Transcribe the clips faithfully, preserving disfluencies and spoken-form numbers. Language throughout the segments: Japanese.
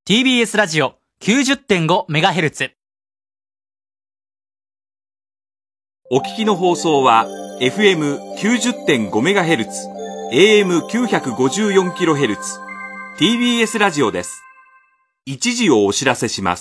ティービーエス ラジオ きゅうじゅってんごメガヘルツ。 お聞きの放送は エフエムきゅうじゅってんごメガヘルツ、エーエムきゅうひゃくごじゅうよんキロヘルツ、ティービーエス ラジオです。一時をお知らせします。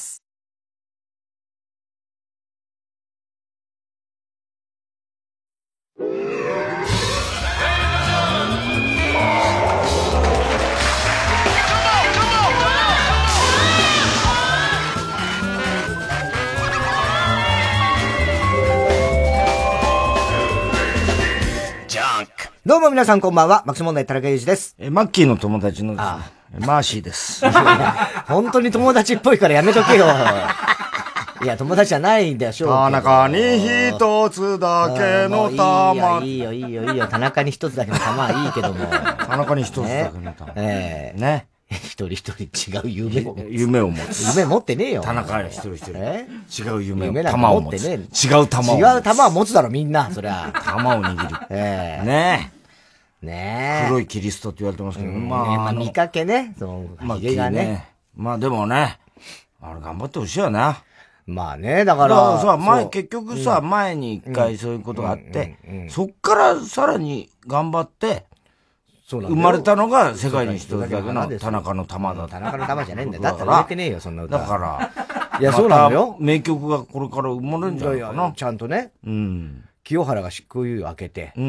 どうも皆さんこんばんは、マックス問題田中裕二です。 え、マッキーの友達のマーシーです。 本当に友達っぽいからやめとけよ。いや、友達じゃないんだよ、しょう田中に一つだけの玉。 いいよ、いいよ、いいよ、いいよ。田中に一つだけの玉はいいけども。 田中に一つだけの玉。 ええ。 ね。 一人一人違う夢を。 夢を持つ。 夢持ってねえよ。 田中一人一人。 え違う夢を。 玉を持つ。違う玉を持つ。 違う玉は持つだろ、みんな。そりゃ。 玉を握る。 ええ。 ねえ。 ねえ。 黒いキリストって言われてますけど、 まあ、見かけね。その、ヒゲがね。 まあでもね、あれ頑張ってほしいよな。 まあね、だから。 だからさ、前、結局さ、前に一回そういうことがあって、そっからさらに頑張って、生まれたのが世界に一つだけの田中の玉だ。 田中の玉じゃねえんだよ。だったら売れてねえよ、そんな歌。 だから、 いや、そうなのよ。 名曲がこれから生まれるんじゃないかな。 ちゃんとね。 うん。 清原が執行猶予開けて。 うんうん。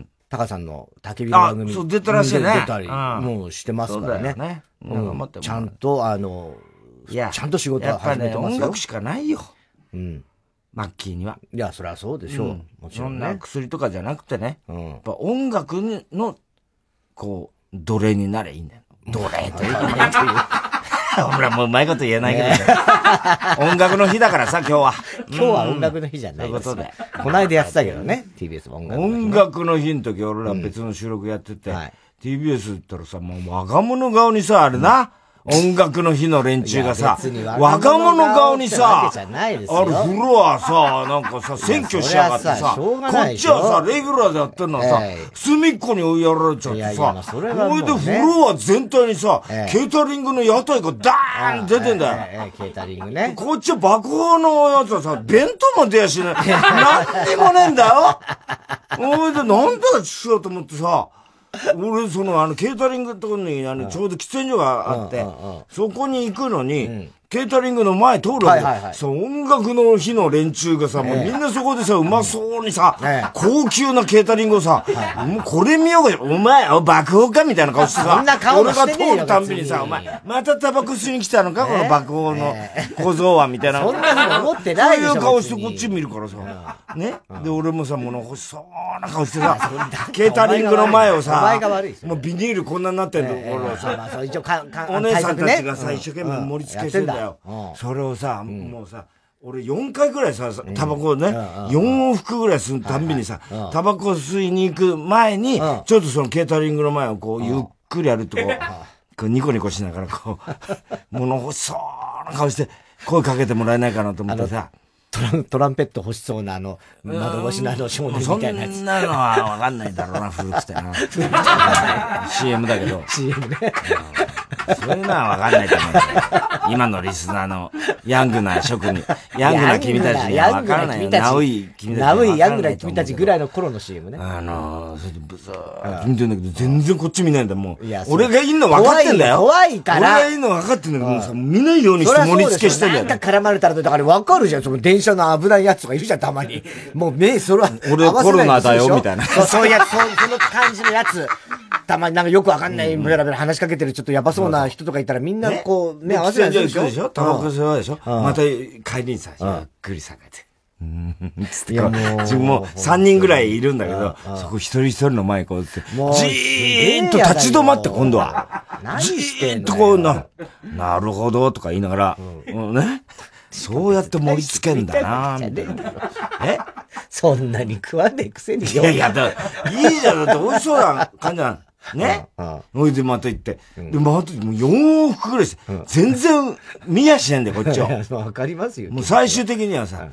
タカさんの焚き火の番組。 あ、そう、出たらしいね。 出たり、もうしてますからね。 ね。 ちゃんと、あの、ちゃんと仕事は始めてますよ。 音楽しかないよ。 うん。 マッキーには。 いや、そりゃそうでしょう。もちろんね。 そんな薬とかじゃなくてね。やっぱ音楽の、こう、奴隷になれいいんだよ。奴隷というか。ほら、もううまいこと言えないけどね。音楽の日だからさ、今日は。 今日は音楽の日じゃないです。 ということで。 この間やってたけどね、ティービーエス 音楽の日。 音楽の日の時、俺ら別の収録やってて、ティービーエス ったらさ、もう若者顔にさ、あれな、音楽の日の連中がさ、若者顔にさ、あれフロアさ、なんかさ、選挙しやがってさ、こっちはさ、レギュラーでやってるのはさ、隅っこに追いやられちゃってさ、それでフロア全体にさ、ケータリングの屋台がダーン出てんだよ。ケータリングね。 こっちは爆砲のやつはさ、弁当も出やしない。何にもねえんだよ。おいで、なんだしようと思ってさ、俺、その、あの、ケータリングのところに、あの、ちょうど喫煙所があって、そこに行くのに、ケータリングの前通るわけ。そう、音楽の日の連中がさ、もうみんなそこでさ、うまそうにさ、高級なケータリングをさ、もうこれ見ようが、お前、爆砲かみたいな顔してさ、俺が通るたんびにさ、お前、またタバコ吸いに来たのかこの爆砲の小僧は、みたいな。 そんなふうに思ってないでしょ。 そういう顔してこっち見るからさ、ね。で、俺もさ、もう欲しそうな顔してさ、ケータリングの前をさ、もうビニールこんなになってんの、これさ、お姉さんたちがさ、一生懸命盛り付けしてんだよ。それをさ、もうさ、俺よんかいぐらいさ、タバコをね、よん往復ぐらいするたんびにさ、タバコ吸いに行く前に、ちょっとそのケータリングの前をこう、ゆっくり歩ってこう、こうニコニコしながらこう、物欲しそうな顔して、声かけてもらえないかなと思ってさ、 トラン、トランペット欲しそうなあの、窓越しのあの少年みたいなやつ。 そんなのはわかんないだろうな、古くてな。シーエム だけど。 シーエム ね。 そういうのはわかんないと思う。今のリスナーのヤングな職人、ヤングな君たちにはわからないよ。ナウイ君たち。 ナウイヤングな君たちぐらいの頃の シーエム ね。 あのー、それでブサーって見てるんだけど、全然こっち見ないんだ、もう。俺がいんの分かってんだよ。 怖いから。 俺がいんの分かってんだけど、もうさ、見ないようにして盛り付けしてんだよ。 なんか絡まれたら、だから分かるじゃん、その電車の危ないやつとかいるじゃん、たまに。もう目、それは。 俺コロナだよ、みたいな。 そう、そういうやつ、その感じのやつ。たまになんかよくわかんない、ベラベラ話しかけてるちょっとやばそうな人とかいたらみんなこう、目合わせないでしょ。 でしょタバコ吸うでしょまた帰りにさ、ゆっくり下げて。うん、つってこう、自分もさんにんぐらいいるんだけど、そこ一人一人の前こうって、じーっと立ち止まって今度は。じーっとこうな、なるほどとか言いながら、ね。そうやって盛り付けんだなえそんなに食わねえくせによ。いやいや、だいいじゃん。だって美味しそうな感じなの。ね。ほいでまた行って。で、また、もうよん往復ぐらいして、全然見やしないんだよ、こっちは。 わかりますよ。 もう最終的にはさ、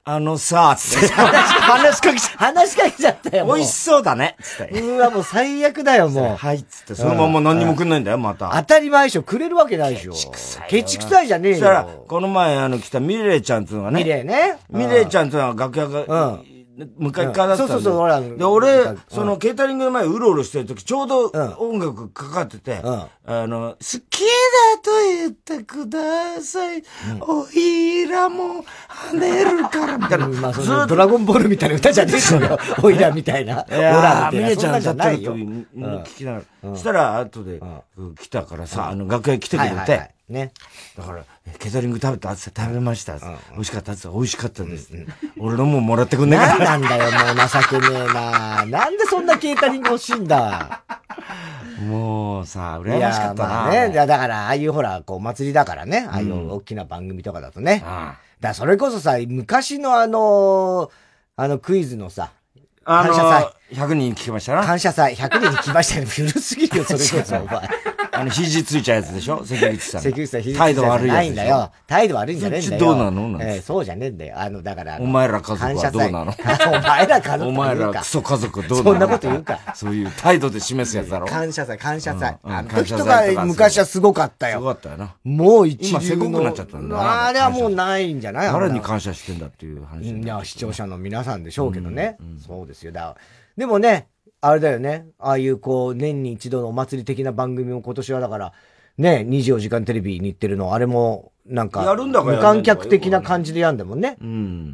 あのさ、つって。話しかけちゃった。 話しかけちゃったよ。 美味しそうだね。つって。 うわ、もう最悪だよ、もう。 はい、つって。そのまま何にもくんないんだよ、また。 当たり前でしょ。くれるわけないでしょ。ケチくさいじゃねえよ。 そしたら、この前、あの、来たミレイちゃんっていうのがね。 ミレイね。 ミレイちゃんっていうのは楽屋が、うん。向かい側だったんで、うん、そうそうそう、で、俺、うん、その、ケータリングの前うろうろしてるとき、ちょうど音楽かかってて、うん、あの、好きだと言ってください、うん、おいらも跳ねるから、みたいな。 まあ、その、ドラゴンボールみたいな歌じゃねえよ。おいらみたいな。 いやー、ミレちゃん歌ってると聞きながら。そしたら、後で来たからさ、あの、楽屋来てくれて、ね。だから、ケータリング食べたって食べました。美味しかったって美味しかったです。俺のももらってくんねえから。なんなんだよ、もう情けねえな。なんでそんなケータリング欲しいんだ。 もうさ、羨ましかったな。 まあね、だから、ああいうほら、こう、お祭りだからね。ああいう大きな番組とかだとね。だからそれこそさ、昔のあの、あのクイズのさ、 感謝祭。ひゃくにん聞きましたな。 感謝祭。ひゃくにん聞きましたね。古すぎるよ、それこそ、お前。 あの、肘ついちゃうやつでしょ関口さん。 関口さん、肘ついちゃうやつ。態度悪いやつ。 ないんだよ。態度悪いんじゃねえんだよ。 どうなのえー、そうじゃねえんだよ。あの、だから。 お前ら家族はどうなのお前ら家族はお前らクソ家族どうなのそんなこと言うか。 そういう態度で示すやつだろ。 感謝祭、感謝祭。あの時とか昔はすごかったよ。 すごかったよな。 もう一流の。 今せこくなっちゃったんだ。 あれはもうないんじゃない誰に感謝してんだっていう話。 いや、視聴者の皆さんでしょうけどね。そうですよ。だでもね、あれだよね。ああいうこう、年に一度のお祭り的な番組も今年はだから、ね、にじゅうよじかんテレビに行ってるの、あれも、なんか、 やるんだから無観客的な感じでやんだもんね。 うん。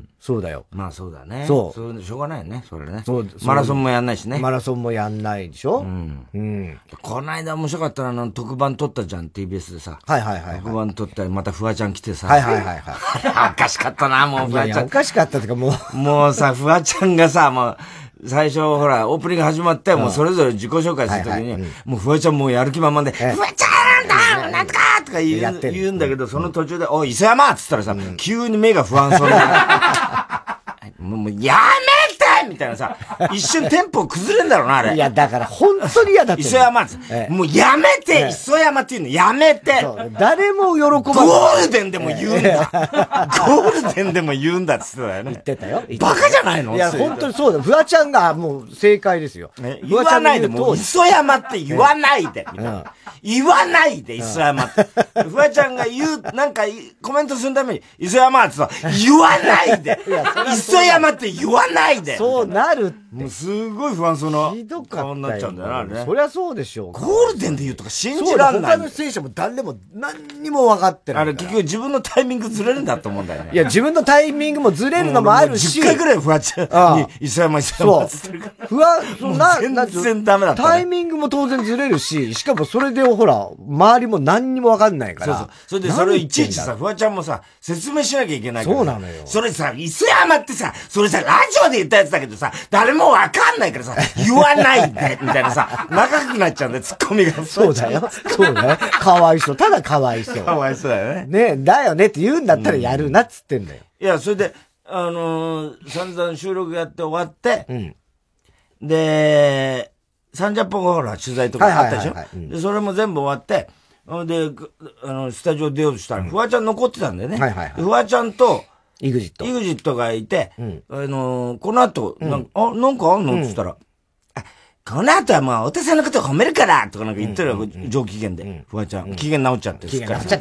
そうだよ。 まあそうだね。 そう。 そう、しょうがないよね、それね。 そう。 マラソンもやんないしね。 マラソンもやんないでしょ。 うん。 うん。 この間面白かったのあの、特番撮ったじゃん、ティービーエス でさ。 はいはいはい。 特番撮ったらまたフワちゃん来てさ。 はいはいはいはい。 おかしかったな、もうフワちゃん。いや、 おかしかったってかもう。もうさ、フワちゃんがさ、もう、最初、ほら、オープニング始まって、もうそれぞれ自己紹介するときに、もうフワちゃんもうやる気満々で、フワちゃんなんだなんとかとか言う言うんだけど、その途中で、おい、磯山っつったらさ、急に目が不安そうになる。もう、やめてみたいなさ、一瞬テンポ崩れんだろうな、あれ。 いや、だから本当に嫌だって。 磯山っつって、もうやめて磯山って言うのやめて誰も喜ばない。 ゴールデンでも言うんだ。ゴールデンでも言うんだっつってたよね。 言ってたよ。 バカじゃないのいや、本当にそうだ。フワちゃんがもう正解ですよ。 言わないで、もう磯山って言わないで。みたいな。言わないで、磯山って。フワちゃんが言う、なんかコメントするために、磯山ってさ、言わないで磯山って言わないでそうなるって。 もうすごい不安そうなひどかったよ。 顔になっちゃうんだよな、あれね。 そりゃそうでしょう。 ゴールデンで言うとか信じらんない。 他の選手も誰も何にも分かってない。 あれ結局自分のタイミングずれるんだと思うんだよね。 いや、自分のタイミングもずれるのもあるし。 じゅっかいぐらいフワちゃんに、磯山磯山って言ってるから。 ふわ、そんな、 全然ダメだった、ね。 タイミングも当然ずれるし、しかもそれでほら、周りも何にも分かんないから。 そうそう。それでそれいちいちさ、フワちゃんもさ、説明しなきゃいけないから。 そうなのよ。 それさ、磯山ってさ、それさ、ラジオで言ったやつだけどさ、誰も分かんないからさ、言わないで、みたいなさ、長くなっちゃうんだよ、ツッコミが。 そうだよ。そうだよ。かわいそう。ただかわいそう。 かわいそうだよね。 ねだよねって言うんだったらやるなっつってんだよ。 いや、それで、あのー、散々収録やって終わって、うん、で、さんじゅっぷんごほら取材とかあったでしょ、はいはいはいはい、で、それも全部終わって、で、あの、スタジオ出ようとしたら、フワちゃん残ってたんだよね。はいはいはい、フワちゃんと、 イグジット。 イグジットがいて、うん、あのー、この後、なんか、うん、あ、なんかあんのって言ったら、この後はもう、お手さんのことを褒めるからとかなんか言ってるよ、上機嫌で。フワちゃん。機嫌直っちゃって。 機嫌直っちゃって。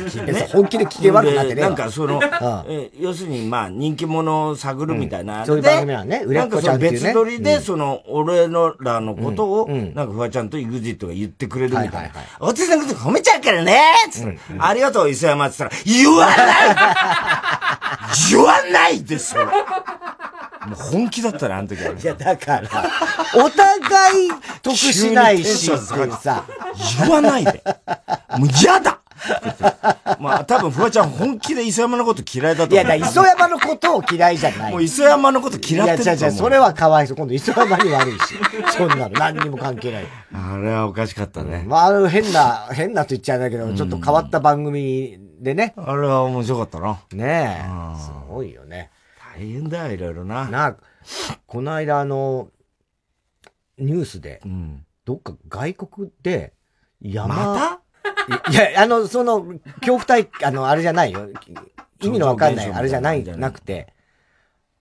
本気で機嫌悪くなってね。 なんかその、要するにまあ、人気者を探るみたいな。 そういう番組はね、 なんかその別撮りで、その、俺のらのことを、なんかフワちゃんとイグジットが言ってくれるみたいな。お手さんのこと褒めちゃうからねつって。ありがとう、磯山って言ったら、言わない言わないですよもう本気だったね、あの時は。 いや、だから、お互い得しないしってさ。 言わないで。もう嫌だまあ多分、フワちゃん本気で磯山のこと嫌いだと思う。 いや、だ磯山のことを嫌いじゃない。 もう磯山のこと嫌ってると思う。いや、 違う違う、それはかわいそう。今度磯山に悪いし。そんなの、何にも関係ない。 あれはおかしかったね。 まあ、あの変な、変なと言っちゃうんだけど、ちょっと変わった番組でね。 あれは面白かったな。 ねえ。すごいよね。 大変だよ、いろいろな。 な、この間あの、ニュースで、うん、どっか外国で、山、 またいや、あの、その、恐怖体、あの、あれじゃないよ。意味のわかんない、あれじゃない、なくて、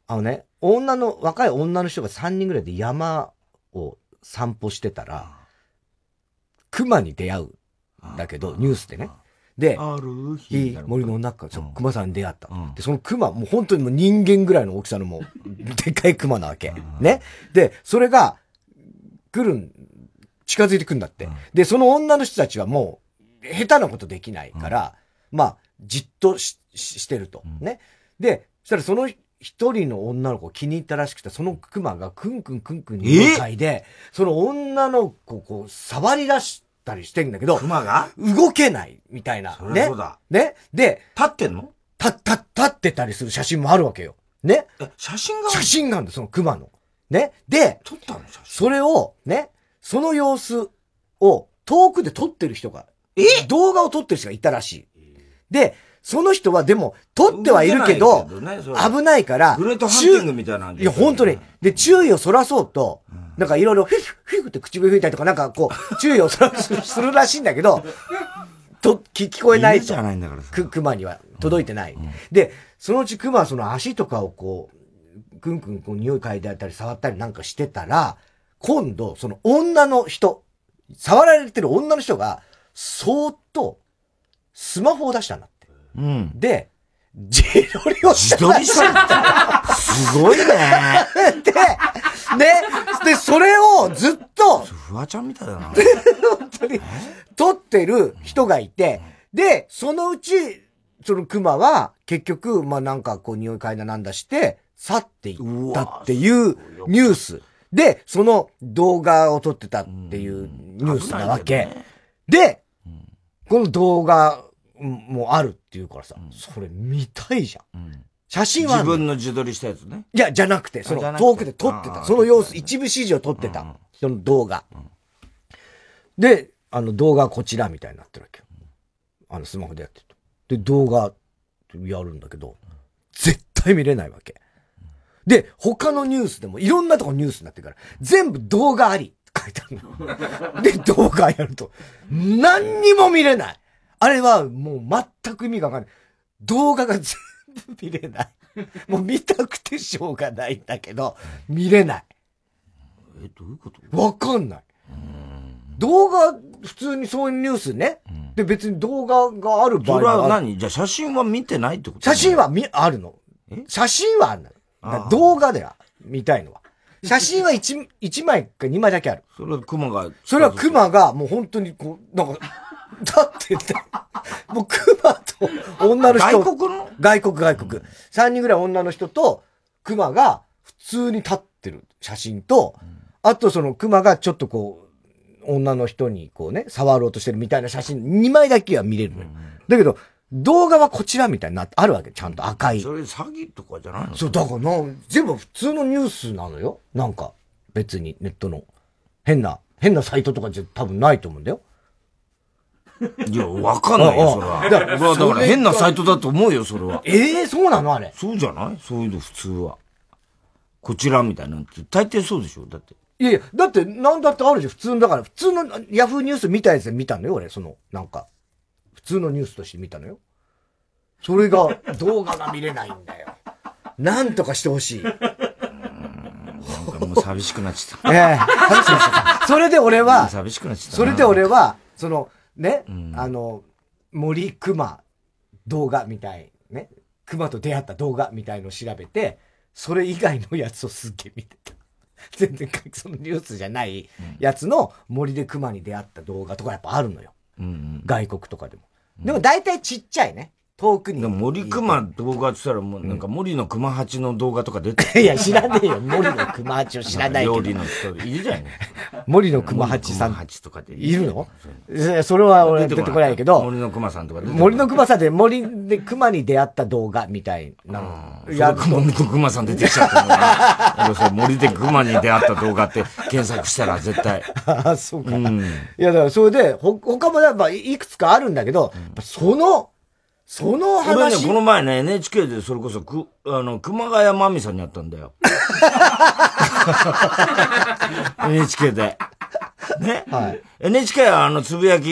あのね、女の、若い女の人がさんにんぐらいで山を散歩してたら、熊に出会うんだけど、ニュースでね。で、 ある日森の中から熊さんに出会った。で、その熊、もう本当にもう人間ぐらいの大きさのもう、でっかい熊なわけ。ね。で、それが、来るん、近づいてくんだって。で、その女の人たちはもう、下手なことできないから、まあ、じっとし、し、してると。ね。で、そしたらその一人の女の子を気に入ったらしくて、その熊がクンクンクンクンに向かいで、その女の子をこう、触り出したりしてんだけど、 熊が動けないみたいな。ね。 そうだ。 ね。で、 立ってんのた、た、立ってたりする写真もあるわけよ。ね。 写真が写真があるんだ、その熊の。ね。で、 撮ったの写真。 それを、ね、その様子を遠くで撮ってる人が、 え動画を撮ってる人がいたらしい。で、その人はでも、撮ってはいるけど、危ないから、 グレートハンティングみたいな。 いや、本当に。で、注意をそらそうと、なんかいろいろ、フィフフィフって口笛吹いたりとか、なんかこう、注意をそらすするらしいんだけど、と、聞、聞こえないと。 じゃないんだからさ。 く、熊には届いてない。で、そのうち熊はその足とかをこう、くんくんこう匂い嗅いであったり触ったりなんかしてたら、今度、その女の人、触られてる女の人が、そーっと、スマホを出したんだって。 うん。 で、自撮りをした。 自撮りしたすごいね。 で、ね、で、それをずっと、 フワちゃんみたいだな。 本当に、撮ってる人がいて、で、そのうち、その熊は、結局、まあなんかこう匂い嗅いだなんだして、去っていったっていうニュース。で、その動画を撮ってたっていうニュースなわけ。で、この動画もあるっていうからさ、それ見たいじゃん。写真は自分の自撮りしたやつね。 いや、じゃなくて、その遠くで撮ってた。その様子、一部始終を撮ってた。その動画。で、あの動画はこちらみたいになってるわけよ。あのスマホでやってると。で、動画やるんだけど、絶対見れないわけ。で、他のニュースでもいろんなとこニュースになってるから、全部動画ありって書いてあるの。で、動画やると、何にも見れない。あれはもう全く意味がわかんない。動画が全部見れない。もう見たくてしょうがないんだけど、見れない。 え、どういうこと？ わかんない。動画、普通にそういうニュースね。で、別に動画がある場合は。 それは何？じゃあ写真は見てないってこと？ 写真はみ、あるの。写真はあるの。動画では見たいのは。写真は一、一枚か二枚だけある。 それは熊が。 それは熊がもう本当にこう、なんか、立ってて、もう熊と女の人。 外国の外国外国。三人ぐらい女の人と熊が普通に立ってる写真と、あとその熊がちょっとこう、女の人にこうね、触ろうとしてるみたいな写真二枚だけは見れるのよ。だけど、動画はこちらみたいになってあるわけ。ちゃんと赤い。 それ詐欺とかじゃないの？ そう、だからな、全部普通のニュースなのよ。なんか、別にネットの。変な、変なサイトとかじゃ多分ないと思うんだよ。 いや、わかんないよ、それは。だから、だから変なサイトだと思うよ、それは。 ええー、そうなのあれ。 そうじゃない？そういうの普通は。こちらみたいなのって大抵そうでしょ？だって。 いやいや、だって、なんだってあるじゃん。普通の、だから、普通のヤフーニュース見たやつで見たのよ、俺。その、なんか、普通のニュースとして見たのよ。それが、動画が見れないんだよ。なんとかしてほしい。なんかもう寂しくなっちゃった。 ええー、寂しくなっちゃった。それで俺は、 寂しくなっちゃった。 それで俺は、その、ね、うん、あの、森熊動画みたい、ね、熊と出会った動画みたいのを調べて、それ以外のやつをすっげえ見てた。全然そのニュースじゃないやつの森で熊に出会った動画とかやっぱあるのよ。うんうん、外国とかでも。でも大体ちっちゃいね。遠くに。 でも森熊動画って言ったらもうなんか森の熊八の動画とか出てる。 いや知らねえよ。森の熊八を知らないけど。 料理の人いるじゃん。 森の熊八さん。 熊八とかでいるの？それは俺出てこないけど。 森の熊さんとか出てこない。森の熊さんで森で熊に出会った動画みたいなの。 いや、森の熊さん出てきちゃったの。森で熊に出会った動画って検索したら絶対。 ああ、そうか。うん、いやだからそれで、ほ、他もやっぱいくつかあるんだけど、その、その話。 俺ね、この前ね、エヌエイチケー でそれこそ、く、あの、熊谷真美さんに会ったんだよ。エヌエイチケー で。ね、はい、エヌエイチケー はあの、つぶやき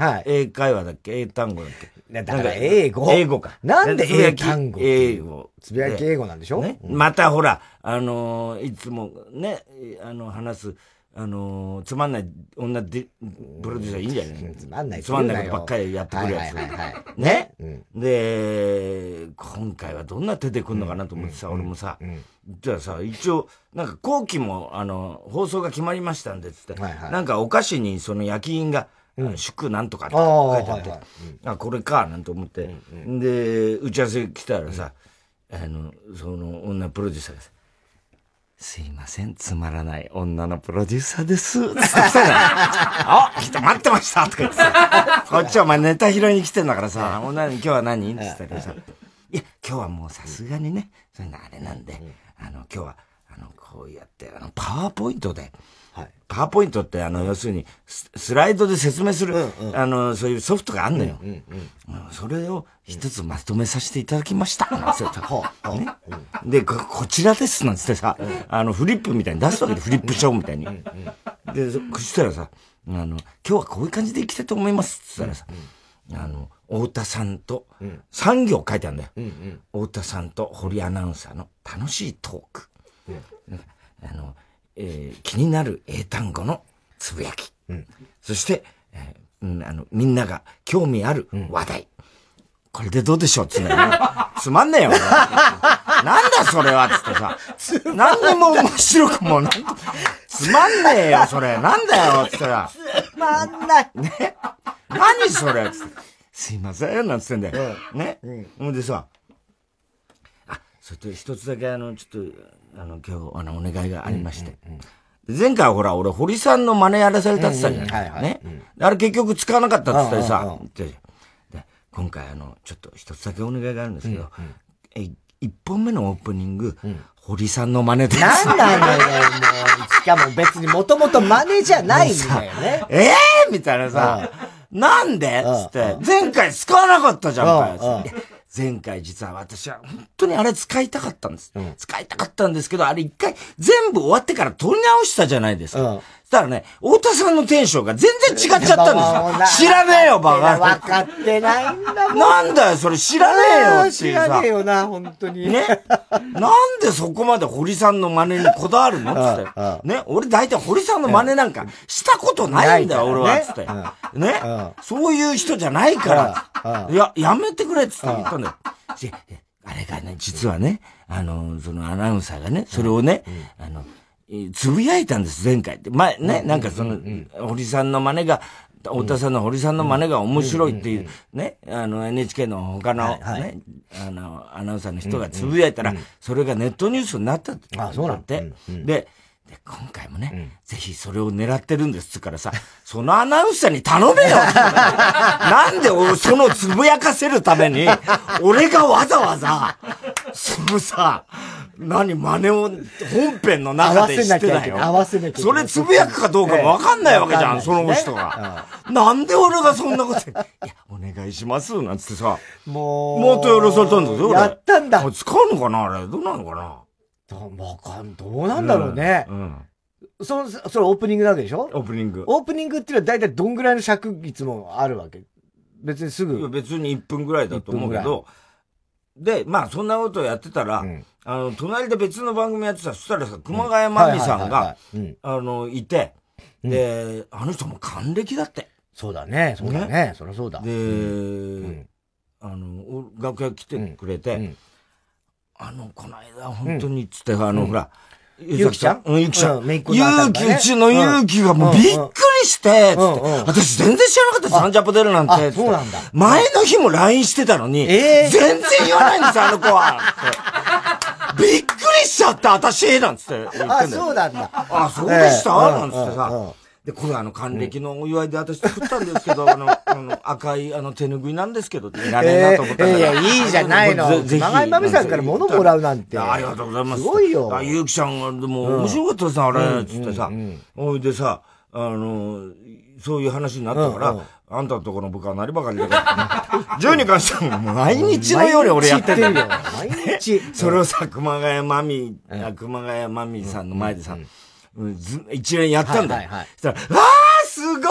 はい。 英会話だっけ英単語だっけだから英語。 英語か。 なんで英単語英語。 つぶやき英語なんでしょね。またほら、あのー、いつもね、あの、話す、あのー、つまんない女で、プロデューサーいいんじゃないつまんない。 つまんないことばっかりやってくるやつ。 はいはいはい。 ね、うん、で、今回はどんな手で来んのかなと思ってさ、うん、俺もさ、うん、じゃあさ、一応、なんか後期も、あの、放送が決まりましたんで、つって、はいはい、なんかお菓子にその焼き印が、うん、祝なんとかって書いてあって、あ、はいはいうん、あ、これか、なんて思って、うんうん、で、打ち合わせ来たらさ、うん、あの、その女プロデューサーがさ、すいません、つまらない女のプロデューサーです。つって来たじゃん。あ、来た、待ってましたとか言ってさ、こっちはお前ネタ拾いに来てんだからさ、女に今日は何って言ったらさ、いや、今日はもうさすがにね、そういうのあれなんで、あの、今日は、あの、こうやって、あの、パワーポイントで、はい、パワーポイントってあの、要するにス、スライドで説明する、うんうん、あの、そういうソフトがあんのよ。うんうんうん、それを一つまとめさせていただきました。なんて言ねうん、でこ、こちらですなんつってさ、うん、あの、フリップみたいに出すわけで、フリップ帳みたいに。うんうん、で、そしたらさ、あの、今日はこういう感じで生きたいと思いますって言ったらさ、うんうん、あの、太田さんと、さん行書いてあるんだよ、うんうん。太田さんと堀アナウンサーの楽しいトーク。うん、あのえー、気になる英単語のつぶやき。うん、そして、えーうん、あの、みんなが興味ある話題。うん、これでどうでしょうって言うんだよね。つまんねえよ。なんだそれはつってさ。何にも面白くもなんつまんねえよ、それ。なんだよ、つったら。 つまんない。 ね。何それつって。すいません、なんつってんだよ。うん、ね。ほ、うんでさ、あ、それと一つだけあの、ちょっと、あの、今日、あの、お願いがありまして。うんうんうん、前回ほら、俺、堀さんの真似やらされたって言ったじゃん。うんうんはいはい、ね、うん。あれ結局使わなかったって言ったりさ、うんうんうん、で今回あの、ちょっと一つだけお願いがあるんですけど、うんうん、え、一本目のオープニング、うん、堀さんの真似です。 なんなのよ、もう。しかも別にもともと真似じゃないんだよね。 ええー、みたいなさ、うん、なんでつって、前回使わなかったじゃんか。うん前回実は私は本当にあれ使いたかったんです。うん、使いたかったんですけど、あれ一回全部終わってから撮り直したじゃないですか。うん、そしたらね、太田さんのテンションが全然違っちゃったんですよ。知らねえよ、バカ。 分かってないんだもん。 なんだよ、それ知らねえよっていうさ。 知らねえよな、本当に。 ね。なんでそこまで堀さんの真似にこだわるのつって。ね。俺大体堀さんの真似なんかしたことないんだよ、俺は。つって。ね。そういう人じゃないから。いや、やめてくれっつって言ったんだよ。あれがね、実はね、あの、そのアナウンサーがね、それをね、あの、つぶやいたんです、前回って。前ね、なんかその、堀さんの真似が、太田さんの堀さんの真似が面白いっていう、ね、あの、エヌエイチケー の他のね、あの、アナウンサーの人がつぶやいたら、それがネットニュースになったって。 あ、そうなんって。で、で、今回もね、うん、ぜひそれを狙ってるんですからさ、そのアナウンサーに頼めよなんで俺そのつぶやかせるために、俺がわざわざ、そのさ、何真似を本編の中でしてないよ。 合わせなきゃいけない。 それつぶやくかどうかもわかんないわけじゃん、ええ、その人が、うん。なんで俺がそんなこといや、お願いします、なんつってさ、もう、もっとやらされたんだぞ、俺。 やったんだ。 使うのかなあれ、どうなのかなわかん、どうなんだろうね。うん。うん、その、それオープニングなわけでしょ？ オープニング。 オープニングっていうのは大体どんぐらいの尺いつもあるわけ？別にすぐ。 いや別にいっぷんぐらいだと思うけど、で、まあそんなことをやってたら、うん、あの、隣で別の番組やってた、そしたらさ、熊谷真美さんが、あの、いて、で、あの人も還暦だって。 そうだね、そうだね、そりゃそうだ。 で、うん、あの、楽屋来てくれて、うんうんあの、この間、本当に、つって、うん、あの、ほら、 ゆうきちゃんうん、ゆうきちゃん。 うん、ゆうき、うちのゆうきがもうびっくりして、つって、私全然知らなかった、サンジャポ出るなんて。 そうなんだ。 前の日も ライン してたのに、全然言わないんですよ、あの子は。びっくりしちゃった、私なんつって言ってんだよ。 あ、そうなんだ。 あ、そうでしたなんつってさ。で、これあの、還暦のお祝いで私作ったんですけど、あの、あの、赤いあの、手拭いなんですけど、いらねえなと思ったら。 いや、いいじゃないの。ぜひ。長井まみさんから物もらうなんて。 ありがとうございます。 すごいよ。 あ、ゆうきちゃんが、でも、面白かったですね、あれ、つってさ。おいでさ、あの、そういう話になったから、あんたのところの部下は何ばかりだから。じゅうに関しても、毎日のように俺やってるよ。毎日。それをさ、熊谷まみ、熊谷まみさんの前でさ、一連やったんだよ。はいはいはい、そしたら、あーすごい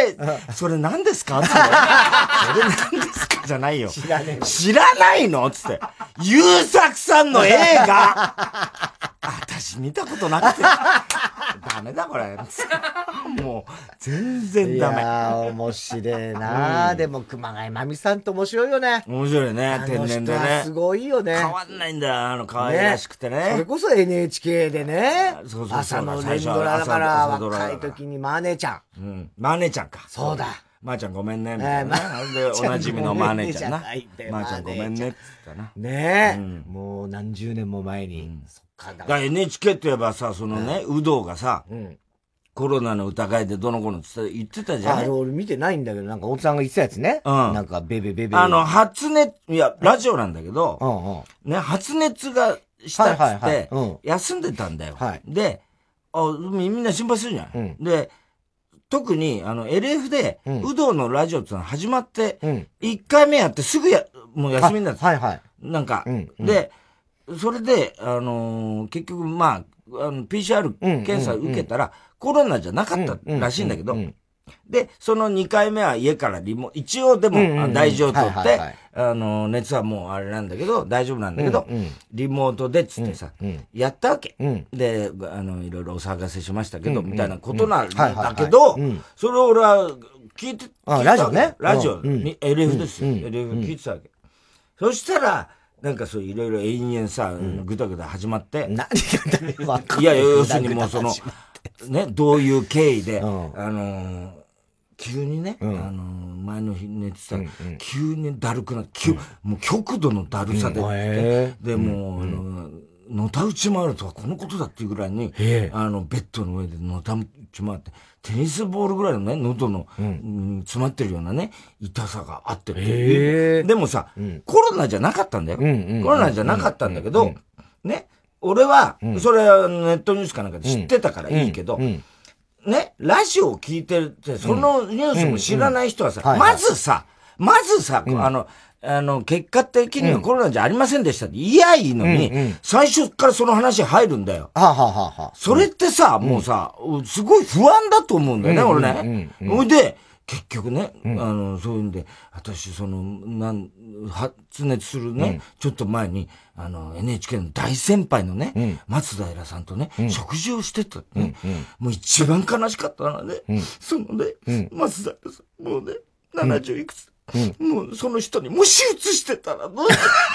で、それ何ですかって。それ何ですかじゃないよ。 知らねえ。 知らないのつって。優作さんの映画私見たことなくて。ダメだこれ。もう、全然ダメ。 いやー、面白いなー、うん、でも、熊谷真美さんって面白いよね。 面白いね。天然でね。 すごいよね。 変わんないんだよ。あの、可愛らしくてね。ねそれこそ エヌエイチケー でね。 そうそうそう。 朝の連ドラだから、若い時にマーネちゃん。 うん。マーネちゃんか。 そうだ。 まーちゃんごめんね、みたいな。で、おなじみのマーネちゃんな。まーちゃんごめんね、って言ったな。 ねえ、うん。もう何十年も前に。うん、そっかだ。エヌエイチケー って言えばさ、そのね、有働がさ、うん、コロナの疑いでどの子のって言ってたじゃん。 あれ俺見てないんだけど、なんか大津さんが言ってたやつね。うん。なんかベベベベ。 あの、発熱、いや、ラジオなんだけど、うんうん、ね、発熱がしたっつって、休んでたんだよ。はい、で、あ、みんな心配するじゃん。うん、で、特に、あの、エルエフ で、うん、有働のラジオってのは始まって、うん、いっかいめやってすぐや、もう休みになって、 はいはい。 なんか、うんうん、で、それで、あのー、結局、まあ、あの、ピーシーアール 検査受けたら、うんうんうん、コロナじゃなかったらしいんだけど、うんうんうんで、そのにかいめは家からリモ、一応でも、うんうん、大丈夫取って、あの、熱はもうあれなんだけど、大丈夫なんだけど、うんうん、リモートでっつってさ、うんうん、やったわけ、うん。で、あの、いろいろお騒がせしましたけど、うんうん、みたいなことなんだけど、それを俺は聞いて、 あ、ラジオね。 ラジオに、うん、エルエフ ですよ、うん。エルエフ 聞いてたわけ。そしたら、なんかそういろいろ延々さ、うん、ぐだぐだ始まって。 何がダメわかんない。いや、要するにもうその、ね、どういう経緯で、うん、あのー、急にね、うん、あのー、前の日寝てたら、うんうん、急にだるくなって、うん、もう極度のだるさで、うん、で、もう、うん、あの、のたうち回るとはこのことだっていうぐらいに、あの、ベッドの上でのたうち回って、テニスボールぐらいのね、喉の、うん、詰まってるようなね、痛さがあってて。でもさ、うん、コロナじゃなかったんだよ。うんうん、コロナじゃなかったんだけど、うんうん、ね、俺は、うん、それはネットニュースかなんかで知ってたからいいけど、うんうんうんね、ラジオを聞いてるって、そのニュースも知らない人はさ、うんうん、まずさ、まずさ、うん、あの、あの、結果的にはコロナじゃありませんでしたって言いやいいのに、うんうん、最初からその話入るんだよ。 ははははそれってさ、うん、もうさ、すごい不安だと思うんだよね、うん、俺ね。ほ、うんうん、いで、結局ね、うん、あの、そういうんで、私、その、なん、発熱するね、うん、ちょっと前に、あの、エヌエイチケー の大先輩のね、うん、松平さんとね、うん、食事をしてたってね、うんうん、もう一番悲しかったのはね、うん、そのね、うん、松平さん、もうね、ななじゅういくつ、うん、もうその人にもし移してたら、どう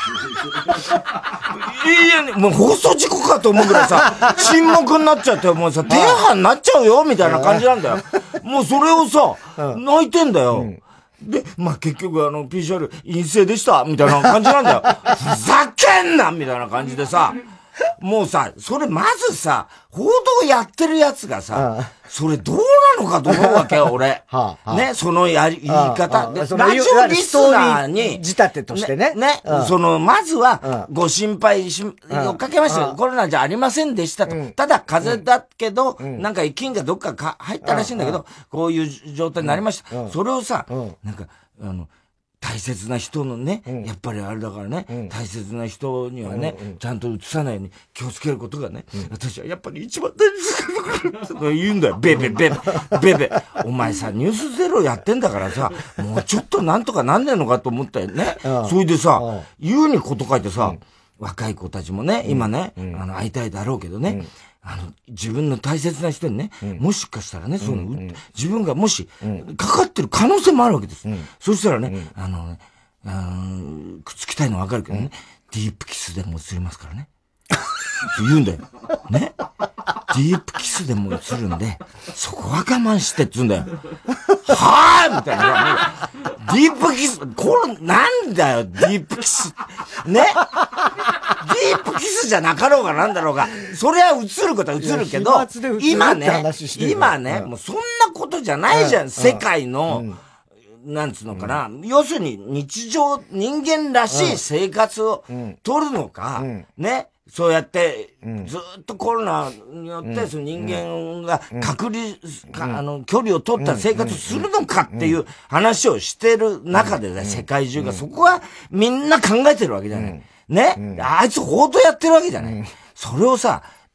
いやね、もう放送事故かと思うぐらいさ、沈黙になっちゃって、もうさ、低波になっちゃうよ、みたいな感じなんだよ。もうそれをさ、泣いてんだよ。うんで、まあ、結局あの、ピーシーアール 陰性でした、みたいな感じなんだよ。ふざけんなみたいな感じでさ、もうさ、それまずさ、報道やってるやつがさ、それどうなのかと思うわけよ、俺。はあはあ、ね、そのやり、言い方。で、ラジオリスナーに、 仕立てとしてね。 ね、ねその、まずは、ご心配し、をかけましたよ。コロナじゃありませんでしたと。うん、ただ、風邪だけど、うん、なんか菌がどっかか入ったらしいんだけど、こういう状態になりました。うん、それをさ、なんか、あの、大切な人のね、うん、やっぱりあれだからね、うん、大切な人にはね、うんうん、ちゃんと移さないように気をつけることがね、うん、私はやっぱり一番大事だと言うんだよ。ベベベベベベ。お前さ、ニュースゼロやってんだからさ、もうちょっとなんとかなんねえのかと思ったよね。それでさ、言うにこと書いてさ、うん、若い子たちもね、今ね、うん、あの、会いたいだろうけどね、うんあの、自分の大切な人にね、うん、もしかしたらね、その、うんうん、自分がもし、うん、かかってる可能性もあるわけです。うん、そしたらね、うん、あのね、あのくっつきたいのはわかるけどね、うん、ディープキスでも映りますからね。言うんだよ。ね。ディープキスでも映るんで、そこは我慢してって言うんだよ。はぁーみたいな。ディープキス、これ、なんだよ、ディープキス。ね。ディープキスじゃなかろうがなんだろうが、それは映ることは映るけど、今ね、今ね、もうそんなことじゃないじゃん、世界の、なんつうのかな、要するに日常、人間らしい生活を取るのか、ね。そうやって、ずっとコロナによって、その人間が隔離、あの、距離を取った生活をするのかっていう話をしてる中でね、世界中が、そこはみんな考えてるわけじゃない。ね、あいつ報道やってるわけじゃない。それをさ、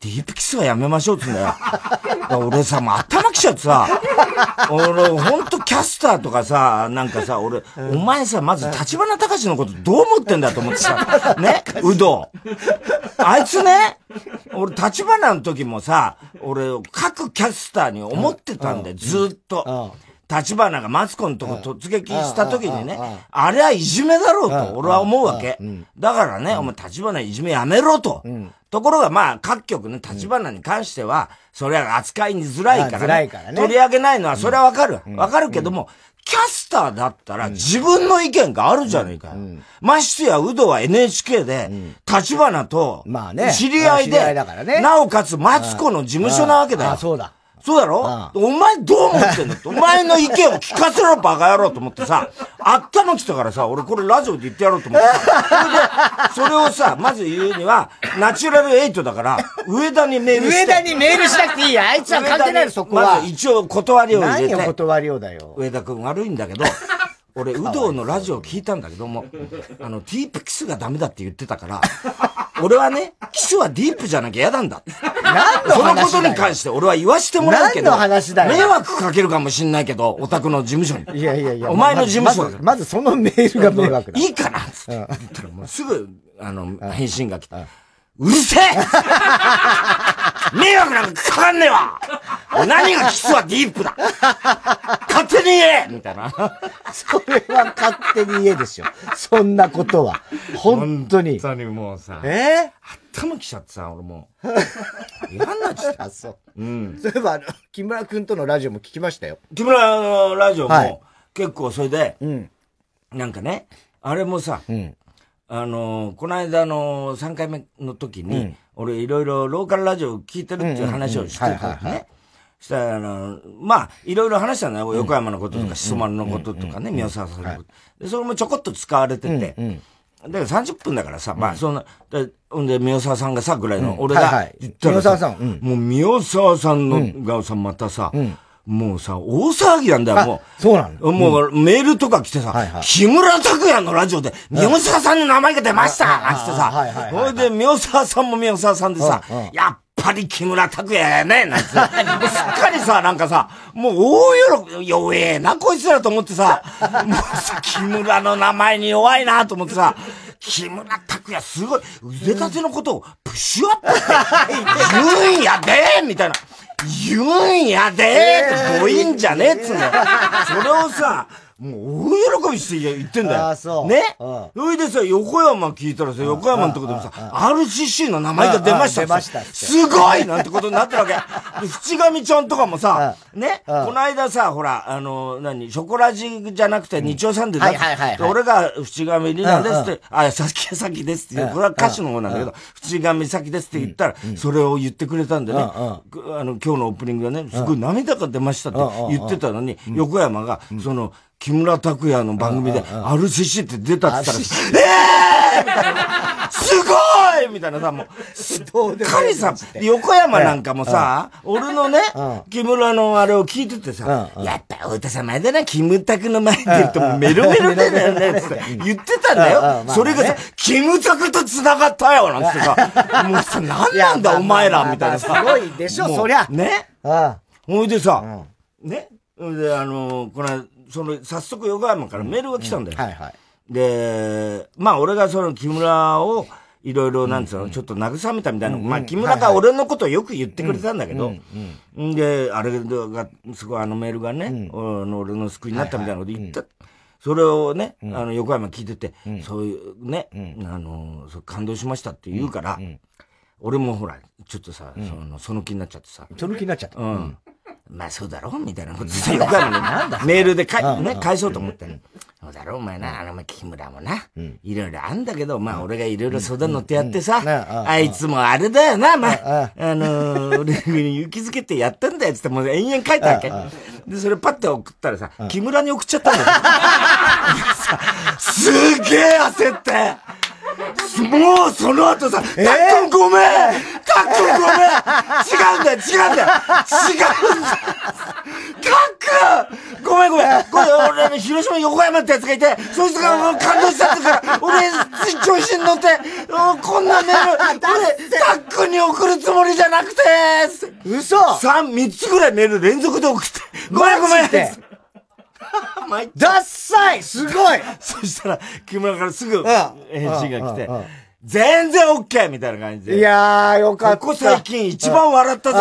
ディープキスはやめましょうって言うんだよ。俺さ、もう頭きちゃってさ、俺、ほんとキャスターとかさ、なんかさ、俺、お前さ、まず立花隆のことどう思ってんだと思ってさ、ね、うど。あいつね、俺、立花の時もさ、俺、各キャスターに思ってたんだよ、ずっと。立花がマツコのとこ突撃した時にね、あれはいじめだろうと、俺は思うわけ。だからね、お前立花いじめやめろと。ところがまあ、各局ね、立花に関しては、それは扱いにづらいからね。取り上げないのは、それはわかる。わかるけども、キャスターだったら自分の意見があるじゃねえか。ましてや、ウドは エヌエイチケー で、立花と、知り合いで、なおかつマツコの事務所なわけだよ。 そうだ。 そうだろ、ああお前どう思ってんだってお前の意見を聞かせろバカ野郎と思ってさ、あったの来たからさ、俺これラジオで言ってやろうと思ってさ。それで、それをさ、まず言うには、ナチュラルエイトだから、上田にメールして。 上田にメールしなくていいや。あいつは関係ないよ、そこは。 まず一応断りを入れて。 何よ、断りをだよ。 上田くん悪いんだけど、俺、有働のラジオを聞いたんだけども、あの、ディープキスがダメだって言ってたから、俺はね、キスはディープじゃなきゃ嫌なんだ。 何の話だよ。 そのことに関して俺は言わしてもらうけど、 何の話だよ。 迷惑かけるかもしんないけど、オタクの事務所に。 いやいやいや。 お前の事務所まず、まずそのメールが迷惑だ。 いいかなって言ったらもうすぐ、あの、返信が来た。うるせえ迷惑なんかかかんねえわ何がキスはディープだ勝手に言えみたいな。 それは勝手に言えでしょ。そんなことは。本当に。 本当にもうさ。 えー、 頭きちゃってさ、俺もう。嫌になっちゃった。 あ、そう。 うん。 そういえば、あの、木村くんとのラジオも聞きましたよ。 木村のラジオも、 はい、 結構それで、 うん、 なんかね、あれもさ、うん、あの、この間のさんかいめの時に、うん、俺いろいろローカルラジオ聞いてるっていう話をしてたね。したら、あの、まあ、いろいろ話したのよ。横山のこととか、しそ丸のこととかね、宮沢さんのこと。で、それもちょこっと使われてて、うんうん、だからさんじゅっぷんだからさ、まあ、そんな、で、ほんで、宮沢さんがさ、ぐらいの、俺が言ったらさ、はいはい、宮沢さん、うん、もう宮沢さんのがさ、またさ、うんもうさ、大騒ぎなんだよ、もう。そうなのもう、メールとか来てさ、はいはい、木村拓哉のラジオで、宮沢さんの名前が出ましたなんつってさ、それで、宮沢さんも宮沢さんでさ、やっぱり木村拓哉やねなんつって、すっかりさ、なんかさ、もう大喜び、弱えな、こいつらと思ってさ、もうさ、木村の名前に弱いなと思ってさ、木村拓哉すごい、腕立てのことをプッシュアップって言うんやでみたいな。言うんやでーって母音じゃねえっつうんだよ。それをさ、もう大喜びして言ってんだよ。 ああ、そう。 ねそれでさ、横山聞いたらさ、横山のとこでもさ、アールシーシー の名前が出ました出ました。 すごいなんてことになってるわけ。で、淵上ちゃんとかもさ、ねこの間さ、ほら、あの、何、ショコラジじゃなくて日曜サンデーだって、はいはいはい、俺が淵上里奈ですって、あ、さきさきですって、これは歌手の方なんだけど、淵上咲ですって言ったら、それを言ってくれたんでね、あの、今日のオープニングがね、すごい涙が出ましたって言ってたのに、横山が、その、木村拓哉の番組で アールシーシー って出たって言ったら、えーみたいな、すごいみたいなさ、もう、すっかりさ、横山なんかもさ、俺のね、木村のあれを聞いててさ、やっぱ太田さん前だな、キムタクの前って言うとメロメロだよね、って言ってたんだよ。それがさ、キムタクと繋がったよ、なんつってさ、もうさ、なんなんだお前ら、みたいなさ。 すごいでしょ、そりゃ。 ね。ほいでさ、ね。で、あの、この、その、早速横山からメールが来たんだよ。 うんはいはい。 で、まあ俺がその木村をいろいろなんつうの、うん、ちょっと慰めたみたいな、うん、まあ木村が俺のことをよく言ってくれたんだけど、うんうん、で、あれが、すごいあのメールがね、うん、俺の救いになったみたいなこと言った。はいはい、それをね、うん、あの横山聞いてて、うん、そういうね、うん、あの、感動しましたって言うから、うんうん、俺もほら、ちょっとさ、うん、その、その気になっちゃってさ。 その気になっちゃった。 うん。まあそうだろみたいなことで、横山にメールでかい、ね、返そうと思って。そうだろお前な、あの、木村もな、いろいろあんだけど、まあ俺がいろいろ相談乗ってやってさ、あいつもあれだよな、まあ、あの、俺に勇気づけてやったんだよ、つってもう延々書いたわけ。で、それパッて送ったらさ、木村に送っちゃったんだよ。すげえ焦って、もうその後さ、たっくんごめんたっくんごめん違うんだよ違うんだよ違うんだよたっくんごめんごめんこれ俺、広島横山ってやつがいて、そいつが感動しちゃったから、俺、つい調子にんのって、こんなメール、俺、タックに送るつもりじゃなくて嘘 !さん、みっつぐらいメール連続で送って、ごめんごめんって。 ダッサいすごいそしたら、木村からすぐ返信が来て、全然 OK! みたいな感じで。 いやー、よかった。 ここ最近一番笑ったぜ。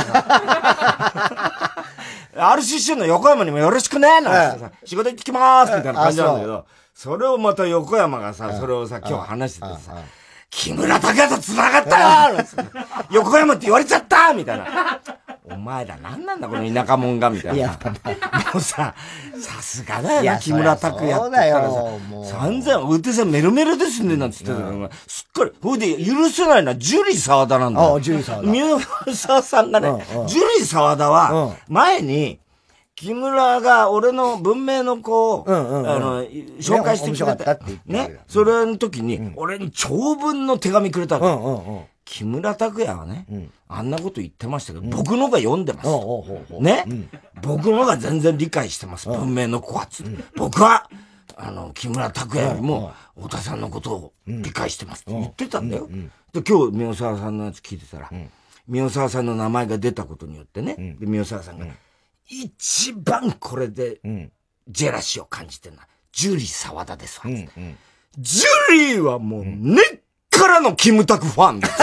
アールシーシー の横山にもよろしくねなんてさ、仕事行ってきまーすみたいな感じなんだけど、それをまた横山がさ、それをさ、今日話しててさ、木村拓哉と繋がったよー横山って言われちゃったみたいな。お前ら何なんだこの田舎者がみたいな。やっぱね。もうさ、さすがだよな、木村拓哉って言ったらさ、散々、うてさんメロメロですね、なんつってたのすっかり、ほいで許せないのはジュリー沢田なんだよ。 ああ、ジュリー沢田。 宮沢さんがね、ジュリー沢田は、前に、木村が俺の文明の子を、あの、紹介してくれた。ね。それの時に、俺に長文の手紙くれたの。木村拓哉はね、あんなこと言ってましたけど、僕の方が読んでます。ね。僕の方が全然理解してます。文明の子は。僕は、あの、木村拓哉よりも、太田さんのことを理解してますって言ってたんだよ。で、今日、宮沢さんのやつ聞いてたら、宮沢さんの名前が出たことによってね、で、宮沢さんが、一番これで、ジェラシーを感じてるのは、ジュリー沢田ですわ、うんうん。ジュリーはもう、根っからのキムタクファンです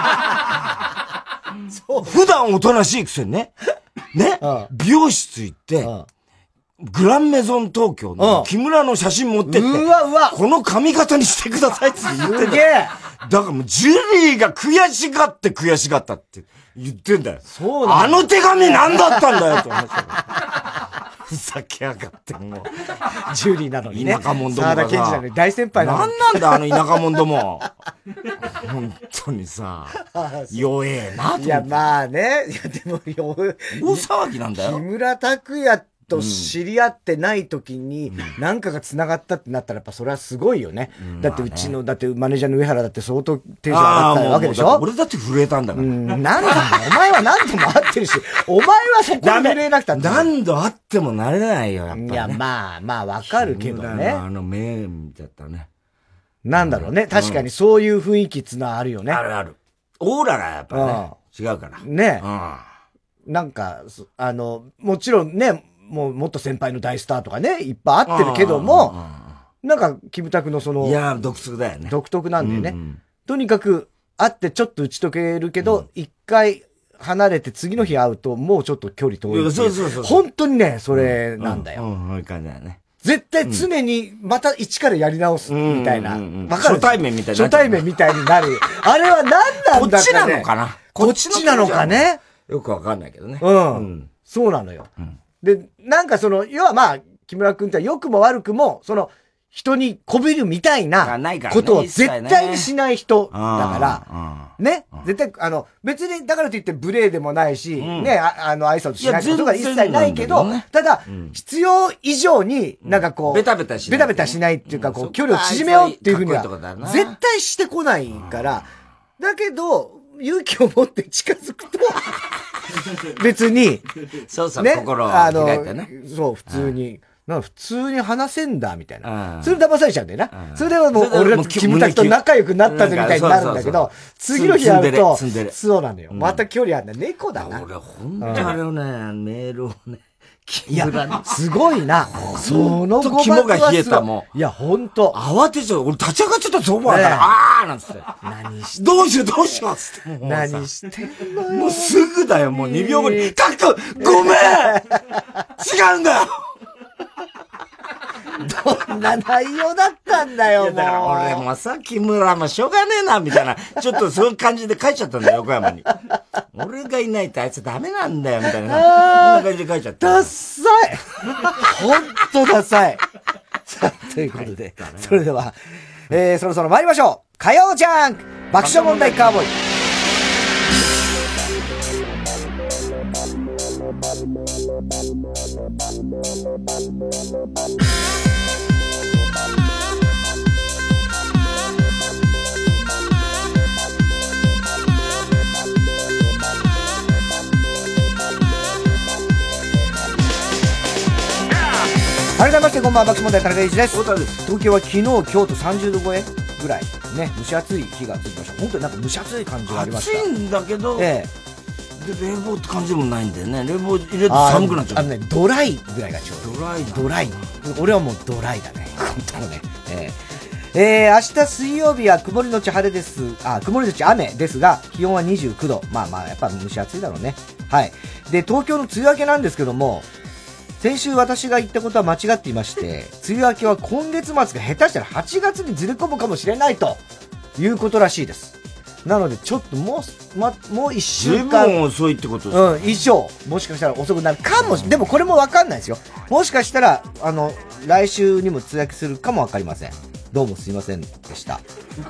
よ。普段おとなしいくせにね。ね、美容室行って、グランメゾン東京の木村の写真持ってって、うわうわこの髪型にしてくださいって言ってんだよ。だからもう、ジュリーが悔しがって悔しがったって言ってんだよ。そうなんだ。あの手紙何だったんだよって話だふざけやがってもう。 ジュリーなのにね。 田舎者どもがさ。 沢田研二なのに大先輩なのに。 何なんだあの田舎者ども。本当にさ、弱えなと思って。 いやまあね。いやでも弱え。 大騒ぎなんだよ。 木村拓哉と知り合ってない時に何かが繋がったってなったらやっぱそれはすごいよね。うん、だってうちの、だってマネージャーの上原だって相当テンション上がったわけでしょ。 俺だって震えたんだから。うん、 なんだお前は何度も会ってるし、お前はそこに震えなくたって。 何度会っても慣れないよ、やっぱり、ね。 いや、まあまあわかるけどね。 あの目だったね。 なんだろうね。確かにそういう雰囲気つなあるよね。 あるある。オーラがやっぱね、違うから。 ね。うん、なんか、あの、もちろんね、もうもっと先輩の大スターとかね、いっぱい会ってるけども、なんか、キムタクのその、 いや、独特だよね。 独特なんだよね。うんうん、とにかく、会ってちょっと打ち解けるけど、一、うん、回離れて次の日会うと、もうちょっと距離遠い。 そうそうそう。 本当にね、それなんだよ。 うん、そういう感じだよね。 絶対常にまた一からやり直すみたいな。 初対面みたいな。 初対面みたいになる。あれは何なんだろうね。 こっちなのかなこっちなのかね。 よくわかんないけどね。 うん。そうなのよ。で、なんかその、要はまあ、木村くんって良くも悪くも、その、人にこびるみたいなことを絶対にしない人だから、ね、絶対、あの、別にだからといって無礼でもないし、ね、あの、挨拶しないことが一切ないけど、ただ、必要以上になんかこう、 ベタベタしない。 ベタベタしないっていうか、こう、距離を縮めようっていうふうには、絶対してこないから、だけど、勇気を持って近づくと、別に、 そうそう、心を開いてね。 そう、普通に。なんか普通に話せんだ、みたいな。それ騙されちゃうんだよな。それでもう俺らキムタクと仲良くなったぜみたいになるんだけど、次の日会うと、そうなのよ。また距離あるんだ。猫だな。 俺ほんとあれをね、メールをね、 いや、すごいな。その後肝が冷えたもん。 いや、ほんと。 慌てちゃう。俺立ち上がっちゃったぞ、もう。あーなんつって。 何してどうしよう、どうしようつって。 何してんのよ。 もうすぐだよ、もうにびょうごに。タクごめん違うんだよどんな内容だったんだよ、もう。 だから俺もさ、木村もしょうがねえな、みたいな。ちょっとそういう感じで書いちゃったんだよ、横山に。俺がいないとあいつダメなんだよ、みたいな。そんな感じで書いちゃった。 ダッサいほんとダサいさあ、ということで、それでは、えー、そろそろ参りましょう。火曜ジャンク爆笑問題カーボーイ。改めましてこんばんは、爆笑問題田中裕二です。東京は昨日、京都さんじゅうど超えぐらいね、蒸し暑い日が続きました。本当になんか蒸し暑い感じがありました。 暑いんだけど、 ええ、で冷房って感じでもないんだよね。冷房入れると寒くなっちゃう。 あのね、ドライぐらいがちょうど。 ドライだ。 ドライ。俺はもうドライだね。本当ね。えー、えー、明日水曜日は曇りのち晴れです。あ、曇りのち雨ですが、気温はにじゅうきゅうど。まあまあ、やっぱ蒸し暑いだろうね。はい。で、東京の梅雨明けなんですけども、先週私が言ったことは間違っていまして、梅雨明けは今月末が下手したらはちがつにずれ込むかもしれないということらしいです。なのでちょっともう、ま、もう一週間。 十分遅いってことですか？ うん、以上、もしかしたら遅くなるかもしれない。でもこれもわかんないですよ。もしかしたら、あの、来週にも梅雨明けするかもわかりません。どうもすいませんでした。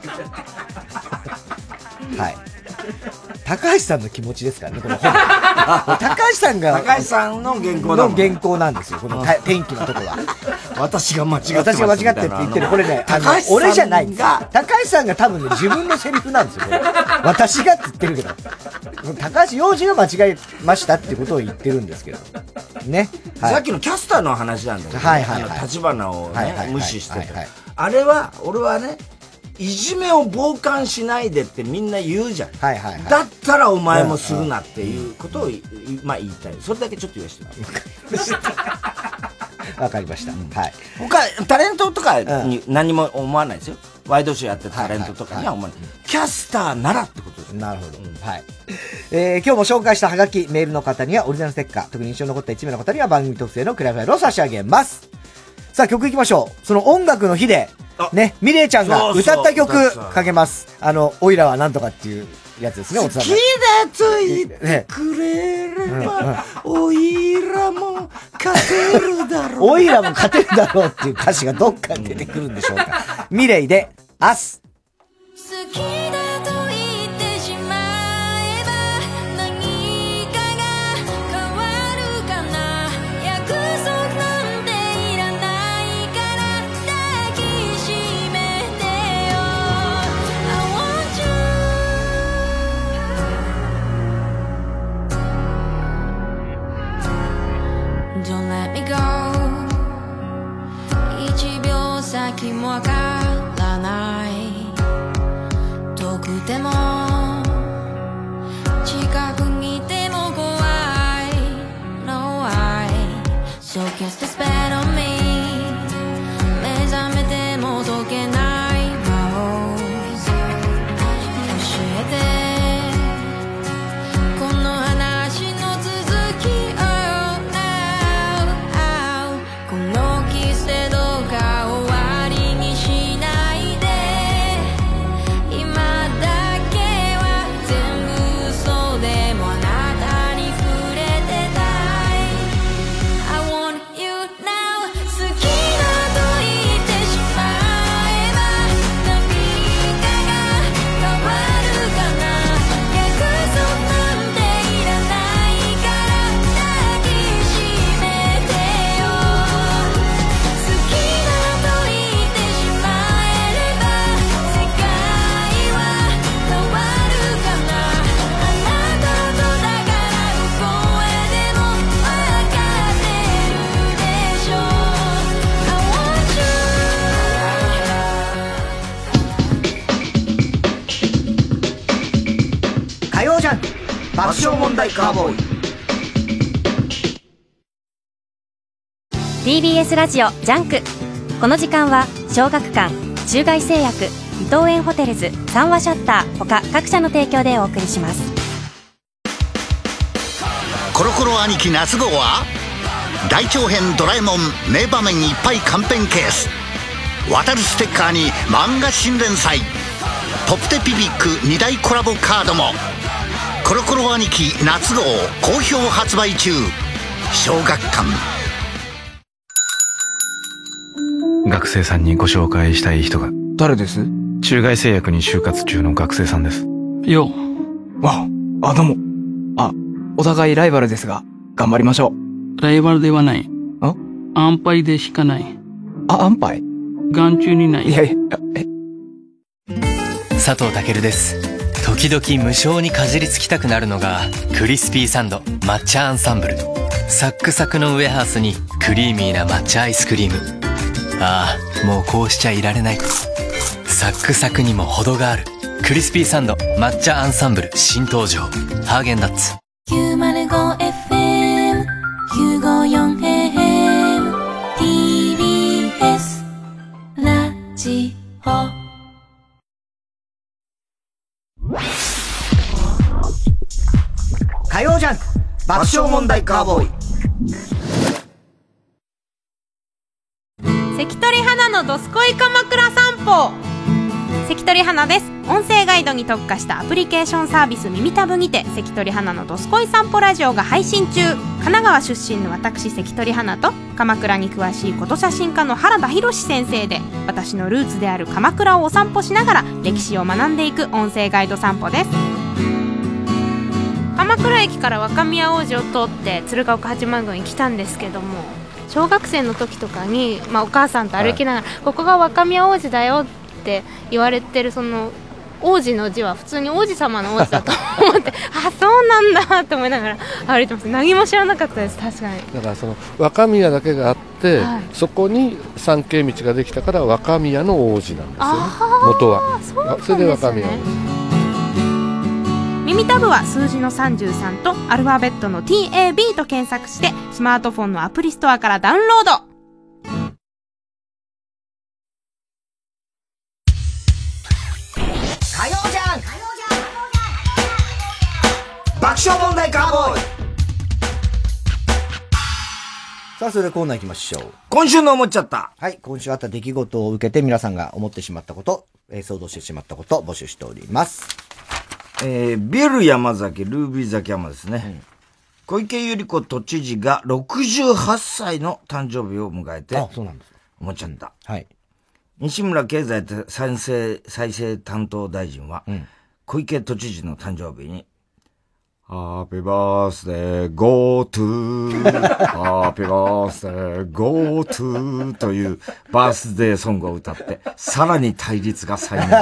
はい。高橋さんの気持ちですからね、この本。高橋さんが。 高橋さんの原稿だもん。 の原稿なんですよ、この天気のとこは。 私が間違ってます。 私が間違ってって言ってる。これね、あの、俺じゃないんです。高橋さんが多分ね、自分のセリフなんですよ、これ。私がって言ってるけど。高橋洋二が間違えましたってことを言ってるんですけど。ね。 はい、さっきのキャスターの話なんだけど、ね、 はいはいはい、 あの立花をね、はいはいはい、無視してて、 はいはい、 あれは俺はね、いじめを傍観しないでってみんな言うじゃん、 はいはいはい、 だったらお前もするなっていうことを、うん、まあ言いたい。それだけちょっと言わせてわかりました、うん、はい。 他タレントとかに何も思わないですよ。ワイドショーやってタレントとかには思わない、はいはいはい、キャスターならってことです。 なるほど、うん、はい。えー、今日も紹介したハガキメールの方にはオリジナルステッカー、特に印象に残ったいち名の方には番組特製のクラファイルを差し上げます。さあ曲いきましょう。その音楽の日でね、ミレイちゃんが歌った曲かけます。あのオイラはなんとかっていうやつですね。 好きでついてくれればオイラも勝てるだろう。 オイラも勝てるだろうっていう歌詞がどっかに出てくるんでしょうか。ミレイでアス。好きだと言ってしまえば何かが変わるかな。約束なんていらないから抱きしめてよ。 I want you Don't let me go 一秒先もわからない遠くても近くにいても怖い No I So cast a spell on me 目覚めても解けない魔法教えてこの話の続き Oh, oh, oh このキスでどうか終わりにしないで今だけは全部嘘でもあなたに触れてたい I want you now 好きだと言ってしまえば何かが変わるかな。約束なんていらないから抱きしめてよ。好きだと言ってしまえれば世界は変わるかな。あなたとだからどこへでも分かってるでしょ。 I want you 火曜ジャンク爆笑問題カーボーイ。 ティービーエス ラジオジャンク。この時間は小学館、中外製薬、伊藤園ホテルズ、三話シャッター他各社の提供でお送りします。 コロコロ兄貴夏号は大長編ドラえもん名場面いっぱいカンペンケース、渡るステッカーに漫画新連載、ポプテピビックに大コラボカードも。コロコロ兄貴夏号好評発売中。小学館。 学生さんにご紹介したい人が。 誰です？ 中外製薬に就活中の学生さんです。 よあ、あ、どうも。あ、お互いライバルですが、頑張りましょう。 ライバルではない。 あ？ 安牌でしかない。 あ、安牌？ 眼中にない。 いやいや、え。 佐藤健です。時々無性にかじりつきたくなるのがクリスピーサンド抹茶アンサンブル。サックサクのウエハースにクリーミーな抹茶アイスクリーム。ああ、もうこうしちゃいられない。 サックサクにも程がある。クリスピーサンド抹茶アンサンブル新登場。ハーゲンダッツきゅうまるごエフエム きゅうごよんエーエム ティービーエス ラジオ。 火曜ジャンク爆笑問題カーボーイ。 関取花のどすこい鎌倉散歩。関取花です。音声ガイドに特化したアプリケーションサービス耳たぶにて関取花のどすこい散歩ラジオが配信中。神奈川出身の私関取花と鎌倉に詳しいこと写真家の原田博先生で、私のルーツである鎌倉をお散歩しながら歴史を学んでいく音声ガイド散歩です。鎌倉駅から若宮大路を通って鶴岡八幡宮に来たんですけども、小学生の時とかに、まあ、お母さんと歩きながら、はい、ここが若宮大路だよって言われてる、その王子の字は普通に王子様の王子だと思ってあ、そうなんだと思いながら歩いてます。何も知らなかったです。確かに。 だからその若宮だけがあって、はい、そこに参詣道ができたから若宮の王子なんですよね、元は。 そうなんですね。それで若宮王子。 耳たぶは数字のさんじゅうさんとアルファベットの ティーエービー と検索してスマートフォンのアプリストアからダウンロード。 火曜じゃん爆笑問題カーボーイ。さあ、それでコーナー行きましょう。 今週の思っちゃった。 はい、今週あった出来事を受けて皆さんが思ってしまったこと、えー、想像してしまったことを募集しております。 えー、ビル山崎、ルービー崎山ですね。うん、小池百合子都知事がろくじゅうはっさいの誕生日を迎えて、 あ、そうなんです。 思っちゃった。 うん、はい。 西村経済再生、再生担当大臣は、うん、小池都知事の誕生日に、ハッピーバースデーゴートゥーハッピーバースデーゴートゥーというバースデーソングを歌って、さらに対立が再燃。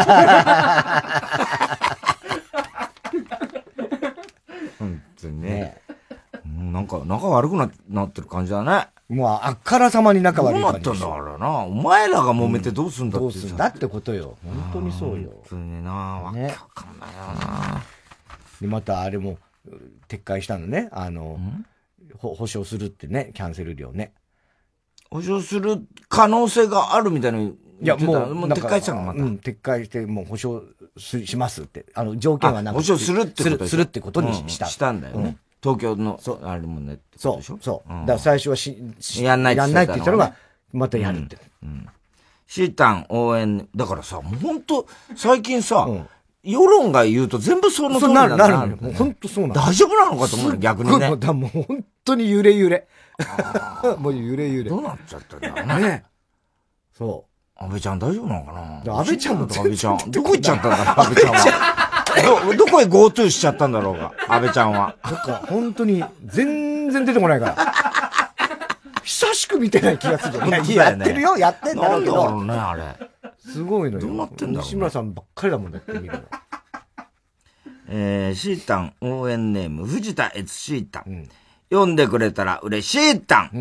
本当にね。ね、なんか、仲悪く な, なってる感じだね。 もう、あっからさまに仲悪い感じ。 どうなったんだからな。お前らが揉めてどうすんだって、 うん、どうすんだってことよ。本当にそうよ。 本当にな、わけわかんないよな。 で、またあれも、撤回したのね。あの、保証するってね、キャンセル料ね。 保証する可能性があるみたいな。いや、もう、 もう撤回したのまた。 うん、撤回して、もう保証しますって。あの、条件はなく保証するってことするってことにした。 うん、したんだよね。うん、東京の、そう、あれもねってことでしょ。 そう、そう。うん、だから最初はし、 しやんないって言ったのが、やんないって言ったのが、またやるって。 うん。うん、シータン応援、だからさ、もうほんと、最近さ、うん、世論が言うと全部その通りなんだ。 なるなる。もう本当そうなの。 大丈夫なのかと思うよ、逆にね。 もう本当に揺れ揺れ。もう揺れ揺れ。 どうなっちゃったんだろうね。ね。 そう。 安倍ちゃん大丈夫なのかな。 安倍ちゃんも安倍ちゃん。どこ行っちゃったんだろう、安倍ちゃんは。ど、どこへ GoTo しちゃったんだろうが、安倍ちゃんは。 なんか、本当に、全然出てこないから。久しく見てない気がする。 いや、やってるよ、やってんだろうけど。 なんだろうね、あれ。 すごいのよ。 どうなってんだろう、ね。 西村さんばっかりだもんだって見るの。 えー、シータン応援ネーム、藤田悦シータン、うん。読んでくれたら嬉しいタン。うん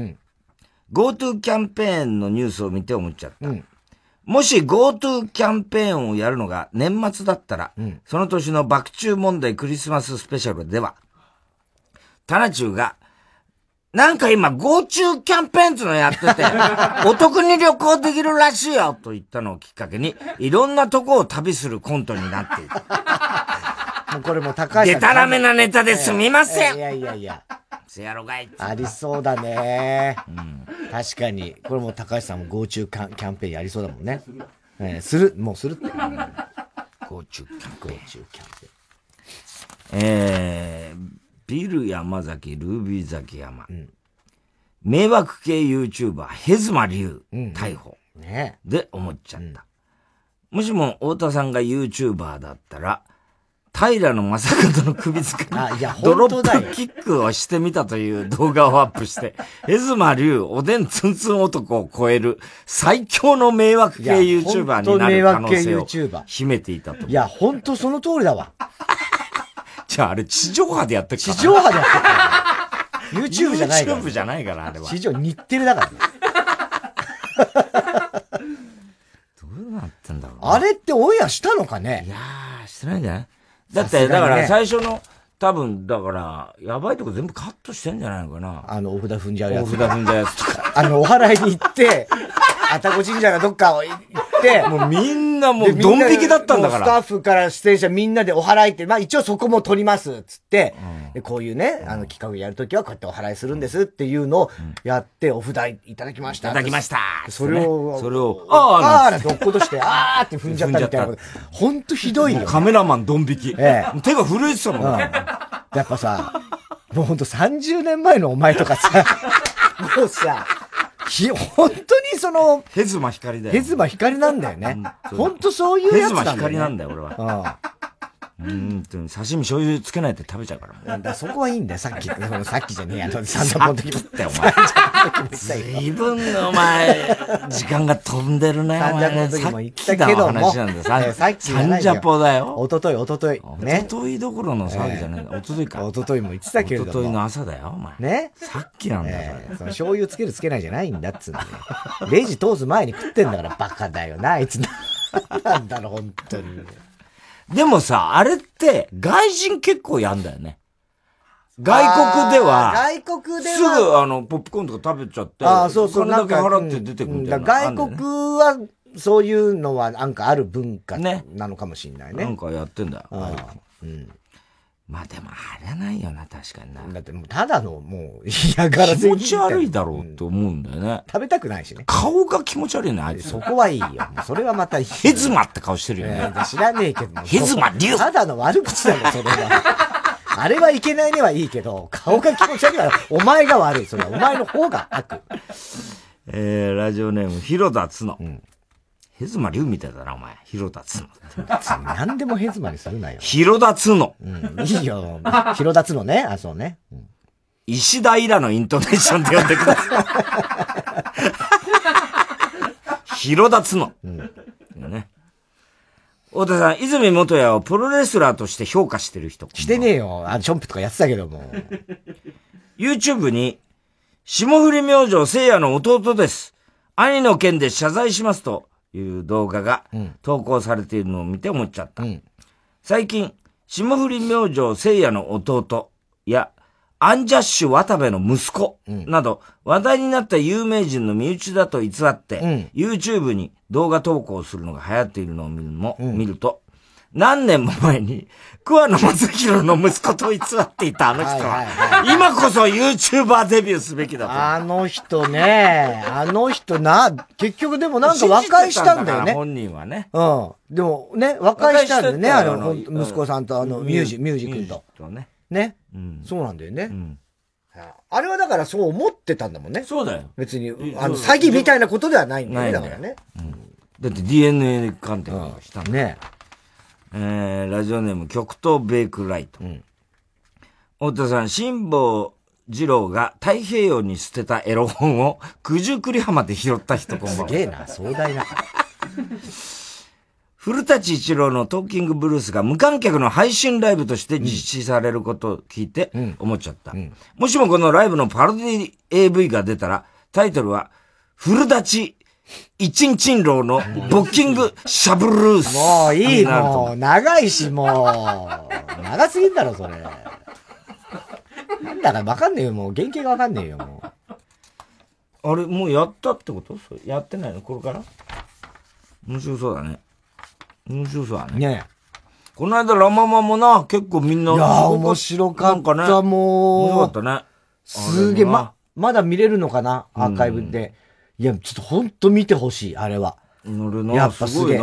、GoTo キャンペーンのニュースを見て思っちゃった。うん、もし GoTo キャンペーンをやるのが年末だったら、うん、その年の爆中問題クリスマススペシャルでは、タナチューが、なんか今 GoTo キャンペーンってのやってて、お得に旅行できるらしいよと言ったのをきっかけに、いろんなとこを旅するコントになっている。 もうこれも高い。 でたらめなネタですみません。 いやいやいや。 せやろがい。 ありそうだね。うん、確かに。これも高橋さんも GoTo キャンペーンやりそうだもんね。えー、する、もうするって。GoTo キャンペーン。GoTo キャンペーン。 えー、ビル山崎、ルービー崎山。うん、迷惑系 YouTuber、ヘズマリュウ、逮捕。 ね。 で思っちゃった。うん、もしも太田さんが YouTuber だったら、平野正門の首塚にドロップキックをしてみたという動画をアップして、ヘズマリュウおでんツンツン男を超える最強の迷惑系 YouTuber になる可能性を秘めていたと。 いや、ほんとその通りだわ。 じゃああれ地上波でやってるから。地上波でやってるから。YouTube じゃないから、 ね。YouTube じゃないから、あれは。 地上、日テレだからね。 どううなってんだろう、ね。 あれってオンエアしたのかね？ いやー、してないんじゃない？だって、だから最初の、多分、だから、やばいとこ全部カットしてんじゃないのかな。 あの、お札踏んじゃうやつ。 お札踏んじゃうやつとか。 あの、お祓いに行って、愛宕神社がどっか行って、 もうみんなもうドン引きだったんだから。 スタッフから出演者みんなでお祓いって、まあ一応そこも撮ります、つって、うん、でこういうね、あの企画やるときはこうやってお祓いするんですっていうのをやって、お札いただきました。 いただきました。 それを、 それを、 あーあーなんて落っことして、あーって踏んじゃったみたいなこと。ほんとひどいよ、ね。 カメラマンドン引き。 ええ。 手が震えてたもん、 うん。やっぱさ、もうほんとさんじゅうねんまえのお前とかさ、もうさ、ひ、本当にその、 ヘズマ光だよ。 ヘズマ光なんだよね。本当そういうやつなんだよね。 ヘズマ光なんだよ、俺は。うん。うん、刺身醤油つけないって食べちゃうから。 だからそこはいいんだよ、さっき。さっきじゃねえや、サンダポン時って、お前。随分、お前、時間が飛んでるね、 サンダポン時も言ったけども。 さっきサンジャポだよ。 おととい、おととい。 ね。おとといどころの騒ぎじゃない。おとといか。 おとといも言ってたけれども。 おとといの朝だよ、お前。 ね。 さっきなんだよ、 その醤油つけるつけないじゃないんだっつうのね。レジ通す前に食ってんだからバカだよな、あいつ。なんだろ、本当に。 でもさ、あれって、外人結構やんだよね。外国では、 外国では、 すぐあの、ポップコーンとか食べちゃって、 ああ、そうそう、 なんか払って出てくるみたいな、 うん。外国は、そういうのはなんかある文化なのかもしれないね。 なんかやってんだよ。 うん。 まあでもあれはないよな、確かにな。 だってもうただのもう嫌がらせ気持ち悪いだろうって思うんだよね。 食べたくないしね。 顔が気持ち悪いね、あいつ。 そこはいいよ。それはまたいい。 ヘズマって顔してるよね。 知らねえけど。 ヘズマリュウただの悪口だよ、それは。あれはいけないねはいいけど、顔が気持ち悪いから、お前が悪い。それはお前の方が悪。 えー、ラジオネーム、広田つの。うんヘズマリュウみたいだな、お前。広田つの。 何でもヘズマにするなよ。 広田つの。 うん、いいよ。広田つのね。あ、そうね。うん、 石田イラのイントネーションで呼んでください。広田つの。うん。ね。太田さん、泉元也をプロレスラーとして評価してる人。 してねえよ。あの、チョンプとかやってたけども。 YouTube に、霜降り明星聖夜の弟です。兄の件で謝罪しますと。いう動画が投稿されているのを見て思っちゃった。うん、最近、霜降り明星聖夜の弟やアンジャッシュ渡部の息子など話題になった有名人の身内だと偽って、うん、YouTube に動画投稿するのが流行っているのを見るも、うん、見ると、何年も前に桑野正宏の息子と偽っていたあの人は、はいはいはい、今こそ YouTuber デビューすべきだと。 あの人ね、あの人な、結局でもなんか和解したんだよね。 本人はね。 うん。でもね、和解したんだよね、あの、息子さんとあの、ミュージ、ミュージ君と。 ね。 ね。うん。そうなんだよね。うん。あれはだからそう思ってたんだもんね。 そうだよ。 別に、あの、詐欺みたいなことではないんだよね、だからね。 うん。だって ディーエヌエー 鑑定とかしたんだね。えー、ラジオネーム極東ベイクライト。うん。太田さん、辛坊二郎が太平洋に捨てたエロ本を九十九里浜で拾った人こんばんは。 すげえな、壮大な。 古舘一郎のトーキングブルースが無観客の配信ライブとして実施されることを聞いて思っちゃった。うんうん、もしもこのライブのパロディ エーブイ が出たら、タイトルは、古舘一日んろうのボッキングシャブルース。 もういい、もう。長いし、もう。長すぎんだろ、それ。なんだかわかんねえよ、もう。原型がわかんねえよ、もう。あれ、もうやったってこと？やってないのこれから面白そうだね。面白そうだね。 ねえ。 この間ラママもな、結構みんな。 いやー、面白かった、ね、もう。 面白かったね。 すげえ、ま、まだ見れるのかなアーカイブで。いや、ちょっとほんと見てほしい、あれは。 乗るな、 やっぱすげえ。うん。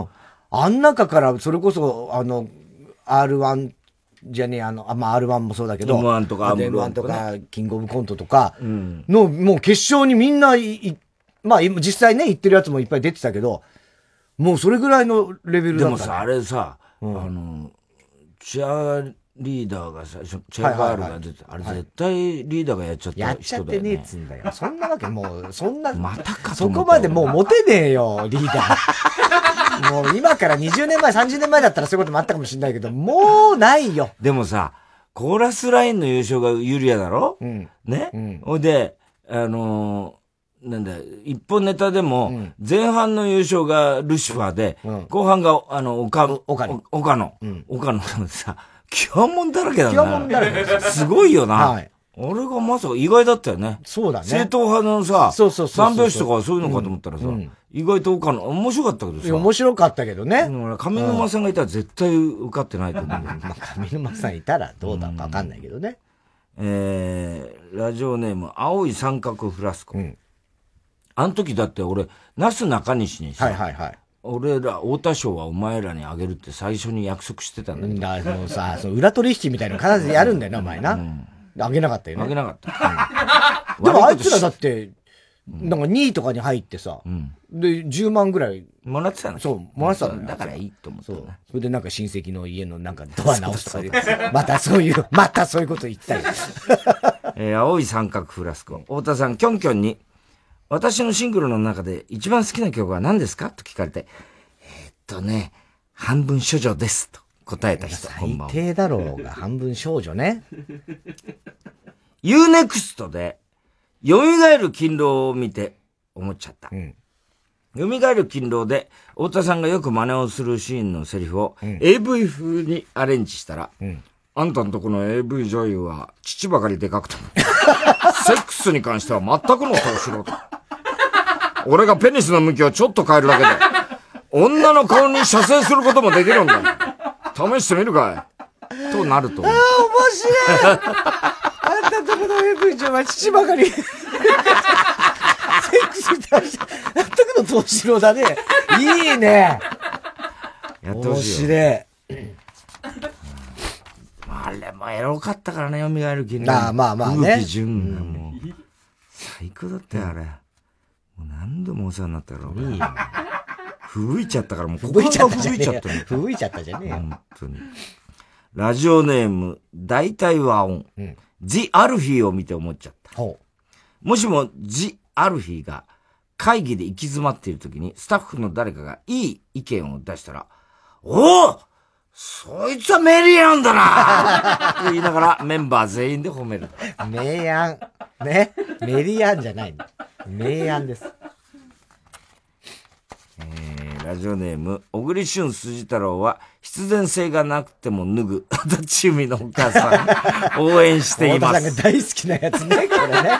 あん中から、それこそ、あの、アールワン じゃねえ、あの、あまあ、アールワン もそうだけど、 エムワン とか、 エムワン とか、キングオブコントとか、の、もう決勝にみんな、い、まあ、実際ね、行ってるやつもいっぱい出てたけど、もうそれぐらいのレベルだった、ね。 でもさ、あれさ、うん、あの、チアリーダーが最初、チアガールが出て、はいはいはい、あれ絶対リーダーがやっちゃった人だよ、ね。 やっちゃってねえっつんだよ。そんなわけ、もう、そんな、 またかそこまでもうモテねえよ、リーダー。もう今からにじゅうねんまえ、さんじゅうねんまえだったらそういうこともあったかもしれないけど、もうないよ。 でもさ、コーラスラインの優勝がユリアだろうん。ねほ、うんで、あのー、 なんだ、一本ネタでも、前半の優勝がルシファーで、後半が、あの、岡野。岡野。岡野。岡野のさ、極問だらけだね。極問だらけ。すごいよな。はい。俺がまさか意外だったよね。 そうだね。 正統派のさ、そうそうそう。三拍子とかそういうのかと思ったらさ、意外と岡野、面白かったけどさ。 面白かったけどね。 上沼さんがいたら絶対受かってないと思う。 まあ、上沼さんいたらどうだかわかんないけどね。 えー、ラジオネーム、青い三角フラスコ。うん、あの時だって俺、なすなかにしにさ、はいはいはい、俺ら、太田賞はお前らにあげるって最初に約束してたんだけど。 だからもうさ、その裏取引みたいなの必ずやるんだよな、お前な。うん、あげなかったよね。 あげなかった。 うん、でもあいつらだって、なんかにいとかに入ってさ、うん、で、じゅうまんぐらい。 もらってたの？ そう、もらってたの。 だからいいと思った。そう。 それでなんか親戚の家のなんかドア直すとかで、またそういう、またそういうこと言ったり。 えー、青い三角フラスコ。太田さん、キョンキョンに、私のシングルの中で一番好きな曲は何ですかと聞かれて、えー、っとね、半分処女です。と答えた人。 最低だろうが、半分少女ね。 ユーネクスト で、蘇る勤労を見て思っちゃった。うん、蘇る勤労で、太田さんがよく真似をするシーンのセリフを、うん、エーブイ 風にアレンジしたら、うん、あんたのとこの エーブイ 女優は、乳ばかりでかくても、セックスに関しては全くの投資ろと。俺がペニスの向きをちょっと変えるだけで、女の顔に射精することもできるんだ。試してみるかいとなると。 ああ、面白いあんたのとこの エーブイ 女優は乳ばかり。セックスに対して、全くの投資ろだね。いいね。 やってほしいよ。 面白い。 あれもエロかったからね、蘇る勤労。 ああ、まあまあね。 空気純がもう、最高だったよ、あれ。もう何度もお世話になったから、俺。いいよ。吹雪いちゃったから、もうここが吹雪いちゃったね。 吹雪いちゃったじゃねえよ。 本当に。ラジオネーム、大体和音。うん、ジ・アルフィーを見て思っちゃった。ほう。もしも、ジ・アルフィーが会議で行き詰まっている時に、スタッフの誰かがいい意見を出したら、おおそいつはメリアンだなと言いながらメンバー全員で褒める。 メイアン。ね。メリアンじゃないんだ。メイアンです。 えー、ラジオネーム、小栗旬筋太郎は必然性がなくても脱ぐ、足立由美のお母さん、応援しています。 お父さんが大好きなやつね、これね。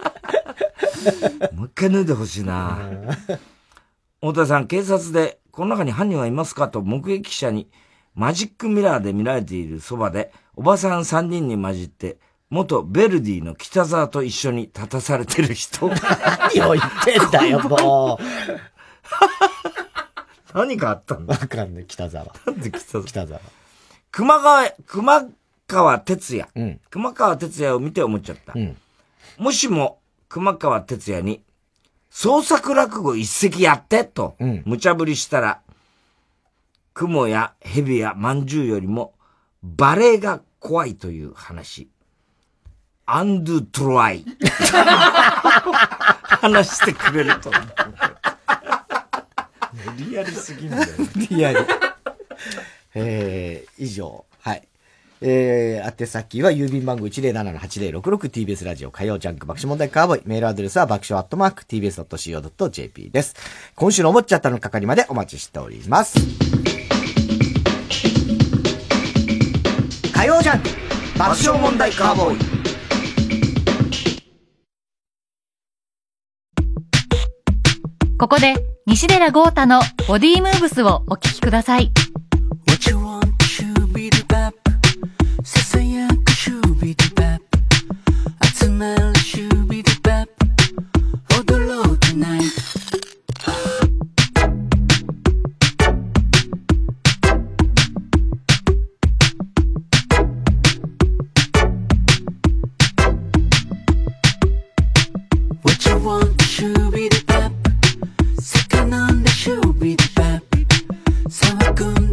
もう一回脱いでほしいな太田さん、警察で、この中に犯人はいますかと目撃者に、マジックミラーで見られているそばで、おばさん三人に混じって、元ヴェルディの北沢と一緒に立たされてる人。 何を言ってんだよ、もう。 何かあったんだ。 わかんない、北沢。 なんで北沢北沢。 熊川、熊川哲也。うん、熊川哲也を見て思っちゃった。うん、もしも、熊川哲也に、創作落語一席やって、と、無茶ぶりしたら、雲や蛇や饅頭よりも、バレエが怖いという話。アンドゥトロアイ。話してくれると。リアルすぎるんだよ。 リアル。えー、以上。はい。えー、宛先は郵便番号 いちゼロななのはちゼロろくろく ティービーエス ラジオ火曜ジャンク爆笑問題カーボーイ。メールアドレスは爆笑アットマーク ティービーエスドットシーオードットジェーピー です。今週の思っちゃったの係までお待ちしております。火曜ジャンク爆笑問題カーボーイ。 ここで西寺豪太のボディームーブスをお聞きください。 What you want to be the bap ささやく should be the bap 集まる should be the bap 踊ろう tonight What you want to be the bap 魚んで should be the bap 騒ぐん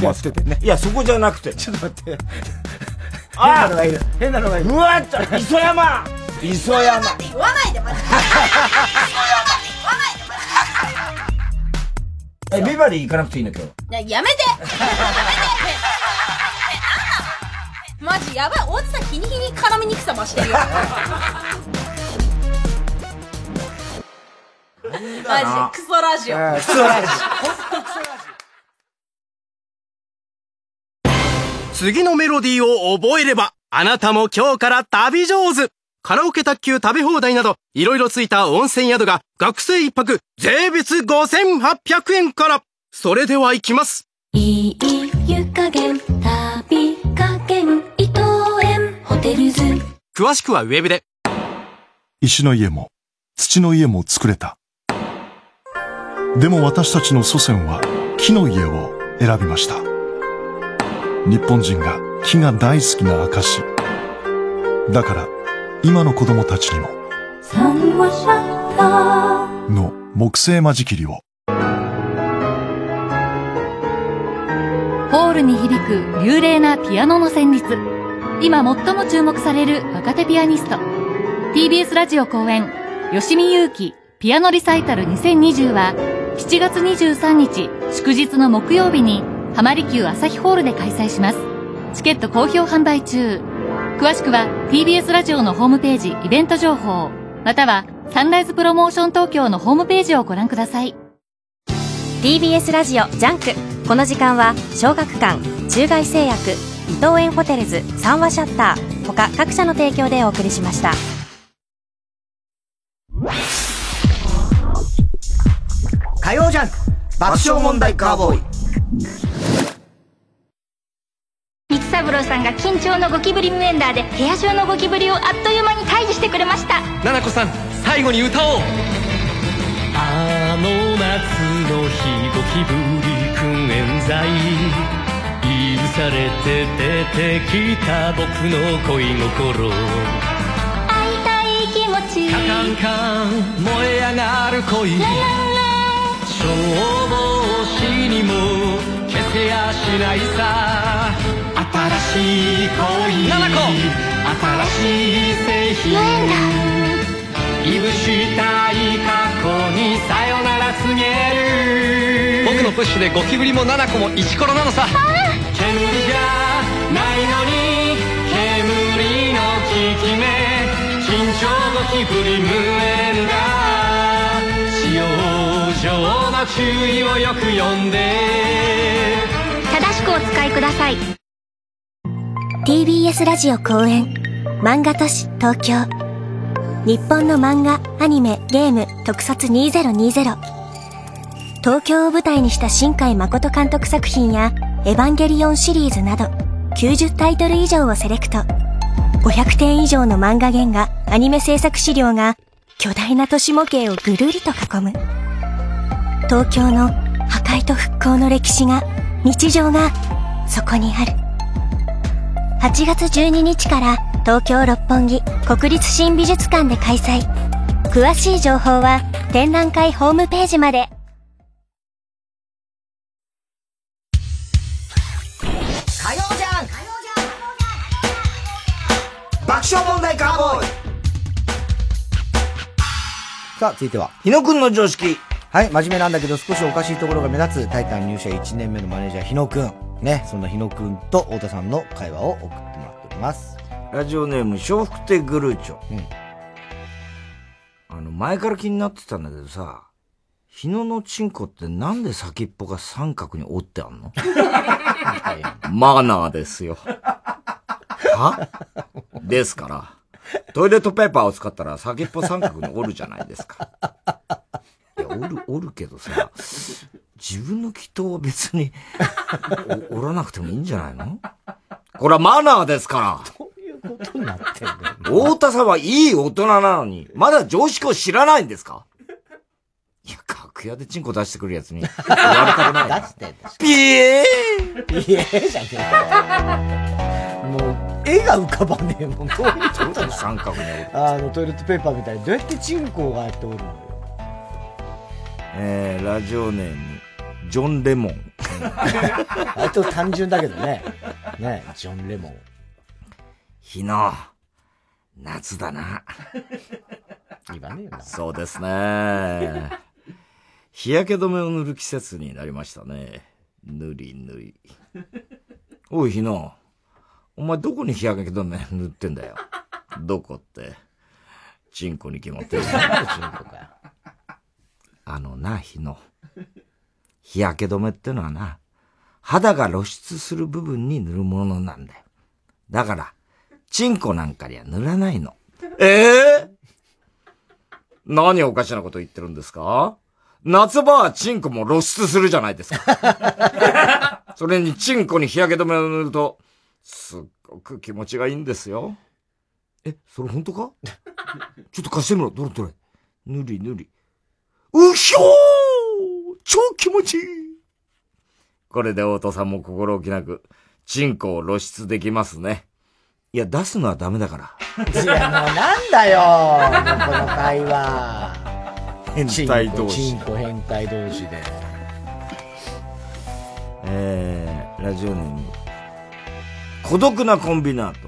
ますか。いや、そこじゃなくて。 ちょっと待って。 あ変なのがいる。変なのがいる。 うわっと、磯山磯山って言わないで、マジで。磯山って言わないで、マジで。 え、ビバリー行かなくていいの今日。 やめてやめてマジやばい、大津さん日に日に絡みにくさ増してるよ。マジでクソラジオ。 クソラジオ。次のメロディーを覚えれば、あなたも今日から旅上手。カラオケ卓球食べ放題など、いろいろついた温泉宿が学生一泊税別ごせんはっぴゃくえんから。それでは行きます。 いい湯加減、旅加減、伊藤園ホテルズ。 詳しくはウェブで。 石の家も土の家も作れた。でも私たちの祖先は木の家を選びました。日本人が木が大好きな証。だから今の子供たちにも三話シャッターの木製間仕切りを。 ホールに響く流麗なピアノの旋律。今最も注目される若手ピアニスト。 ティービーエス ラジオ公演吉見祐希ピアノリサイタルにせんにじゅうはしちがつにじゅうさんにち祝日の木曜日に浜離宮朝日ホールで開催します。チケット好評販売中。詳しくは ティービーエス ラジオのホームページイベント情報、またはサンライズプロモーション東京のホームページをご覧ください。 ティービーエス ラジオジャンク。この時間は小学館、中外製薬、伊藤園ホテルズ、三話シャッター他各社の提供でお送りしました。 火曜ジャンク爆笑問題カーボーイ。 三三郎さんが緊張のゴキブリムエンダーで部屋中のゴキブリをあっという間に退治してくれました。 ななこさん、最後に歌おう。あの夏の日、ゴキブリくん冤罪許されて出てきた僕の恋心。 会いたい気持ちカカンカン燃え上がる恋。消防士にも消せやしないさ。新しい恋、ななこ新しい製品、いぶしたい過去にさよなら告げる。僕のプッシュでゴキブリもななこもイチコロなのさ。煙じゃないのに煙の効き目、緊張ゴキブリ無縁だ。使用上の注意をよく読んで正しくお使いください。 ティービーエス ラジオ公演漫画都市東京。日本の漫画、アニメ、ゲーム特撮にせんにじゅう。東京を舞台にした新海誠監督作品やエヴァンゲリオンシリーズなどきゅうじゅうタイトル以上をセレクト。ごひゃくてん以上の漫画原画、アニメ制作資料が巨大な都市模型をぐるりと囲む。東京の破壊と復興の歴史が、日常がそこにある。はちがつじゅうににちから東京六本木国立新美術館で開催。詳しい情報は展覧会ホームページまで。 火曜ジャンク爆笑問題カーボーイ。さあ続いては日野くんの常識。 はい、真面目なんだけど少しおかしいところが目立つタイタン入社いちねんめのマネージャー日野くんね。そんな日野くんと太田さんの会話を送ってもらっております。 ラジオネーム笑福亭グルーチョ、うん、あの前から気になってたんだけどさ、日野のチンコってなんで先っぽが三角に折ってあんの？マナーですよ。は？ですからトイレットペーパーを使ったら先っぽ三角に折るじゃないですか。いや、折る、折るけどさ、自分の祈祷は別に折らなくてもいいんじゃないの？これはマナーですから。 どういうことになってんだよ。 太田さんはいい大人なのに、まだ常識を知らないんですか？いや、楽屋でチンコ出してくるやつに言われたくない。 出してんだし。 ピエーピエーじゃねえか。もう、絵が浮かばねえもん。どういうことだ？ 三角に折る。 あの、トイレットペーパーみたいに、どうやってチンコがやって折るのよ。 えー、ラジオネーム、ジョン・レモン。 割と単純だけどね。ね、ジョン・レモン。 日野、夏だな。 言わねえよな。 そうですね。日焼け止めを塗る季節になりましたね。塗り塗り。おい、日野。お前どこに日焼け止め塗ってんだよ。どこって。チンコに決まってる。チンコかよ。あのな、日野。日焼け止めってのはな、肌が露出する部分に塗るものなんだよ。だから、チンコなんかには塗らないの。ええー、何おかしなこと言ってるんですか？夏場はチンコも露出するじゃないですか。それにチンコに日焼け止めを塗ると、すっごく気持ちがいいんですよ。え、それ本当か？ちょっと貸してみろ。どれどれ。塗り塗り。うひょー！超気持ちいい。これで大戸さんも心置きなく、チンコを露出できますね。いや、出すのはダメだから。 いや、もうなんだよ、この会話。 変態同士。 チンコ変態同士で。 えー、ラジオネーム。孤独なコンビナート。うん、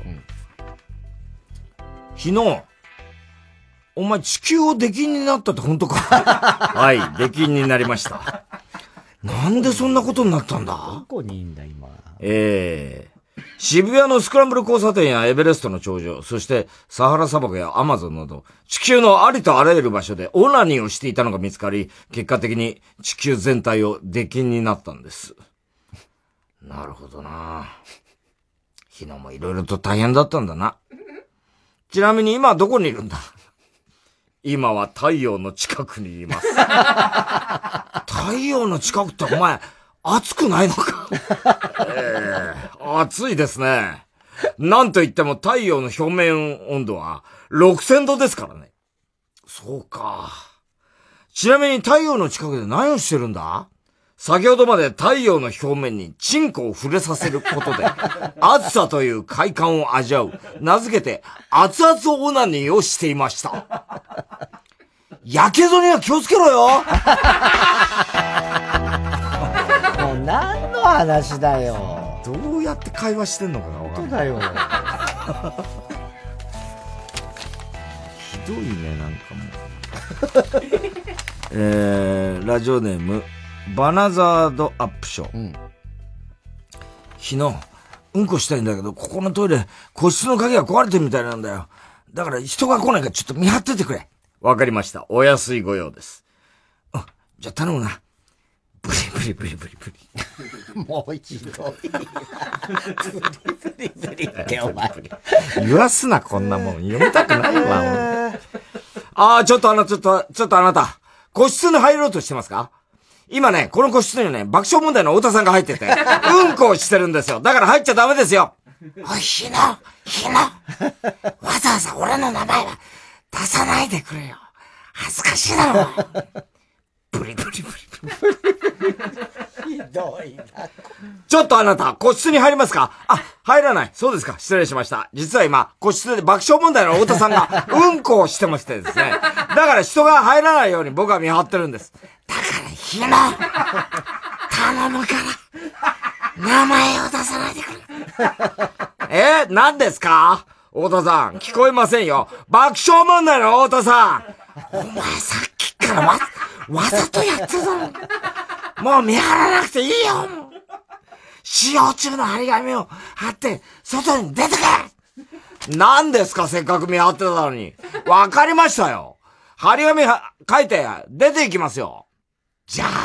日野、お前地球を出禁になったって本当か？はい、出禁になりました。なんでそんなことになったんだ？ どこにいんだ今。 ええー。渋谷のスクランブル交差点やエベレストの頂上、そしてサハラ砂漠やアマゾンなど、地球のありとあらゆる場所でオナニーをしていたのが見つかり、結果的に地球全体を出禁になったんです。なるほどな。日野もいろいろと大変だったんだな。ちなみに今はどこにいるんだ？今は太陽の近くにいます。太陽の近くってお前、暑くないのか？ええー、暑いですね。なんといっても太陽の表面温度はろくせんどですからね。そうか。ちなみに太陽の近くで何をしてるんだ？先ほどまで太陽の表面にチンコを触れさせることで、暑さという快感を味わう、名付けて熱々オナニーをしていました。やけどには気をつけろよ。 もう何の話だよ。 どうやって会話してんのかな、わかんない。 だよ。 ひどいね、なんかもう。えー、ラジオネーム、バナザードアップショー。うん。日野、うんこしたいんだけど、ここのトイレ、個室の鍵が壊れてるみたいなんだよ。だから人が来ないからちょっと見張っててくれ。わかりました。お安いご用です。あ、じゃあ頼むな。ブリブリブリブリブリ。もう一度。ブリブリブリってお前。 言わすな、こんなもん。読みたくないわ。ああ、ちょっとあの、ちょっと、ちょっとあなた。個室に入ろうとしてますか？今ね、この個室にね、爆笑問題の太田さんが入ってて、うんこをしてるんですよ。だから入っちゃダメですよ。おい、ひな、ひな。わざわざ俺の名前は出さないでくれよ。恥ずかしいだろ。ブリブリブリブリ。 ひどいな。 ちょっとあなた、個室に入りますか？あ、入らない。そうですか。失礼しました。実は今、個室で爆笑問題の太田さんが、うんこをしてましてですね。だから人が入らないように僕は見張ってるんです。だからひな、頼むから、名前を出さないでくれ。えー、何ですか？太田さん、聞こえませんよ。爆笑問題の太田さん。お前さっきからわ、わざとやってたの。もう見張らなくていいよ。使用中の張り紙を貼って、外に出てけ。何ですか、せっかく見張ってたのに。わかりましたよ。張り紙は書いて、出ていきますよ。じゃあ。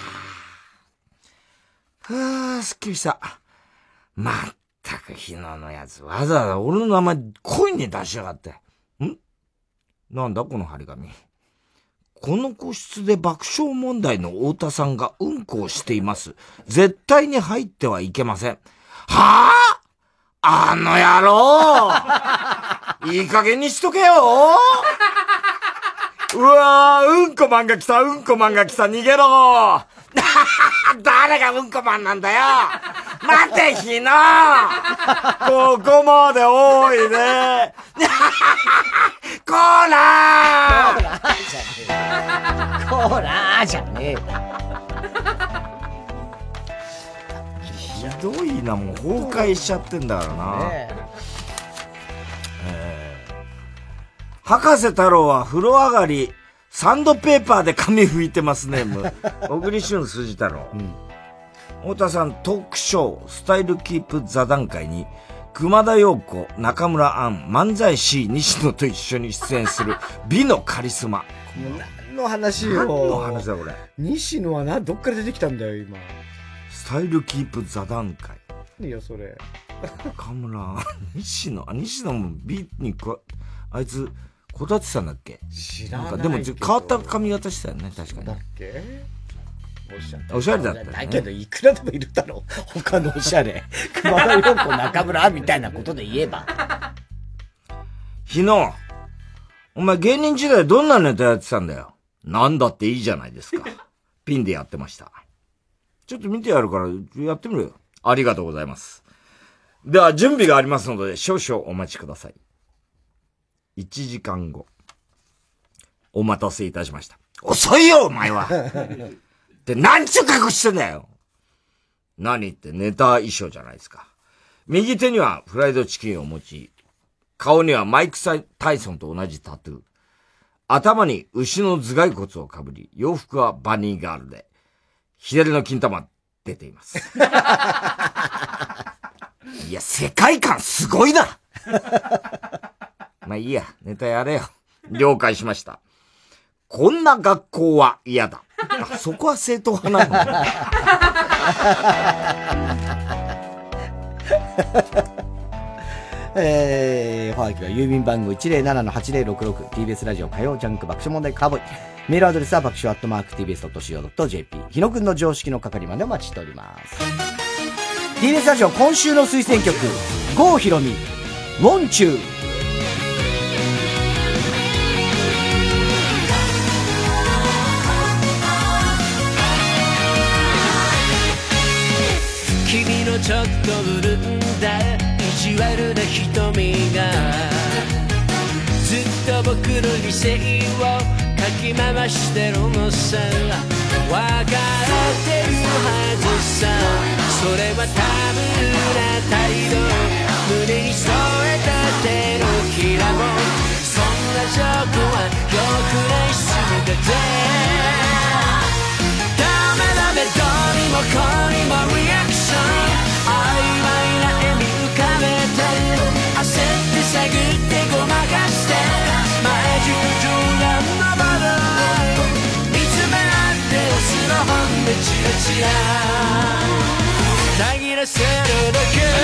ふぅ、すっきりした。まったく、日野のやつ、わざわざ俺の名前、声に出しやがって。ん？なんだ、この張り紙。この個室で爆笑問題の太田さんがうんこをしています。絶対に入ってはいけません。はぁ？あの野郎！いい加減にしとけよ！うわー、うんこマンが来た、うんこマンが来た、逃げろ！誰がうんこマンなんだよ！待て、ひな！ここまで多いね！コーラー！ コーラーじゃねえ。 どいな、もう崩壊しちゃってんだからな。 ねえー、博士太郎は風呂上がり、サンドペーパーで髪拭いてますね。小栗旬筋太郎。うん、太田さん、トークショー、スタイルキープ座談会に、熊田陽子、中村杏、漫才師西野と一緒に出演する美のカリスマ。 何の話よ。 何の話だこれ。 西野はな、どっから出てきたんだよ、今。 スタイルキープ座談会。 いや、それ。 中村、西野、あ、西野も美にか、あいつ、小立さんだっけ？ 知らないけど。 なんかでも変わった髪型したよね、確かに。 だっけ？おしゃれ。 おしゃれだったよね。 だけど、いくらでもいるだろう。他のおしゃれ。熊田陽子、中村みたいなことで言えば。 日野、お前芸人時代どんなネタやってたんだよ。なんだっていいじゃないですか。ピンでやってました。ちょっと見てやるからやってみろよ。ありがとうございます。では準備がありますので少々お待ちください。いちじかんご。お待たせいたしました。遅いよお前はってなんちゅう格好してんだよ。何ってネタ衣装じゃないですか。右手にはフライドチキンを持ち、顔にはマイク・タイソンと同じタトゥー。頭に牛の頭蓋骨をかぶり、洋服はバニーガールで、左の金玉出ています。いや、世界観すごいなまあいいや、ネタやれよ。了解しました。こんな学校は嫌だ。あ、そこは正統派なのえー、ファーキは郵便番号 いちまるななのはちまるろくろく ティービーエス ラジオ火曜ジャンク爆笑問題カーボーイ。メールアドレスは爆笑アットマーク ティービーエスドットシーオードットジェーピー。日野くんの常識の係までお待ちしております。ティービーエス ラジオ今週の推薦曲、郷ひろみ、ウォンチュー。 君のちょっと潤んだ意地悪な瞳がずっと僕の理性をかき回してるのさ。分かってるはずさ。それはタブーな態度、胸に添えた手のひらもそんな状況は良くないすべて。ダメダメどうにもこうにもリアクション曖昧な笑み浮かべて焦って探ってごまかして前中冗談のボール見つめ合ってオスの本でチラチラたぎらせるだ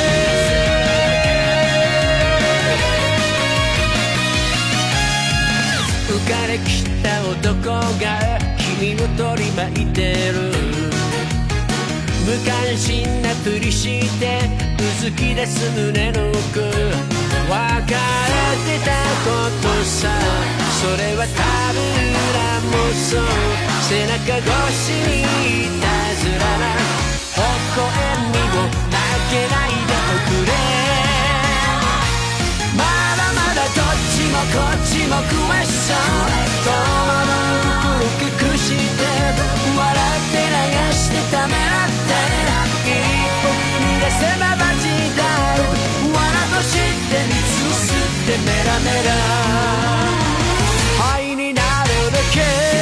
け浮かれきった男が君を取り巻いてる無関心なふりしてうずき出す胸の奥分かってたことさ。それはタブーな妄想背中越しにいたずらな微笑みを投げないでおくれ。まだまだどっちもこっちもクエスチョン戸惑う心隠して笑って流してためらって一歩踏み出せばバチだ罠として水吸ってメラメラ灰になるだけ。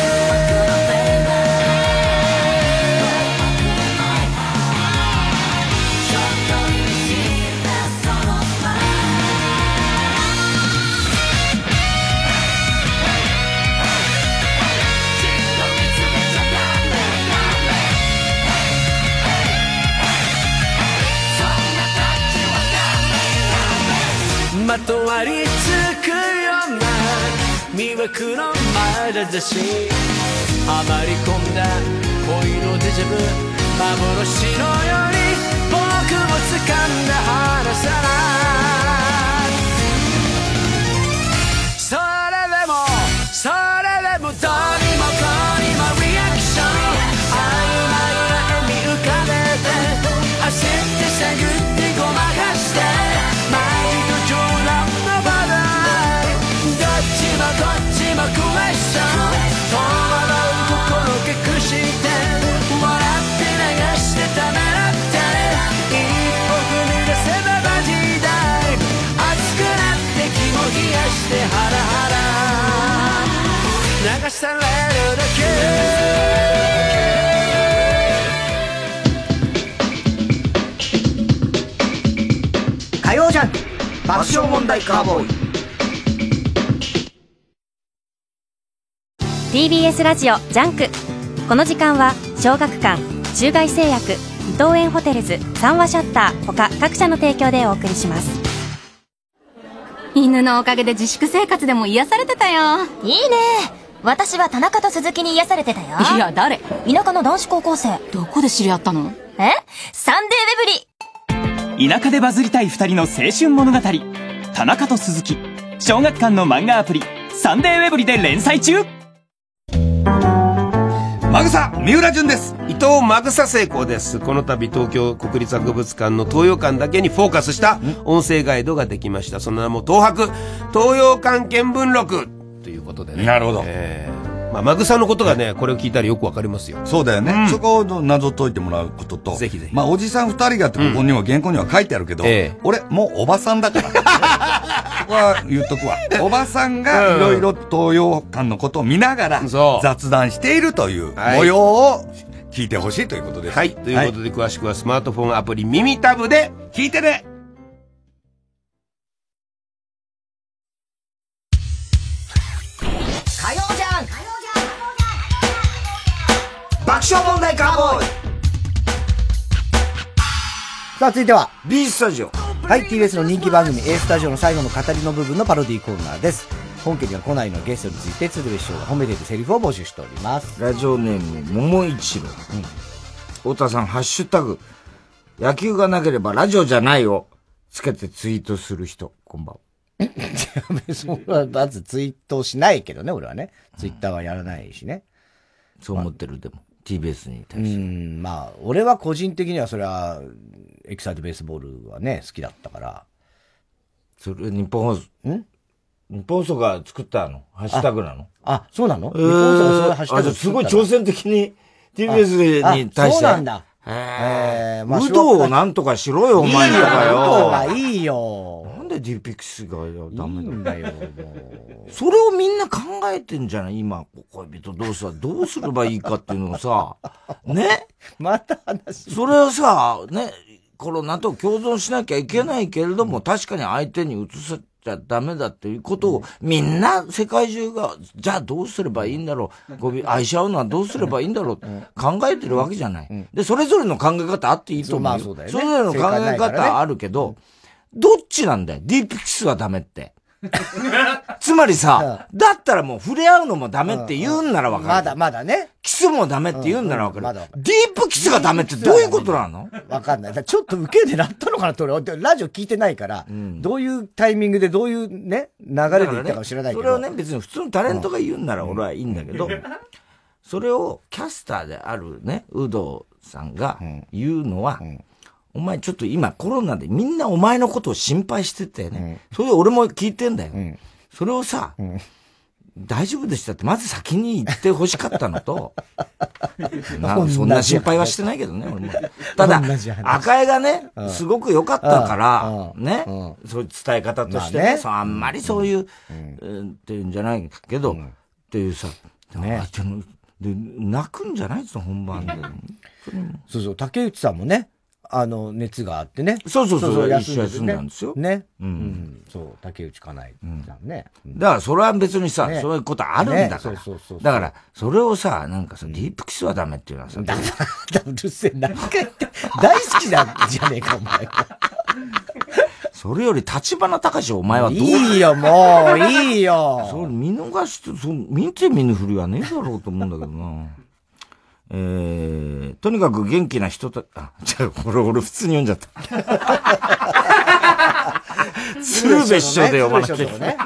まとわりつくような魅惑の眼差しはまり込んだ恋のデジャブ幻のように僕も掴んだ離さないそれでもそれでもどうにもこうにもリアクション曖昧な笑み浮かべて焦って探ってごまかしてどっちもクエスチョン戸惑う心隠して笑って流してためらって火曜ジャンク爆笑問題カーボーイ。 ティービーエス ラジオジャンク。この時間は小学館、中外製薬、伊藤園ホテルズ、三話シャッター他各社の提供でお送りします。 犬のおかげで自粛生活でも癒されてたよ。 いいね。私は田中と鈴木に癒されてたよ。 いや、誰？ 田舎の男子高校生。 どこで知り合ったの？ え？サンデーウェブリ。 田舎でバズりたい二人の青春物語、田中と鈴木。小学館の漫画アプリサンデーウェブリで連載中。 マグサ三浦淳です。伊藤マグサ成功です。この度東京国立博物館の東洋館だけにフォーカスした音声ガイドができました。その名も東博東洋館見聞録ということでね。 なるほど。 えーまあ、マグサのことがね、これを聞いたらよくわかりますよ。 そうだよね。うん、そこを謎解いてもらうことと。 ぜひぜひ。 まあ、おじさん二人がってここには、うん、原稿には書いてあるけど、ええ、俺、もうおばさんだから。そこは言っとくわ。おばさんがいろいろ東洋館のことを見ながら、雑談しているという模様を聞いてほしいということです。 はい。ということで、詳しくはスマートフォンアプリ耳タブで聞いてね。 火曜じゃん爆笑問題カーボーイ。さあ続いては B スタジオ。 はい、 ティービーエス の人気番組 A スタジオの最後の語りの部分のパロディーコーナーです。本家には来ないのゲストについて鶴瓶師匠が褒めているセリフを募集しております。 ラジオネーム桃一郎、うん、太田さんハッシュタグ野球がなければラジオじゃないをつけてツイートする人、こんばんは。 それはまずツイートしないけどね、俺はね。ツイッターはやらないしね。 そう思ってる、でも。ティービーエス に対して。 うん、まあ、俺は個人的にはそれは、エキサイトベースボールはね、好きだったから。 それ、日本放送、ん日本放送が作ったのハッシュタグなの？ あ、あそうなの、えー、日本放送がそういうハッシュタグあ、すごい挑戦的に ティービーエス に対して。 そうなんだ。 えー、まあ、武道をなんとかしろよ、お前とかよ。 武道はいいよ。 なんでディーピックスがダメだいいんだよ、もう。それをみんな考えてんじゃない今、恋人どうしたどうすればいいかっていうのをさ、ねまた話。 それはさ、ね、コロナと共存しなきゃいけないけれども、うん、確かに相手に移さちゃダメだっていうことを、みんな世界中が、じゃあどうすればいいんだろう、愛し合うのはどうすればいいんだろう、考えてるわけじゃない。で、それぞれの考え方あっていいと思うよ。 そう、まあ、そうだよね。 それぞれの考え方あるけど、どっちなんだよ、ディープキスはダメって。つまりさ、だったらもう触れ合うのもダメって言うんならわかる。 まだまだね。 キスもダメって言うんならわかる。ディープキスがダメってどういうことなの？ わかんない。ちょっと受けでなったのかなと俺、ラジオ聞いてないから、うん、どういうタイミングでどういうね、流れで言ったか知らないけど。 それをね、別に普通のタレントが言うんなら俺はいいんだけど、うん、それをキャスターであるね、有働さんが言うのは、うんうん、お前ちょっと今コロナでみんなお前のことを心配しててね、うん、それで俺も聞いてんだよ。うん、それをさ、うん、大丈夫でしたってまず先に言って欲しかったのと、なそんな心配はしてないけどね、俺も。ただ、赤江がね、すごく良かったから、ね、そういう伝え方としてね、そうあんまりそういう、っていうんじゃないけど、っていうさ、ね、で泣くんじゃないですよ、本番で。 そうそう、竹内さんもね、あの、熱があってね。 そうそうそう、一緒休んだんですよ。 ね。うん。そう、竹内かなえさんね。 だから、それは別にさ、そういうことあるんだから。そうそうそう。だから、それをさ、なんかさ、ディープキスはダメっていうのはさ。 だ、だ、うるせえ、何回言って、大好きなんじゃねえか、お前は。 それより、立花隆お前はどういいよ、もう、いいよ。 それ見逃して、そ見て見ぬふりはねえだろうと思うんだけどな。えー、とにかく元気な人た、あ、じゃあ、これ俺普通に読んじゃった。鶴瓶師匠で読まなきゃいけない。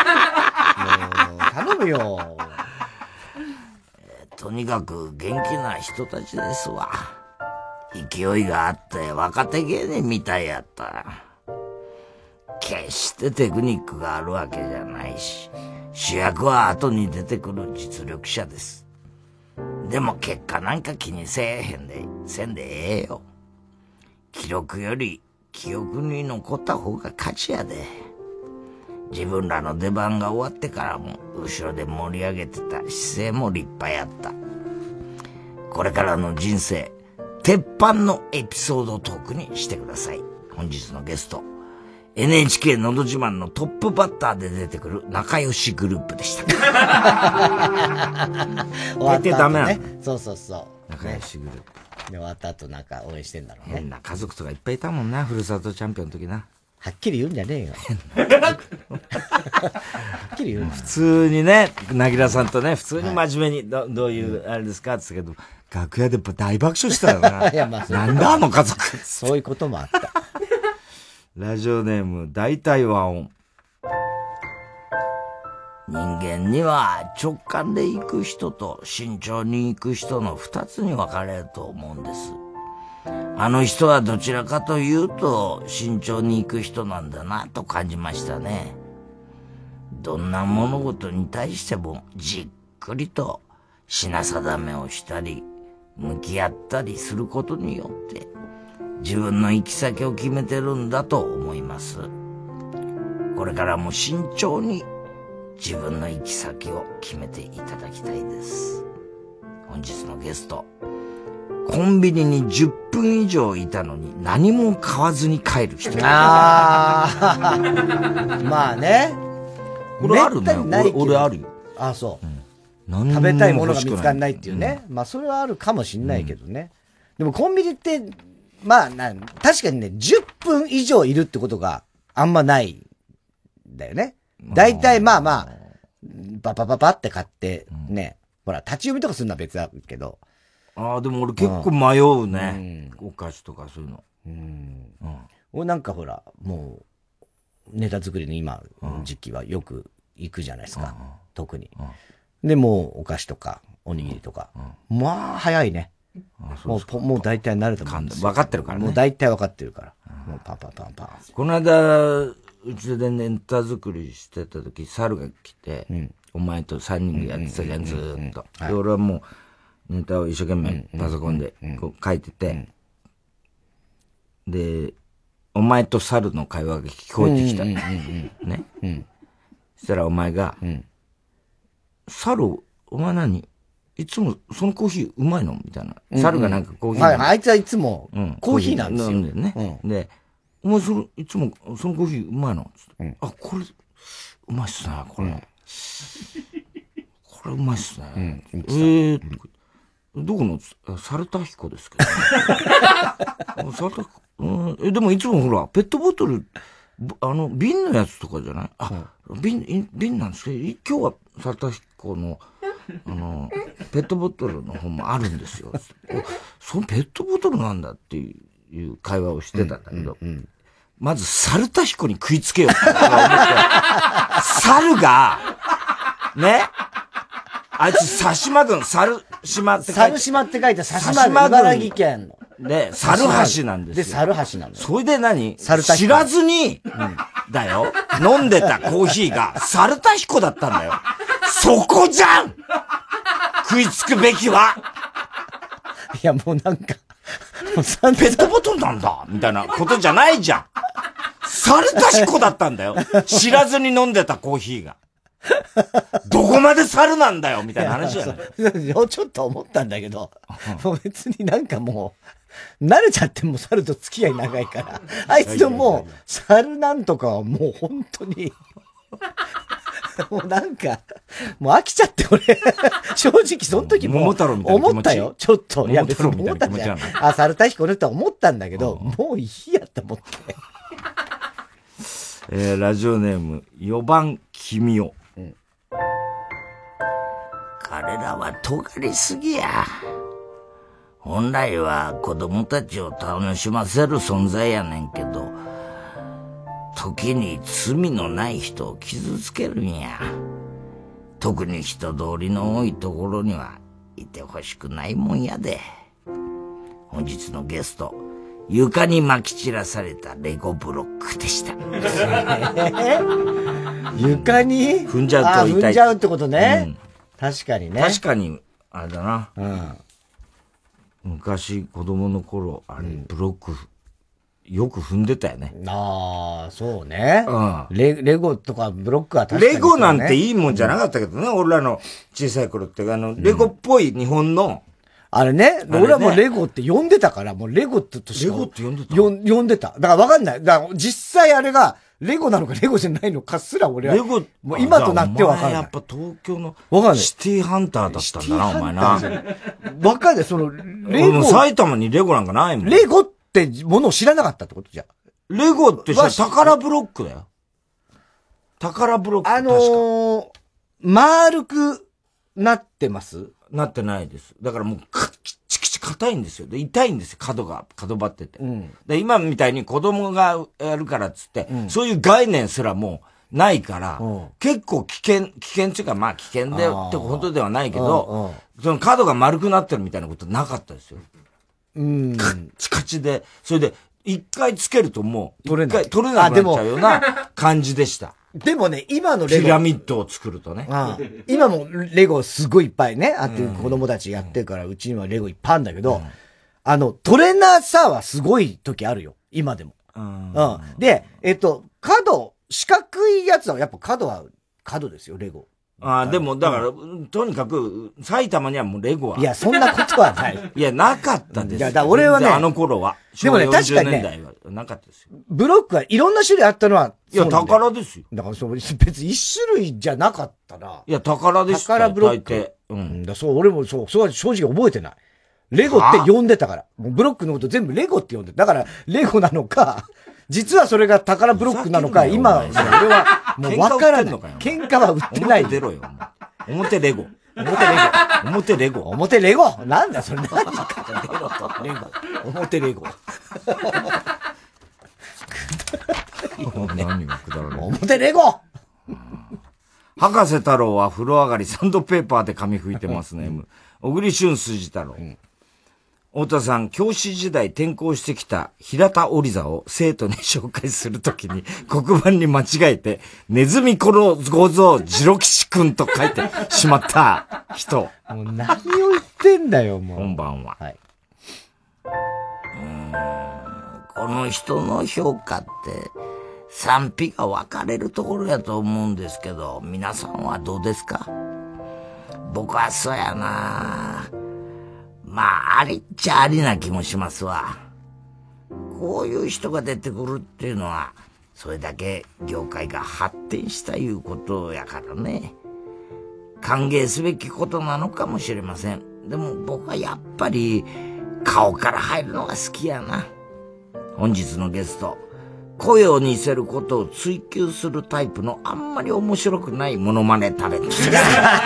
頼むよ、 えー。とにかく元気な人たちですわ。勢いがあって若手芸人みたいやった。決してテクニックがあるわけじゃないし、主役は後に出てくる実力者です。でも結果なんか気にせえへんで、せんでええよ。記録より記憶に残った方が勝ちやで。自分らの出番が終わってからも後ろで盛り上げてた姿勢も立派やった。これからの人生、鉄板のエピソードトークにしてください。本日のゲスト、 エヌエイチケー のど自慢のトップバッターで出てくる仲良しグループでした。大抵ダメなの。 そうそうそう。 仲良しグループ。 で、終わった後なんか応援してんだろうね。 変な家族とかいっぱいいたもんな、ふるさとチャンピオンの時な。 はっきり言うんじゃねえよ。はっきり言うんだ。 普通にね、なぎらさんとね、普通に真面目に、どどういう、あれですかって言ったけど、楽屋で大爆笑したよな。 いや、まあ、 なんだあの家族。 そういうこともあった。 ラジオネーム、大体和音。人間には直感で行く人と慎重に行く人の二つに分かれると思うんです。あの人はどちらかというと慎重に行く人なんだなと感じましたね。どんな物事に対してもじっくりと品定めをしたり向き合ったりすることによって自分の行き先を決めてるんだと思います。これからも慎重に自分の行き先を決めていただきたいです。本日のゲスト、コンビニにじゅっぷん以上いたのに何も買わずに帰る人。 ああ、まあね。 俺あるね。俺、俺あるよ。 ああ、そう、 うん、 食べたいものが見つかんないっていうね。うん、まあそれはあるかもしんないけどね。うん、でもコンビニって、まあな、確かにね、じゅっぷん以上いるってことがあんまないんだよね。だいたいまあまあ、パパパパって買ってね、うん、ほら、立ち読みとかするのは別だけど。 ああ、でも俺結構迷うね。うん、お菓子とかそういうの。うん。うん、 俺なんかほら、もう、ネタ作りの今、時期はよく行くじゃないですか。うん、特に。うん、で、もうお菓子とか、おにぎりとか。うん、まあ、早いね。もう、もう大体慣れたもんです。 分かってるからね。 もう大体分かってるから。もうパンパンパンパン。 この間、うちでネタ作りしてた時、猿が来て、うん、お前とさんにんでやってたじゃん、ずーっと。で、俺はもう、ネタを一生懸命パソコンでこう書いてて、で、お前と猿の会話が聞こえてきた。ね。そしたらお前が、猿、お前何いつもそのコーヒーうまいのみたいな。猿がなんかコーヒー。 はい、あいつはいつもコーヒーなんですよ。 飲んでね。で、お前その、いつもそのコーヒーうまいのつって、うん、あ、これ、うまいっすね、これ。うん、これうまいっすね。うん、えー、どこのサルタヒコですけど。サルタヒコ、うん、え、でもいつもほら、ペットボトル、あの、瓶のやつとかじゃないあ、うん、瓶、瓶なんですけど、今日はサルタヒコの、あの、ペットボトルの方もあるんですよ。そのペットボトルなんだっていう会話をしてたんだけど、うんうんうん、まず、サルタヒコに食いつけようって思って、猿が、ね、あいつ、佐島郡、猿島って書いて、 猿島って書いて、佐島郡、茨城県の。 で、猿橋なんですよ。 で、猿橋なんですよ。 それで何知らずに、うん、だよ、飲んでたコーヒーが、サルタヒコだったんだよ。そこじゃん食いつくべきは。 いや、もうなんか、 もうペットボトルなんだみたいなことじゃないじゃん。サルタヒコだったんだよ。知らずに飲んでたコーヒーが。どこまで猿なんだよみたいな話じゃない。 ちょっと思ったんだけど、もう別になんかもう、慣れちゃっても猿と付き合い長いから、あいつともう、猿なんとかはもう本当に、もうなんか、もう飽きちゃって俺、正直その時も思ったよ、ちょっと。いや別に思ったじゃん。あ、サルタヒコねって思ったんだけど、もういいやって思って。 えー、ラジオネーム、よばんきみお。うん、彼らは尖りすぎや。本来は子供たちを楽しませる存在やねんけど、時に罪のない人を傷つけるんや。特に人通りの多いところにはいてほしくないもんやで。本日のゲスト、床に撒き散らされたレゴブロックでした。 床に踏んじゃうと痛い。 踏んじゃうってことね。うん、確かにね。 確かに、あれだな。うん、昔子供の頃、あれ、ブロック、よく踏んでたよね。 ああ、そうね。うん。レ、レゴとかブロックは確かに、 ね。レゴなんていいもんじゃなかったけどね、うん、俺らの小さい頃って、あの、レゴっぽい日本の、 あれね、ね俺はもうレゴって呼んでたから、もうレゴってとしか。 レゴって呼んでた呼んでた。だからわかんない。だから実際あれが、 レゴなのかレゴじゃないのかすら俺は。 レゴ、 もう今となっては分かんない。 やっぱ東京のわかんないシティハンターだったんだな、お前な。 わかんない、その、 レゴ。埼玉にレゴなんかないもん。 レゴってものを知らなかったってことじゃ。 レゴってさ、宝ブロックだよ。宝ブロック。 あのー、丸くなってますなってないです。だからもう、か、きっちきち硬いんですよ。で、痛いんですよ、角が、角張ってて。うん、で、今みたいに子供がやるからっつって、うん、そういう概念すらもうないから、うん、結構危険、危険っていうか、まあ危険でってことではないけど、その角が丸くなってるみたいなことなかったですよ。うん。カッチカチで、それで、一回つけるともう、取れない。取れなくなっちゃうような感じでした。 でもね、今のレゴ。 ピラミッドを作るとね。 ああ今もレゴすごいいっぱいね、あって子供たちやってるから、うちにはレゴいっぱいあるんだけど、うん、あの、取れなさはすごい時あるよ。今でも。うん。うん、で、えっと、角、四角いやつは、やっぱ角は、角ですよ、レゴ。 ああ、でも、だから、うん、とにかく、埼玉にはもうレゴは。 いや、そんなことはない。 いや、なかったです。いや、 だ俺はね、 あの頃は。 でもね、確かにね、 なかったですよ。 ブロックはいろんな種類あったのは、 いや、宝ですよ。 だからそう、別に一種類じゃなかったら。 いや、宝でした。 宝ブロック。うん。だそう、俺もそう、そうは正直覚えてない。レゴって呼んでたから。もうブロックのこと全部レゴって呼んでた。だから、レゴなのか、実はそれが宝ブロックなのか、今、俺は、もう分からない。喧嘩は売ってない。 表出ろよ。表レゴ。 表レゴ。 表レゴ。 表レゴ。なんだそれ何か出ろと。レゴ。表レゴ。 何がくだらない。 表レゴ博士太郎は風呂上がりサンドペーパーで髪拭いてますね。小栗旬筋太郎。太田さん、教師時代転校してきた平田織座を生徒に紹介するときに黒板に間違えて、ネズミ小僧次郎吉くんと書いてしまった人。 もう何を言ってんだよ、もう。 こんばんは。 はい。 うーん、この人の評価って、賛否が分かれるところやと思うんですけど、皆さんはどうですか？僕はそうやなぁ。まあ、ありっちゃありな気もしますわ。こういう人が出てくるっていうのは、それだけ業界が発展したいうことやからね。歓迎すべきことなのかもしれません。でも僕はやっぱり顔から入るのが好きやな。本日のゲスト、声を似せることを追求するタイプのあんまり面白くないモノマネタレントです。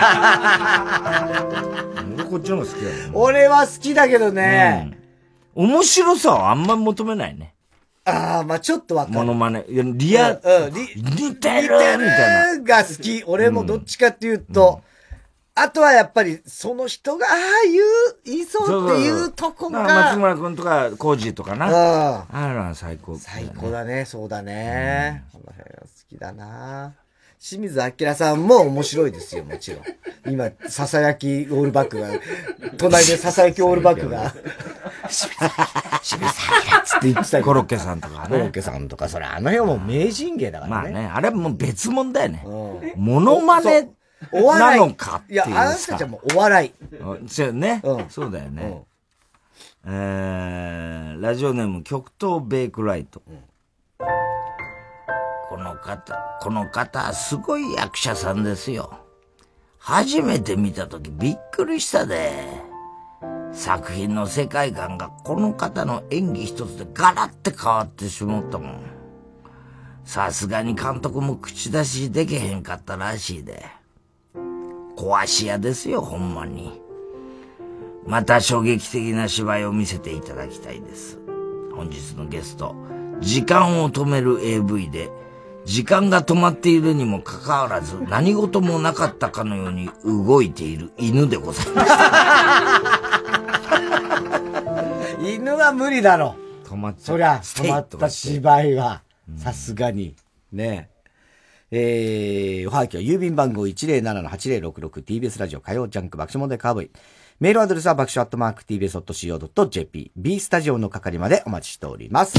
俺こっちの方が好きだよ、ね。 俺は好きだけどね、 うん。面白さはあんまり求めないね。 ああ、まあちょっとわかる。 モノマネ。リア、 うんうん、 似てる似てるが好き。俺もどっちかっていうと、うん、あとはやっぱりその人が、ああ言う、言いそうっていうとこが。 松村くんとか、コージーとかな。ああるのは最高、 ね。最高だね、そうだね。うん、この辺は好きだな。清水明さんも面白いですよ、もちろん。今、ささやきオールバックが、隣でささやきオールバックが、清水明っつって言ってたコロッケさんとかね。 コロッケさんとか、それあの辺はもう名人芸だからね。 まあね、あれはもう別物だよね。モノマネなのかっていうさ。 いや、あなたたちはもうお笑い。 そうね、うん。そうだよね。うん、えー、ラジオネーム極東ベイクライト。うん、 この方、この方、すごい役者さんですよ。初めて見たときびっくりしたで。作品の世界観がこの方の演技一つでガラッて変わってしまったもん。さすがに監督も口出しできへんかったらしいで。壊し屋ですよ、ほんまに。また衝撃的な芝居を見せていただきたいです。本日のゲスト、時間を止める エーブイ で、時間が止まっているにもかかわらず何事もなかったかのように動いている犬でございます。 犬は無理だろ。 止まっちゃう。 そりゃ、止まった芝居は、さすがに。ねえ。えー、おはがきは郵便番号 いちゼロななのはちゼロろくろく ティービーエス ラジオ火曜ジャンク爆笑問題カーボーイ。メールアドレスは爆笑アットマーク ティービーエスドットシーオードットジェーピー。B スタジオの係までお待ちしております。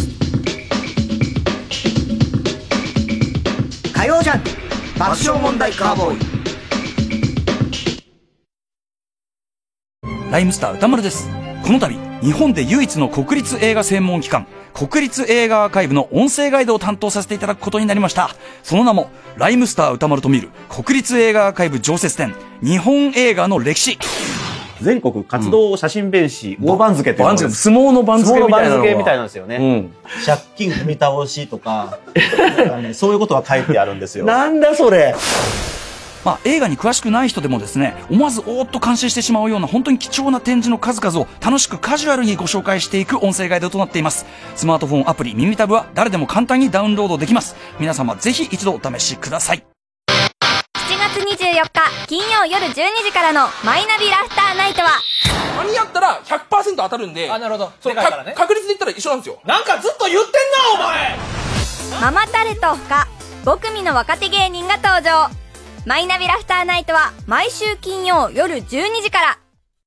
火曜ジャンク爆笑問題カーボーイ。 ライムスター歌丸です。この度日本で唯一の国立映画専門機関、国立映画アーカイブの音声ガイドを担当させていただくことになりました。その名も、ライムスター歌丸と見る国立映画アーカイブ常設展、日本映画の歴史。 全国活動写真弁士、大番付っていうのが、 相撲の番付みたいなのが。 相撲の番付みたいなんですよね。うん、借金踏み倒しとか、ね、そういうことが書いてあるんですよ。 なんだそれ。 まあ、映画に詳しくない人でもですね、思わずおーっと感心してしまうような本当に貴重な展示の数々を楽しくカジュアルにご紹介していく音声ガイドとなっています。スマートフォンアプリ耳タブは誰でも簡単にダウンロードできます。皆様ぜひ一度お試しください。 しちがつにじゅうよっか金曜夜じゅうにじからのマイナビラフターナイトは、 間に合ったら ひゃくパーセント 当たるんで。あ、なるほど。そう、か確率で言ったら一緒なんですよ。なんかずっと言ってんなお前。 ママタルトかごくみの若手芸人が登場。マイナビラフターナイトは毎週金曜夜じゅうにじから。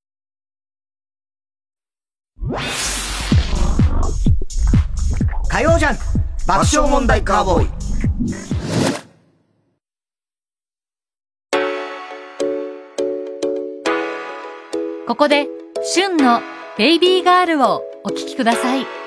火曜ジャンク爆笑問題カーボーイ。 ここで旬のベイビーガールをお聴きください。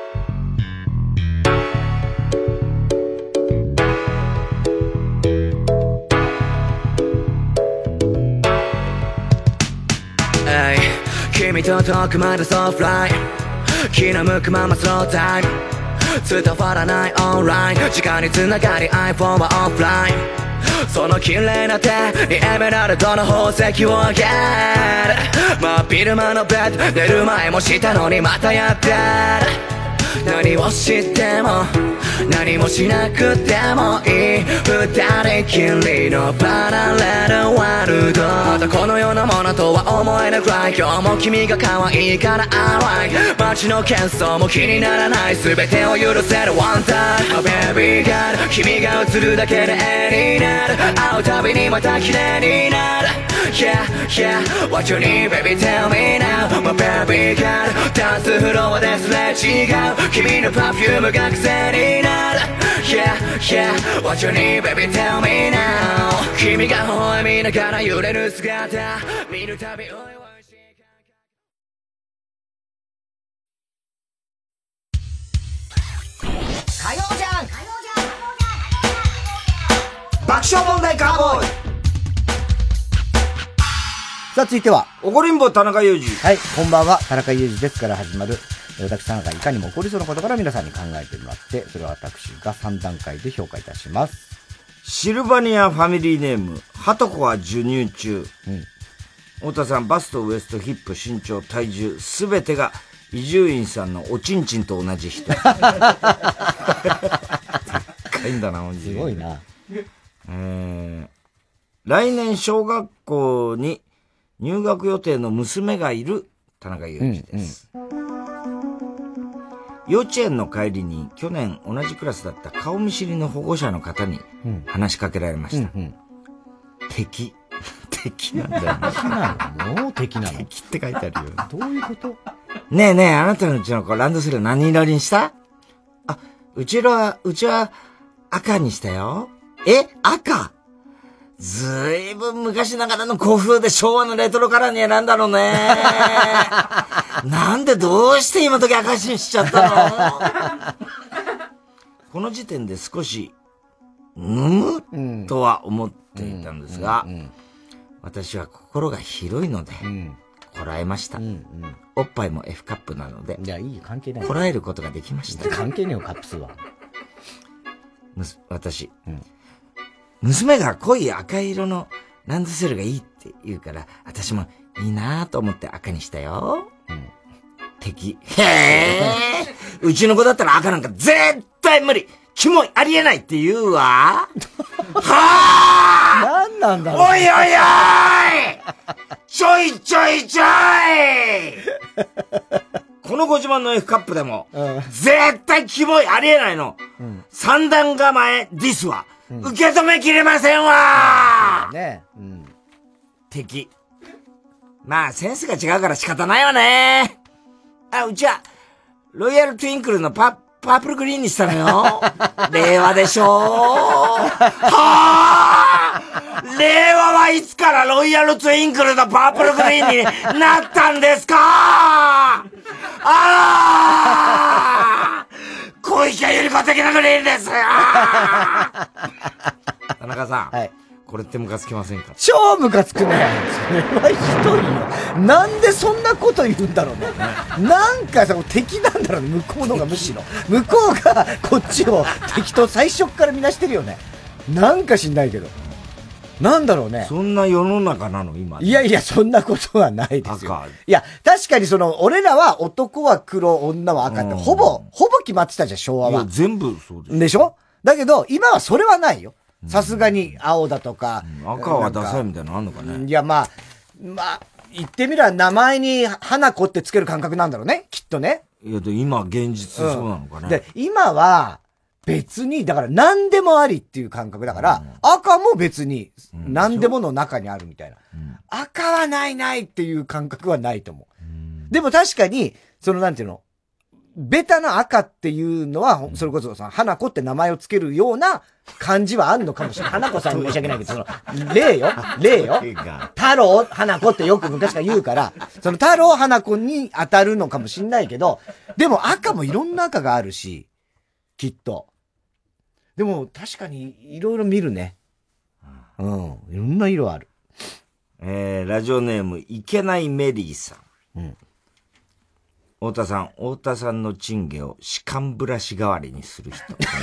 君と遠くまでソフライン、気の向くままスロータイム、伝わらないオンライン、時間につながり iPhone はオフライン、その綺麗な手にエメラルドの宝石をあげる。真っ昼間のベッド、寝る前もしたのにまたやってる。何をしても何もしなくてもいい、二人きりのパラレルワールド。またこのようなものとは思えなくらい、今日も君が可愛いから I like。 街の喧騒も気にならない、全てを許せる One time Baby girl、 君が映るだけで絵になる、会うたびにまた綺麗になる。 Yeah yeah What you need baby tell me now My baby girl、 ダンスフロアですれ違う君のパフュームが癖になる。 Yeah yeah What you need baby tell me now、 君が微笑みながら揺れる姿見るたびおいおい火曜じゃん爆笑問題カーボーイ。さあ続いては怒りんぼ田中裕二。 はい、こんばんは、田中裕二ですから始まる私田中がいかにも起こりそうなことから皆さんに考えてもらって、それを私がさん段階で評価いたします。 シルバニアファミリーネームハトコは授乳中、うん、太田さん、バストウエストヒップ身長体重すべてが伊集院さんのおちんちんと同じ人。でっかいんだな、おじすごいな。 えー、来年小学校に入学予定の娘がいる田中裕二です、うんうん、幼稚園の帰りに去年同じクラスだった顔見知りの保護者の方に話しかけられました、うんうんうん、敵敵なんだよね。 敵なの？もう敵なの？ 敵って書いてあるよ。 どういうこと？ ねえねえ、あなたのうちの子ランドセル何色にした？あ、うちはうちは赤にしたよ。え、赤？ずいぶん昔ながらの古風で昭和のレトロカラーに選んだのね。なんでどうして今時赤にしちゃったの？この時点で少し、むむとは思っていたんですが、うんうんうん、私は心が広いので、うん、こらえました、うんうん。おっぱいも F カップなので、 いや、いい、関係ない。 こらえることができました。 関係ねえよ、カップ数は。 私、うん娘が濃い赤色のランドセルがいいって言うから、私もいいなぁと思って赤にしたよ。うん、敵。へぇー。うちの子だったら赤なんか絶対無理。キモい、ありえないって言うわ。はぁなんなんだろう。 おいおいおいちょいちょいちょいこのご自慢の F カップでも、うん、絶対キモい、ありえないの。うん、三段構えディスは、うん、受け止めきれませんわー、ねうん、敵。まあ、センスが違うから仕方ないわね。あ、うちは、ロイヤルトゥインクルのパ、パープルグリーンにしたのよ。令和でしょはぁ令和はいつからロイヤルトゥインクルのパープルグリーンになったんですかあー小池百合子的なグリーンです田中さん。はい。これってムカつきませんか？ 超ムカつくね。それはひどいよ。なんでそんなこと言うんだろうね。なんかさ、敵なんだろうね、向こうのがむしろ。向こうがこっちを敵と最初から見なしてるよね。なんか知んないけど。なんだろうね。 そんな世の中なの今。 いやいや、そんなことはないですよ。いや、確かにその、俺らは男は黒、女は赤って、ほぼ、ほぼ決まってたじゃん、昭和は。 全部そうです。 でしょ？だけど、今はそれはないよ。さすがに青だとか。 うん、赤はダサいみたいなのあんのかね。 いや、まあ、まあ、言ってみれば名前に花子ってつける感覚なんだろうね、きっとね。 いや、で今現実そうなのかね。 うん、で、今は、別に、だから何でもありっていう感覚だから、うん、赤も別に何でもの中にあるみたいな。うん、赤はないないっていう感覚はないと思う。うん、でも確かに、そのなんていうの、ベタな赤っていうのは、それこそさ、花子って名前をつけるような感じはあるのかもしれない。花子さんに申し訳ないけど、その、例よ例よ太郎、花子ってよく昔から言うから、その太郎、花子に当たるのかもしれないけど、でも赤もいろんな赤があるし、きっと。でも確かにいろいろ見るね。うん。いろんな色ある。 えー、ラジオネーム、いけないメリーさん。うん。太田さん、太田さんのチンゲを歯間ブラシ代わりにする人。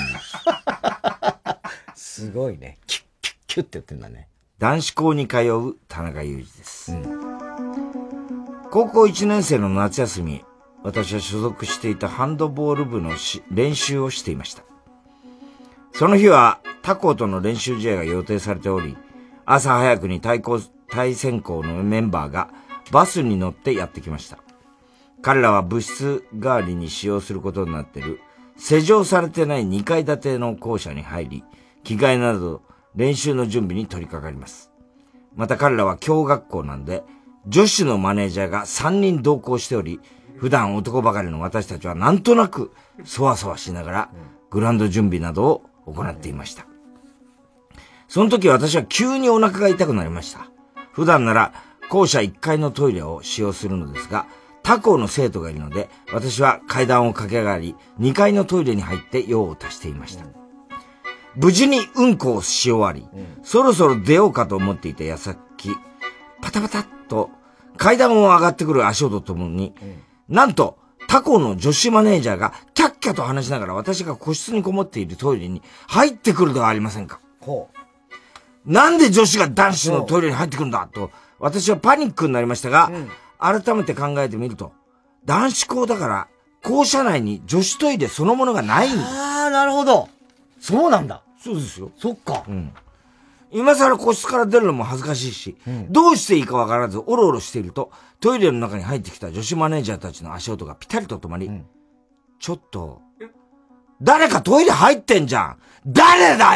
すごいね。キュッキュッキュッって言ってんだね。 男子校に通う田中裕二です。うん、高校いちねん生の夏休み、私は所属していたハンドボール部の練習をしていました。その日は他校との練習試合が予定されており、朝早くに対校、対戦校のメンバーがバスに乗ってやってきました。彼らは部室代わりに使用することになっている施錠されてないにかい建ての校舎に入り、着替えなど練習の準備に取り掛かります。また彼らは共学校なんで、女子のマネージャーがさんにん同行しており、普段男ばかりの私たちはなんとなくそわそわしながらグラウンド準備などを行っていました。その時私は急にお腹が痛くなりました。普段なら校舎いっかいのトイレを使用するのですが、他校の生徒がいるので、私は階段を駆け上がり、にかいのトイレに入って用を足していました。無事にうんこをし終わり、そろそろ出ようかと思っていた矢先、パタパタっと階段を上がってくる足音とともに、なんと他校の女子マネージャーがキャッキャと話しながら私が個室にこもっているトイレに入ってくるではありませんか。ほう。なんで女子が男子のトイレに入ってくるんだと、私はパニックになりましたが、うん、改めて考えてみると、男子校だから校舎内に女子トイレそのものがないんです。 ああ、なるほど。そうなんだ。 そうですよ。 そっか。 うん。今更個室から出るのも恥ずかしいし、うん、どうしていいかわからずおろおろしていると、トイレの中に入ってきた女子マネージャーたちの足音がピタリと止まり、うん、ちょっと、誰かトイレ入ってんじゃん。誰だよいやいやい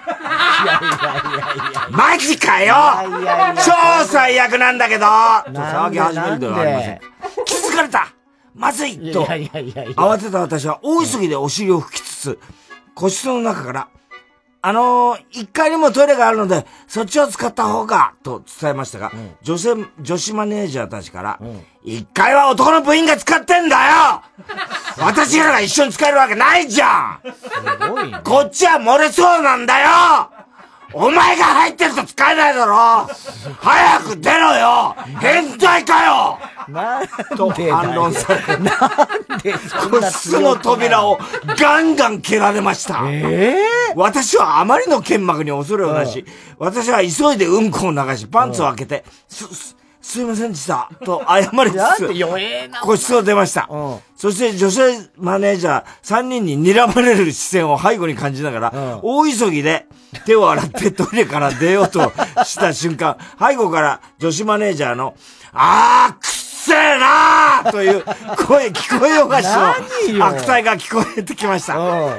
やいや。マジかよいやいやいや超最悪なんだけどと騒ぎ始めるではありません。気づかれたまずいと、慌てた私は大急ぎでお尻を拭きつつ、個室の中から、あのー、一階にもトイレがあるので、そっちを使った方が、と伝えましたが、うん、女性、女子マネージャーたちから、一、うん、階は男の部員が使ってんだよ私らが一緒に使えるわけないじゃんすごいね。こっちは漏れそうなんだよお前が入ってると使えないだろ早く出ろよ変態かよなんと反論され、なんで個室の扉をガンガン蹴られました。えー、私はあまりの剣幕に恐れをなし、うん、私は急いでうんこを流し、パンツを開けて、す、す、すいませんでした、と謝りつつ、個室を出ました。うん、そして女性マネージャーさんにんに睨まれる視線を背後に感じながら、うん、大急ぎで手を洗ってトイレから出ようとした瞬間、背後から女子マネージャーの、あー、くっせえなーという声、聞こえよがしの悪態が聞こえてきました。は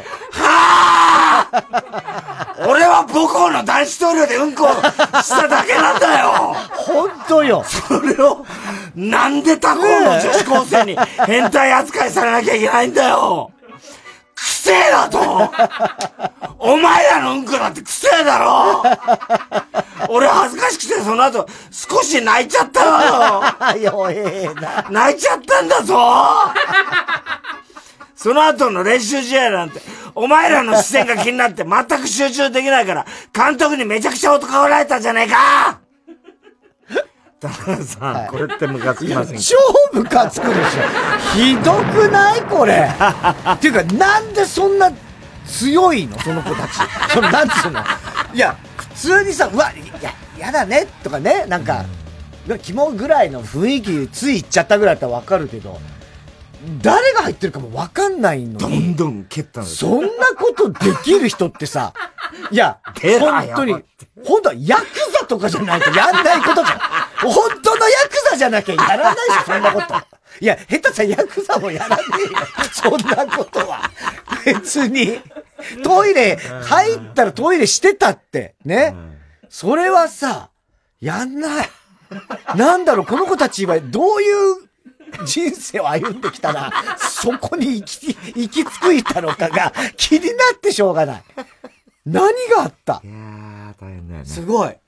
ぁ俺は母校の男子トイレでうんこしただけなんだよほんとよそれを、なんで他校の女子高生に変態扱いされなきゃいけないんだよくせえだとお前らのうんこだってくせえだろ俺恥ずかかしくて、その後、少し泣いちゃったよ。 弱えな。 泣いちゃったんだぞその後の練習試合なんて、お前らの視線が気になって全く集中できないから、監督にめちゃくちゃ男がられたじゃねえか田中さん、はい、これってムカつきませんか？ 超ムカつくでしょ。ひどくないこれ。っていうか、なんでそんな強いのその子たち。その、なんつうの。いや、普通にさ、うわ、いや、やだねとかね、なんか、うん、肝ぐらいの雰囲気ついいっちゃったぐらいだったらわかるけど、誰が入ってるかもわかんないのに。 どんどん蹴ったの。 そんなことできる人ってさ、いや、本当に、本当はヤクザとかじゃないとやんないことじゃん。本当のヤクザじゃなきゃやらないし、そんなこと。いや、下手さヤクザもやらねえよ。そんなことは。別に。トイレ、入ったらトイレしてたって。ね。それはさ、やんない。なんだろう、この子たちはどういう人生を歩んできたら、そこに行き、行き着いたのかが気になってしょうがない。何があった？ いやー、大変だよね。 すごい。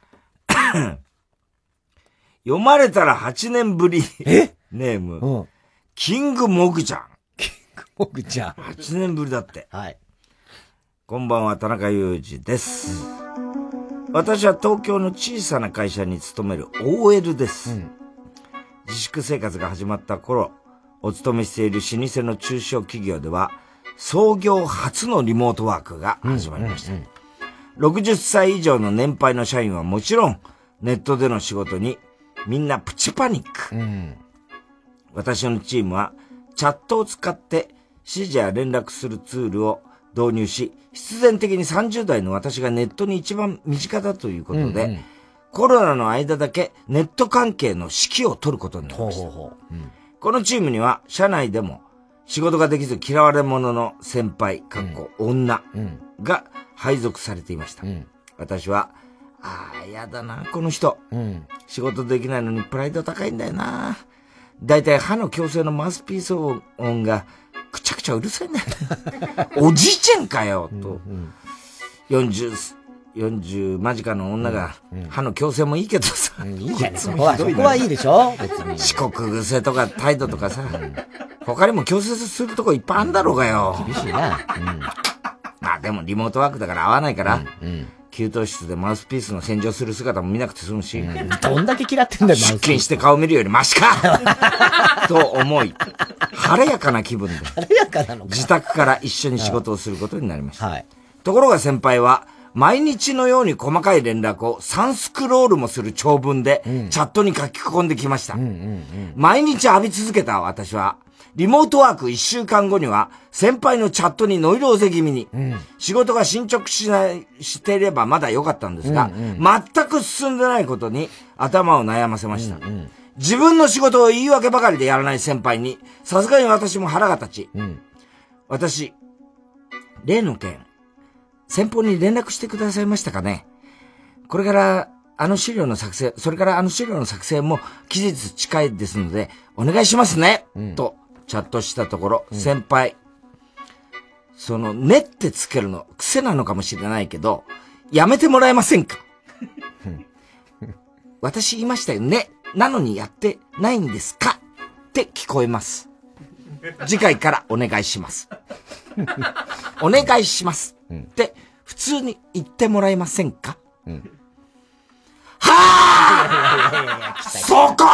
読まれたらはちねんぶり。 え？ ネーム。 うん。 キングモグちゃん。 キングモグちゃん。 はちねんぶりだって。 はい。 こんばんは、田中裕二です。私は東京の小さな会社に勤める オーエル です。うん、自粛生活が始まった頃、お勤めしている老舗の中小企業では、創業初のリモートワークが始まりました。うんうんうん、ろくじゅっさい以上の年配の社員はもちろん、ネットでの仕事にみんなプチパニック。うん、私のチームは、チャットを使って指示や連絡するツールを導入し、必然的にさんじゅう代の私がネットに一番身近だということで、うんうん、コロナの間だけネット関係の指揮を取ることになりました。ほうほうほう、うん、このチームには社内でも仕事ができず嫌われ者の先輩、かっこ女が配属されていました。うん、私は、ああ、やだな、この人、うん。仕事できないのにプライド高いんだよな。だいたい歯の矯正のマウスピース音がくちゃくちゃうるさいんだよね。おじいちゃんかよ、と。うんうん、よんじゅう、よんじゅう間近の女が、歯の矯正もいいけどさ。うん、いいじゃん、そこは、そこはいいでしょ別に。遅刻癖とか態度とかさ。うん、他にも矯正するとこいっぱいあんだろうがよ。 厳しいな。うん、 まあでもリモートワークだから合わないから、うんうん、給湯室でマウスピースの洗浄する姿も見なくて済むし、うん、 どんだけ嫌ってんだよ、 出勤して顔見るよりマシかと思い、晴れやかな気分で、 晴れやかなのか自宅から一緒に仕事をすることになりました。はい、ところが先輩は、毎日のように細かい連絡をさんスクロールもする長文で、チャットに書き込んできました。うんうんうん、毎日浴び続けた私は、リモートワークいっしゅうかんごには、先輩のチャットにノイローゼ気味に、うん、仕事が進捗しない、していればまだ良かったんですが、うんうん、全く進んでないことに頭を悩ませました。うんうん、自分の仕事を言い訳ばかりでやらない先輩に、さすがに私も腹が立ち、うん、私、例の件、先方に連絡してくださいましたかね？これから、あの資料の作成、それからあの資料の作成も期日近いですので、お願いしますね、うん、と、チャットしたところ、うん、先輩、その、ねってつけるの、癖なのかもしれないけど、やめてもらえませんか？私言いましたよね。なのにやってないんですか？って聞こえます。次回からお願いします。お願いします。うん、って普通に言ってもらえませんか？うん、はぁそこ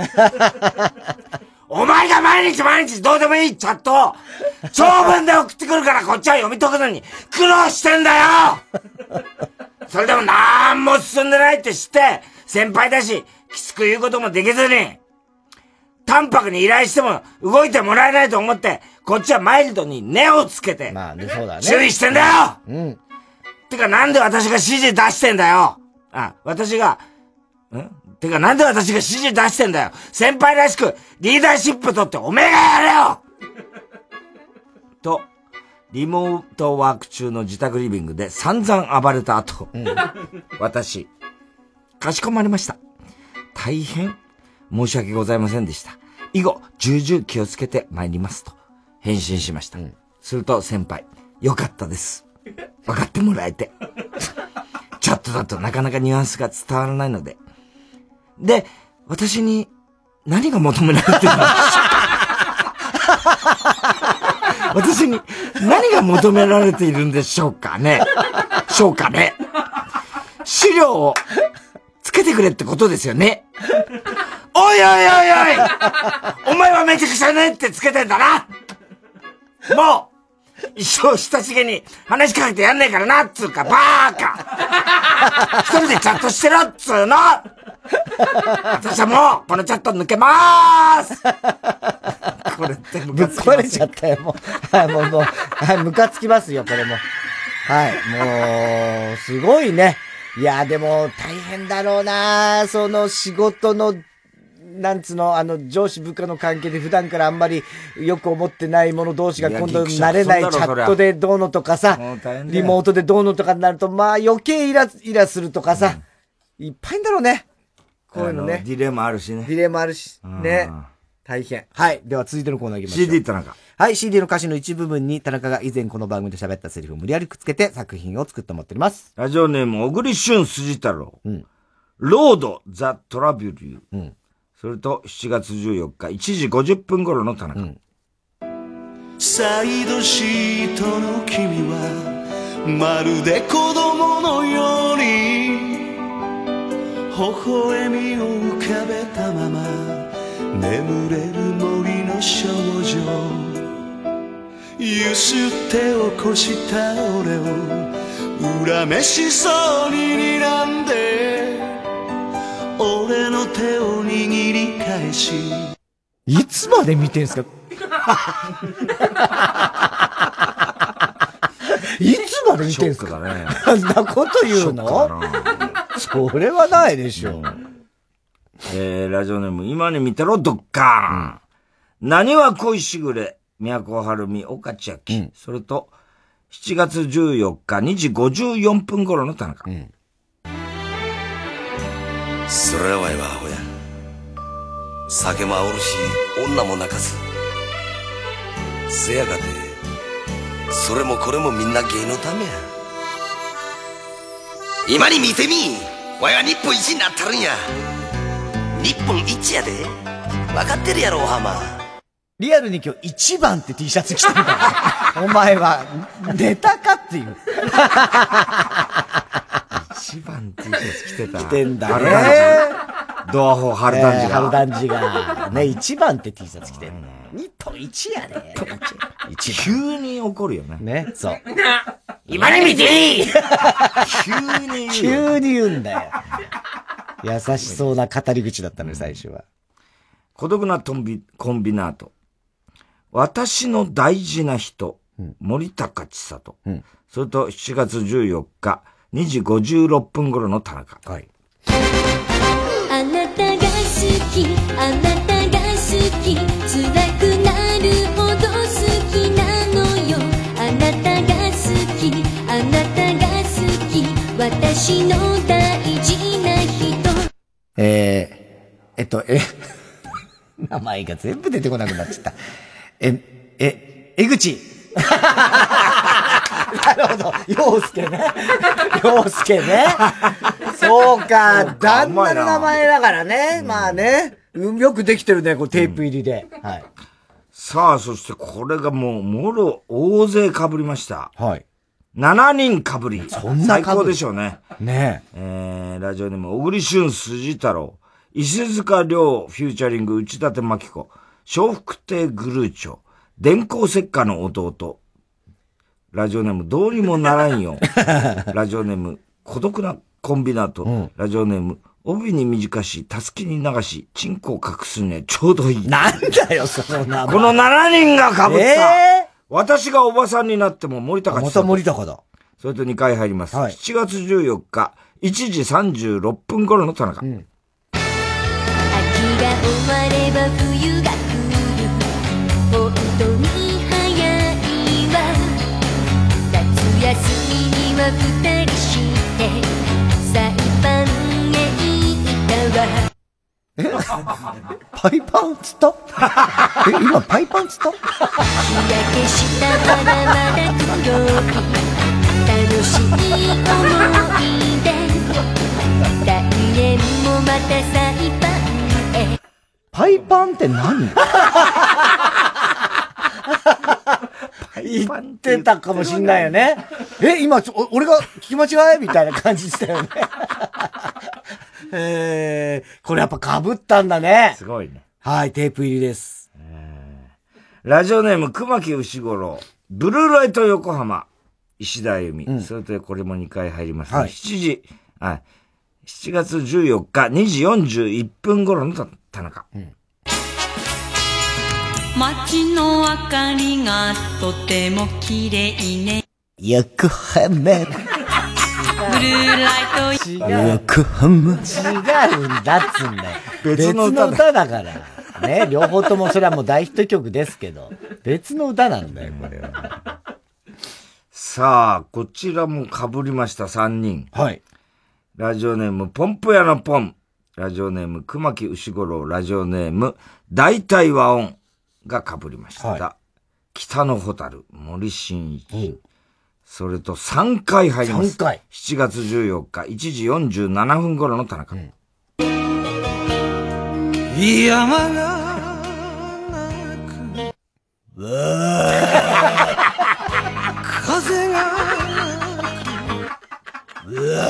お前が毎日毎日どうでもいいチャットを長文で送ってくるからこっちは読み解くのに苦労してんだよそれでもなんも進んでないって知って先輩だしきつく言うこともできずに淡白に依頼しても動いてもらえないと思って、こっちはマイルドに根をつけて、まあね、そうだね。注意してんだよ、うん、てかなんで私が指示出してんだよあ、私が、んてかなんで私が指示出してんだよ先輩らしくリーダーシップ取っておめえがやれよと、リモートワーク中の自宅リビングで散々暴れた後、うん、私、かしこまりました。大変申し訳ございませんでした。以後、重々気をつけて参りますと、返信しました。うん、すると先輩、よかったです。分かってもらえて。チャットだとなかなかニュアンスが伝わらないので。で、私に何が求められてるんでしょうか私に何が求められているんでしょうかね。しょうかね。資料をつけてくれってことですよね。おいおいおいおいお前はめちゃくちゃねってつけてんだな。もう一生親しげに話しかけてやんねえからなっつうか、バーカ一人でチャットしてろっつうの。私はもうこのチャット抜けまーす。これってぶっ壊れちゃったよ、もう。はい、もう、もう、はい、ムカつきますよ、これも。はい、もう、すごいね。いや、でも、大変だろうな、その仕事の、なんつの、あの、上司部下の関係で普段からあんまりよく思ってない者同士が今度慣れないチャットでどうのとかさ、リモートでどうのとかになると、まあ余計イライラするとかさ、うん、いっぱいんだろうね。こういうのね。 ディレイもあるしね。 ディレイもあるし、ね。大変。はい。では続いてのコーナー行きましょう。 シーディー 田中。 はい。シーディー の歌詞の一部分に田中が以前この番組で喋ったセリフを無理やりくっつけて作品を作ってもらっております。 ラジオネーム、小栗旬筋太郎。うん。ロード、ザ・トラビュリュー。うん。それと、しちがつじゅうよっか、いちじごじゅっぷん頃の田中。うん、 サイドシートの君は、まるで子供のように、微笑みを浮かべたまま、眠れる森の少女。ゆすって起こした俺を、恨めしそうに睨んで、俺の手を握り返し、 いつまで見てんすかいつまで見てんすかね。あんなこと言うのそれはないでしょ。 えー、ラジオネーム、今に見てろ、ドッカーン。うん、何は恋しぐれ、宮古春美、岡千秋。うん、それと、しちがつじゅうよっか、にじごじゅうよんぷん頃の田中。うん、 それはえはアホや。酒もおるし、女も泣かず。せやがて、それもこれもみんな芸のためや。今に見てみ、わいは日本一になったるんや。日本一やで。わかってるやろ、お浜。 リアルに今日一番って T シャツ着てるから。お前は、ネタかっていう。 一番 T シャツ着てた。 着てんだね。 ドアホ春団治が。 春団治が。ね、一番って T シャツ着てる。日本一やね。 急に怒るよね。 ね、そう。 今に見ていい急に言う。急に言うんだよ。優しそうな語り口だったのよ、最初は。 孤独なトンビ、コンビナート。私の大事な人。うん、森高千里。うん、それとしちがつじゅうよっか、にじごじゅうろっぷん頃の田中。はい。 あなたが好き、あなたが好き、辛くなるほど好きなのよ。あなたが好き、あなたが好き、私の大事な人。 えー、えっと、え、名前が全部出てこなくなっちゃった。え、え、江口。なるほど。陽介ね。陽介ね。そうか。旦那の名前だからね。まあね。よくできてるね、こうテープ入りで。うん、はい。 さあ、そしてこれがもう、もろ大勢被りました。はい。しちにん被り。そんな最高でしょうね。ねえ。えー、ラジオネーム、小栗旬筋太郎。石塚亮、フューチャリング、内館真紀子。笑福亭グルーチョ。電光石火の弟。ラジオネーム、どうにもならんよ。ラジオネーム、孤独なコンビナート。うん、ラジオネーム、帯に短し、たすきに流し、チンコを隠すにはちょうどいい。 なんだよ、その名前。 このしちにんが被った。えー、私がおばさんになっても森高千里。 また森高だ。 それとにかい入ります。はい、しちがつじゅうよっか、いちじさんじゅうろっぷん頃の田中。うん、 秋が終われば冬が来る。本当に早いわ。夏休みには二人してサイパンへ行ったわ。 えパイパンつったえ今パイパンつった日焼けしたまだまだ黒い楽しい思い出。 てサイパンへ。 パイパンって何？言ってたかもしんないよね。え、今、俺が聞き間違えみたいな感じしたよね。えー、これやっぱ被ったんだね。 すごいね。 はい、テープ入りです。 ラジオネーム、熊木牛五郎。ブルーライト横浜。石田由美。うん、それとこれもにかい入りました、ね。はい、しちじ、はい。しちがつじゅうよっか、にじよんじゅういっぷん頃の田中。うん、 街の明かりがとても綺麗ね。 横浜。ブルーライト。 違う。横浜。違うんだっつんだよ。別の歌だから。ね、両方ともそれはもう大ヒット曲ですけど、別の歌なんだよ、これは。 さあ、こちらも被りました、さんにん。 はい。 ラジオネーム、ポンプ屋のポン。ラジオネーム、熊木牛五郎。ラジオネーム、大体和音が被りました。はい、北のホタル、森進一。うん、それとさんかい入ります。さんかい。しちがつじゅうよっか、いちじよんじゅうななふん頃の田中。うん、 山がなく、うわ風がなく、うわ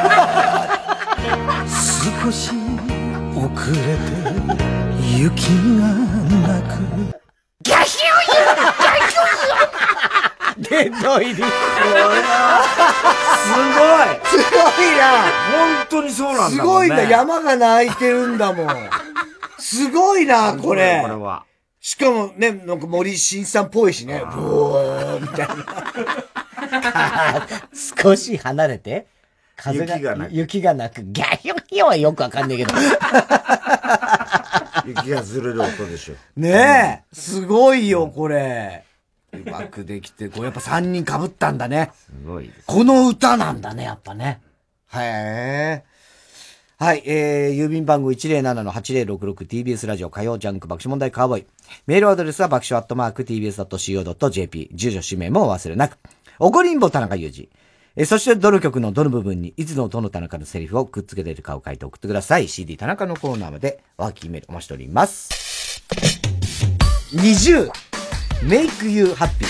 少し遅れて雪がなく、 ギャヒューギャヒュー殿堂入り。すごいすごいな。 本当にそうなんだもんね。 すごいな。山が泣いてるんだもん。すごいな、これ。 これは。 しかもね、なんか森進さんっぽいしね。ブーみたいな。少し離れて、風が、雪がなく。雪がなく。ギャヒョヒョはよくわかんないけど。 雪がずれる音でしょ。 ねえ。すごいよ、これ。うまくできて、こうやっぱさんにん被ったんだね。 すごいです。 この歌なんだね、やっぱね。へー。はい、えー、郵便番号 いちまるななのはちまるろくろく ティービーエス ラジオ火曜ジャンク爆笑問題カーボーイ。メールアドレスは爆笑アットマーク ティービーエスドットシーオードットジェーピー。住所氏名もお忘れなく。おこりんぼ田中裕二。えー、そしてどの曲のどの部分にいつのどの田中のセリフをくっつけているかを書いて送ってください。シーディー 田中のコーナーまでおはきメールお待ちしております。にじゅう Make You Happy。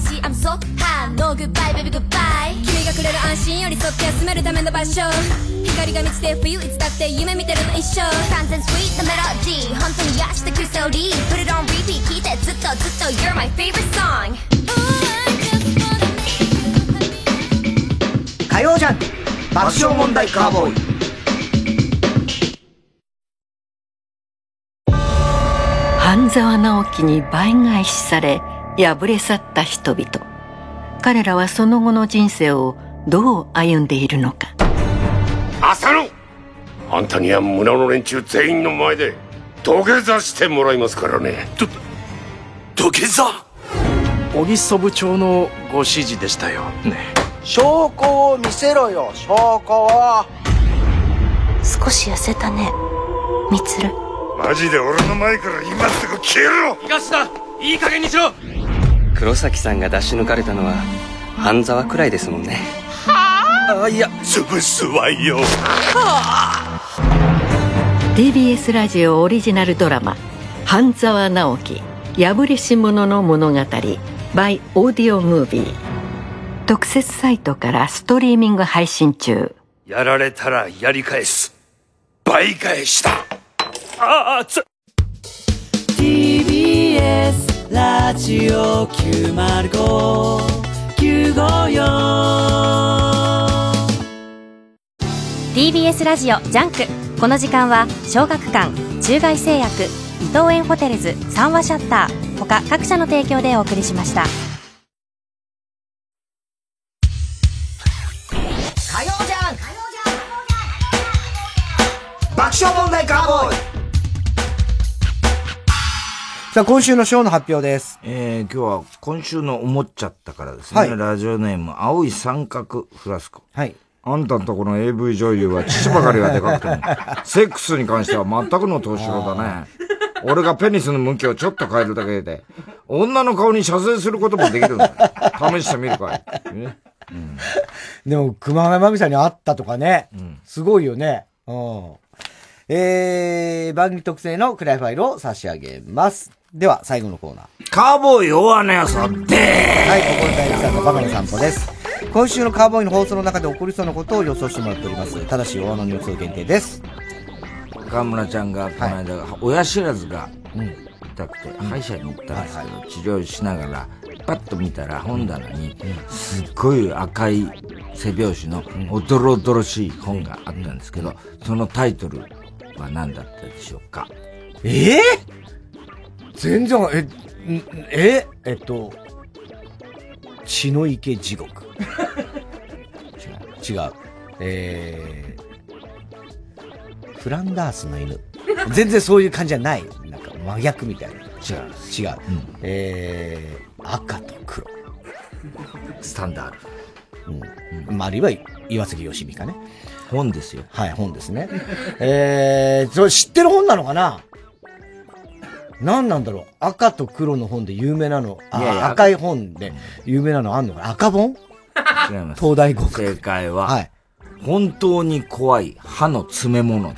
君がくれる安心寄り添って休めるための場所一光が満ちて冬いつだって夢見てるの一生完全スイートなメロディー本当に癒してくソリー Put it on repeat 聞いてずっとずっと You're my favorite song 火曜ジャンク爆笑問題カーボーイ。 半沢直樹に倍返しされ敗れ去った人々。彼らはその後の人生をどう歩んでいるのか。 浅野、あんたには村の連中全員の前で土下座してもらいますからね。 ど土下座。 小木曽部長のご指示でしたよね。 証拠を見せろよ、証拠を。 少し痩せたね、みつる。 マジで俺の前から今すぐ消えろ。 東田、いい加減にしろ。 黒崎さんが出し抜かれたのは半沢くらいですもんね。 はあ、いや潰すわよ。はあ、ティービーエス ラジオオリジナルドラマ半沢直樹破れし者の物語 by オーディオムービー、特設サイトからストリーミング配信中。 やられたらやり返す、倍返しだ。ああつティービーエス ラジオきゅうまるご きゅうごよんティービーエス ラジオジャンク。この時間は小学館、中外製薬、伊藤園ホテルズ、三話シャッター他各社の提供でお送りしました。 火曜ジャンク爆笑問題カーボーイ。さあ、今週のショーの発表です。 えー、今日は今週の思っちゃったからですね。はい、ラジオネーム、青い三角フラスコ。 はい。 あんたんとこの エーブイ 女優は乳ばかりがでかくても、セックスに関しては全くの年頃だね。俺がペニスの向きをちょっと変えるだけで、女の顔に射精することもできるんだ。試してみるかい。ね、 うん、でも、熊谷真美さんに会ったとかね。うん、すごいよね。うん。えー、番組特製のクライファイルを差し上げます。では、最後のコーナー。 カーボーイ大穴屋さんでーはい、ここで大さんのバカの散歩です。今週のカーボーイの放送の中で起こりそうなことを予想してもらっております。ただし、大穴の予想限定です。 川村ちゃんが、この間、はい、親知らずが痛くて、うん、歯医者に行ったんですけど、はいはい、治療しながら、パッと見たら本棚に、すっごい赤い背表紙のおどろおどろしい本があったんですけど、そのタイトルは何だったでしょうか。 ええー、全然、え、え、えっと、血の池地獄。違う。違う。えー、フランダースの犬。全然そういう感じじゃない。なんか真逆みたいな。違う。違う。うん、えー、赤と黒。 スタンダール。 うん。まあ、あるいは岩杉よしみかね。 本ですよ。 はい、本ですね。えー、それ知ってる本なのかな？何なんだろう。赤と黒の本で有名なの。あいやいや赤い本で有名なのあんのかな。赤本？ 違います。 東大国。 正解は、はい、本当に怖い歯の詰め物。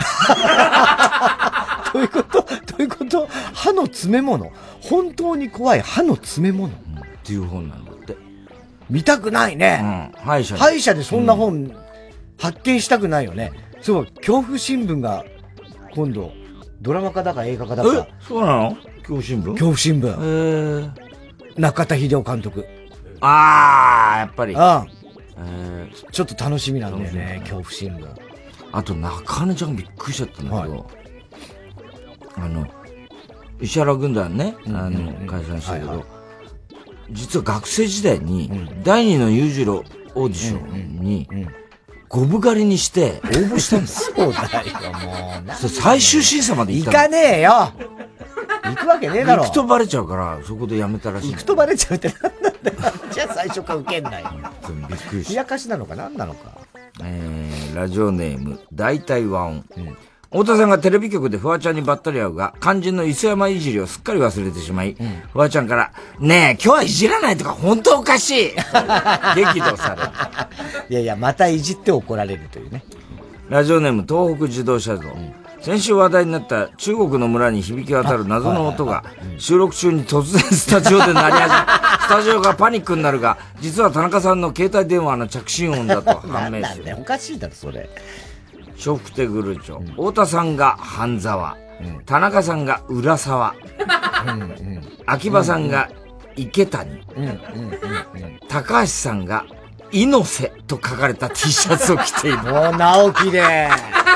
どういうことどういうこと歯の詰め物。本当に怖い歯の詰め物、うん、 っていう本なんだって。 見たくないね。 うん。歯医者歯医者でそんな本、うん、発見したくないよね。そう、恐怖新聞が今度、ドラマ化だか映画化だか。 え、そうなの？恐怖新聞？ 恐怖新聞。 へー。 中田秀夫監督。 あー、やっぱり。 ああ。 えー、ちょっと楽しみなんだよね、恐怖新聞。 あと、中根ちゃんびっくりしちゃったんだけど、はい、あの、石原軍団ね、うん、あの、解散したけど、はいはい、実は学生時代に、うん、第二の裕次郎オーディションに、うんうんうんゴブ狩りにして応募したんですそうだよ、もう。 最終審査まで行った行かねえよ行くわけねえだろ。 行くとバレちゃうから、そこでやめたらしい。 行くとバレちゃうって何なんだよ。じゃあ最初から受けんないよ。 びっくりした。 冷やかしなのか何なのか。 えー、ラジオネーム、大体和音。うん太田さんがテレビ局でフワちゃんにばったり会うが、肝心の磯山いじりをすっかり忘れてしまい、うん、フワちゃんから、ねえ、今日はいじらないとか本当おかしい激怒される。 いやいや、またいじって怒られるというね。 ラジオネーム、東北自動車道。うん、先週話題になった中国の村に響き渡る謎の音が、収録中に突然スタジオで鳴り始め、スタジオがパニックになるが、実は田中さんの携帯電話の着信音だと判明する。 なんだね、おかしいだろ、それ。 笑福亭グルーチョ、太田さんが半沢、田中さんが浦沢、秋葉さんが池谷、高橋さんが猪瀬と書かれた T シャツを着ている。 もう直樹で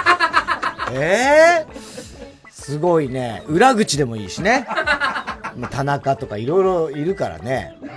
えー、すごいね。裏口でもいいしね。田中とかいろいろいるからね。うん、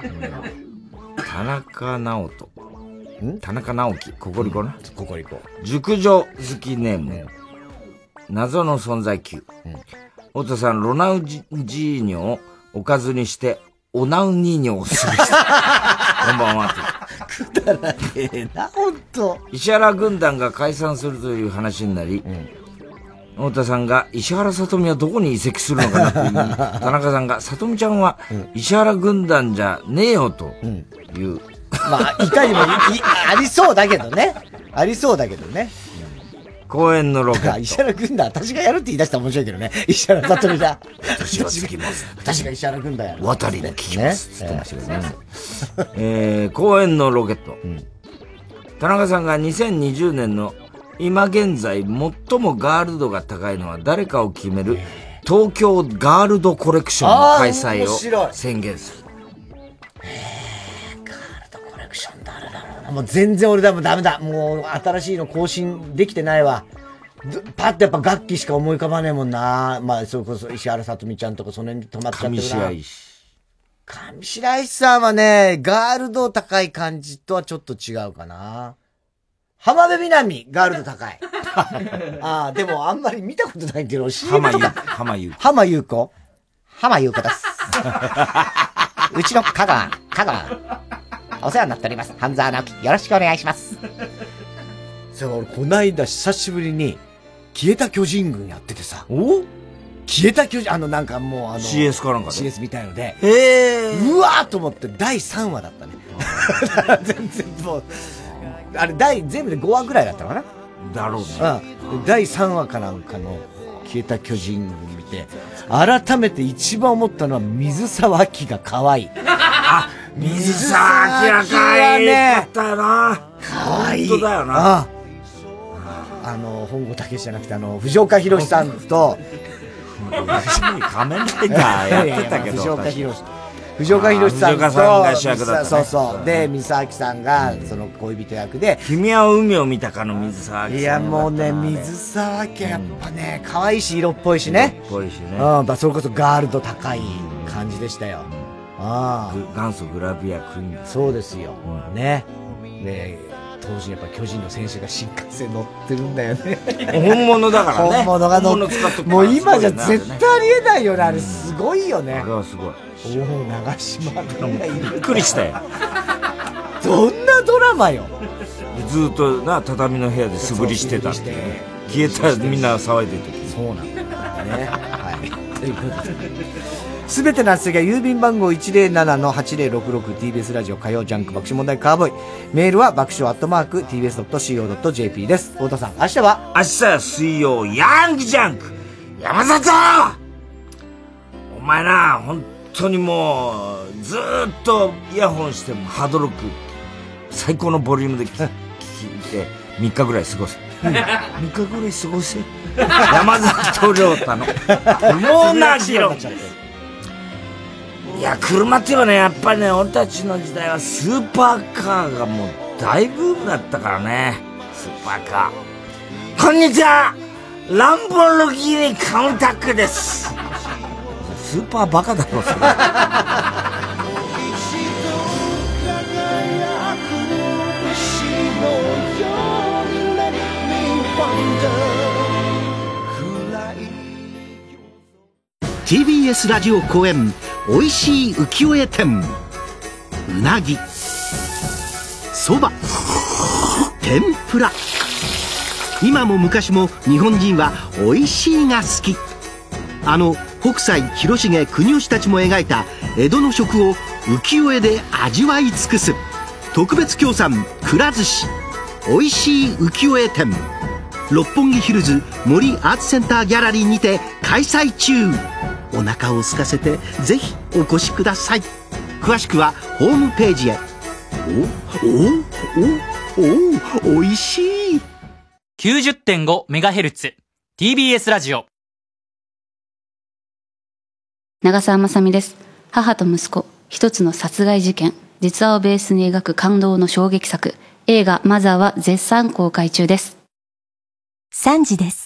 田中直人。田中直樹、ココリコな。 うん、ココリコ。 熟女好きネーム。うん、謎の存在級。うん、太田さん、ロナウジーニョをおかずにして、オナウニーニョをする人。こんばんは。 くだらねえな、ほんと。 石原軍団が解散するという話になり、うん、太田さんが石原さとみはどこに移籍するのかなと言い、田中さんがさとみちゃんは石原軍団じゃねえよという。うん、 まあ、いかにもありそうだけどね。ありそうだけどね。 公園のロケット。 石原軍団、私がやるって言い出したら面白いけどね。石原さとみだ。 私が聞きます。 私が石原軍団やる。 渡りで聞きます。ね、えー、公園のロケット。うん、田中さんがにせんにじゅうねんの今現在最もガール度が高いのは誰かを決める東京ガールドコレクションの開催を宣言する。 えー、ガールドコレクション誰だろうな。もう全然俺だもダメだ。もう新しいの更新できてないわ。パッとやっぱ楽器しか思い浮かばねえもんな。まあそれこそ石原さとみちゃんとかその辺に止まっちゃってるな。 上白石。 上白石さんはね、ガールド高い感じとはちょっと違うかな。浜辺美波、ガールド高い。ああ、でもあんまり見たことないけど、シーエム とか。 浜優子。 浜優子浜優子です。うちの香川、香川。お世話になっております。半沢直樹、よろしくお願いします。そう、俺、こないだ久しぶりに、消えた巨人軍やっててさ。 お消えた巨人、あの、なんかもうあの、 シーエス かなんかでシーエス みたいので。 へー。うわーと思ってだいさんわだったね。全然もう、あれ、第、全部でごわぐらいだったのかな。 だろうね。 うん。だいさんわかなんかの消えた巨人軍見て、改めて一番思ったのは水沢明が可愛い。 あ、水沢明は可愛いね。だったよな。 可愛い。 本当だよな。 ああ。あの、本郷武じゃなくて、あの、藤岡弘さんと、 仮面ライダーやってたけど。 藤岡弘藤岡弘さんと、 藤岡さんが主役だった、ね。 そうそう。で、水沢明さんが、その恋人役で。 君は海を見たかの水沢明さん。 いや、もうね、水沢明やっぱね、可愛いし、色っぽいしね。 色っぽいしね。 うん、それこそガールド高い感じでしたよ。ああ。元祖グラビアクイーン。 そうですよ。ね。ね当時やっぱ巨人の選手が新幹線乗ってるんだよね。 本物だからね。 本物が乗って。もう今じゃ絶対ありえないよね。あれすごいよね。 あれはすごい。 おお、長島君がいる。 びっくりしたよ。 どんなドラマよ。 ずっとな、畳の部屋で素振りしてたって。消えたみんな騒いでる時。 そうなんだよね。はい。ということで。すべての発生が郵便番号 いちゼロななのはちゼロろくろく ティービーエス ラジオ火曜ジャンク爆笑問題カーボーイ。メールは爆笑アットマーク ティービーエスドットシーオードットジェーピー です。太田さん、明日は明日は水曜ヤングジャンク山里お前な、本当にもう、ずーっとイヤホンしてもハードロック、最高のボリュームで聞いて、みっかぐらい過ごせ。みっかぐらい過ごせ。山里亮太の、もうな議論。いや、車っていうのはね、やっぱりね、俺たちの時代はスーパーカーがもう大ブームだったからね。スーパーカー。こんにちは、ランボルギーニカウンタックです。スーパーバカだろ、それ。 ティービーエス ラジオ公演おいしい浮世絵展。うなぎ、そば、天ぷら。今も昔も日本人はおいしいが好き。あの北斎、広重、国吉たちも描いた江戸の食を浮世絵で味わい尽くす特別協賛くら寿司おいしい浮世絵展。六本木ヒルズ森アーツセンターギャラリーにて開催中。お腹を空かせてぜひお越しください。詳しくはホームページへ。おおおおおいしい。 きゅうじゅってんごメガヘルツ ティービーエス ラジオ。 長澤まさみです。母と息子、一つの殺害事件、実話をベースに描く感動の衝撃作、映画マザーは絶賛公開中です。 さんじです。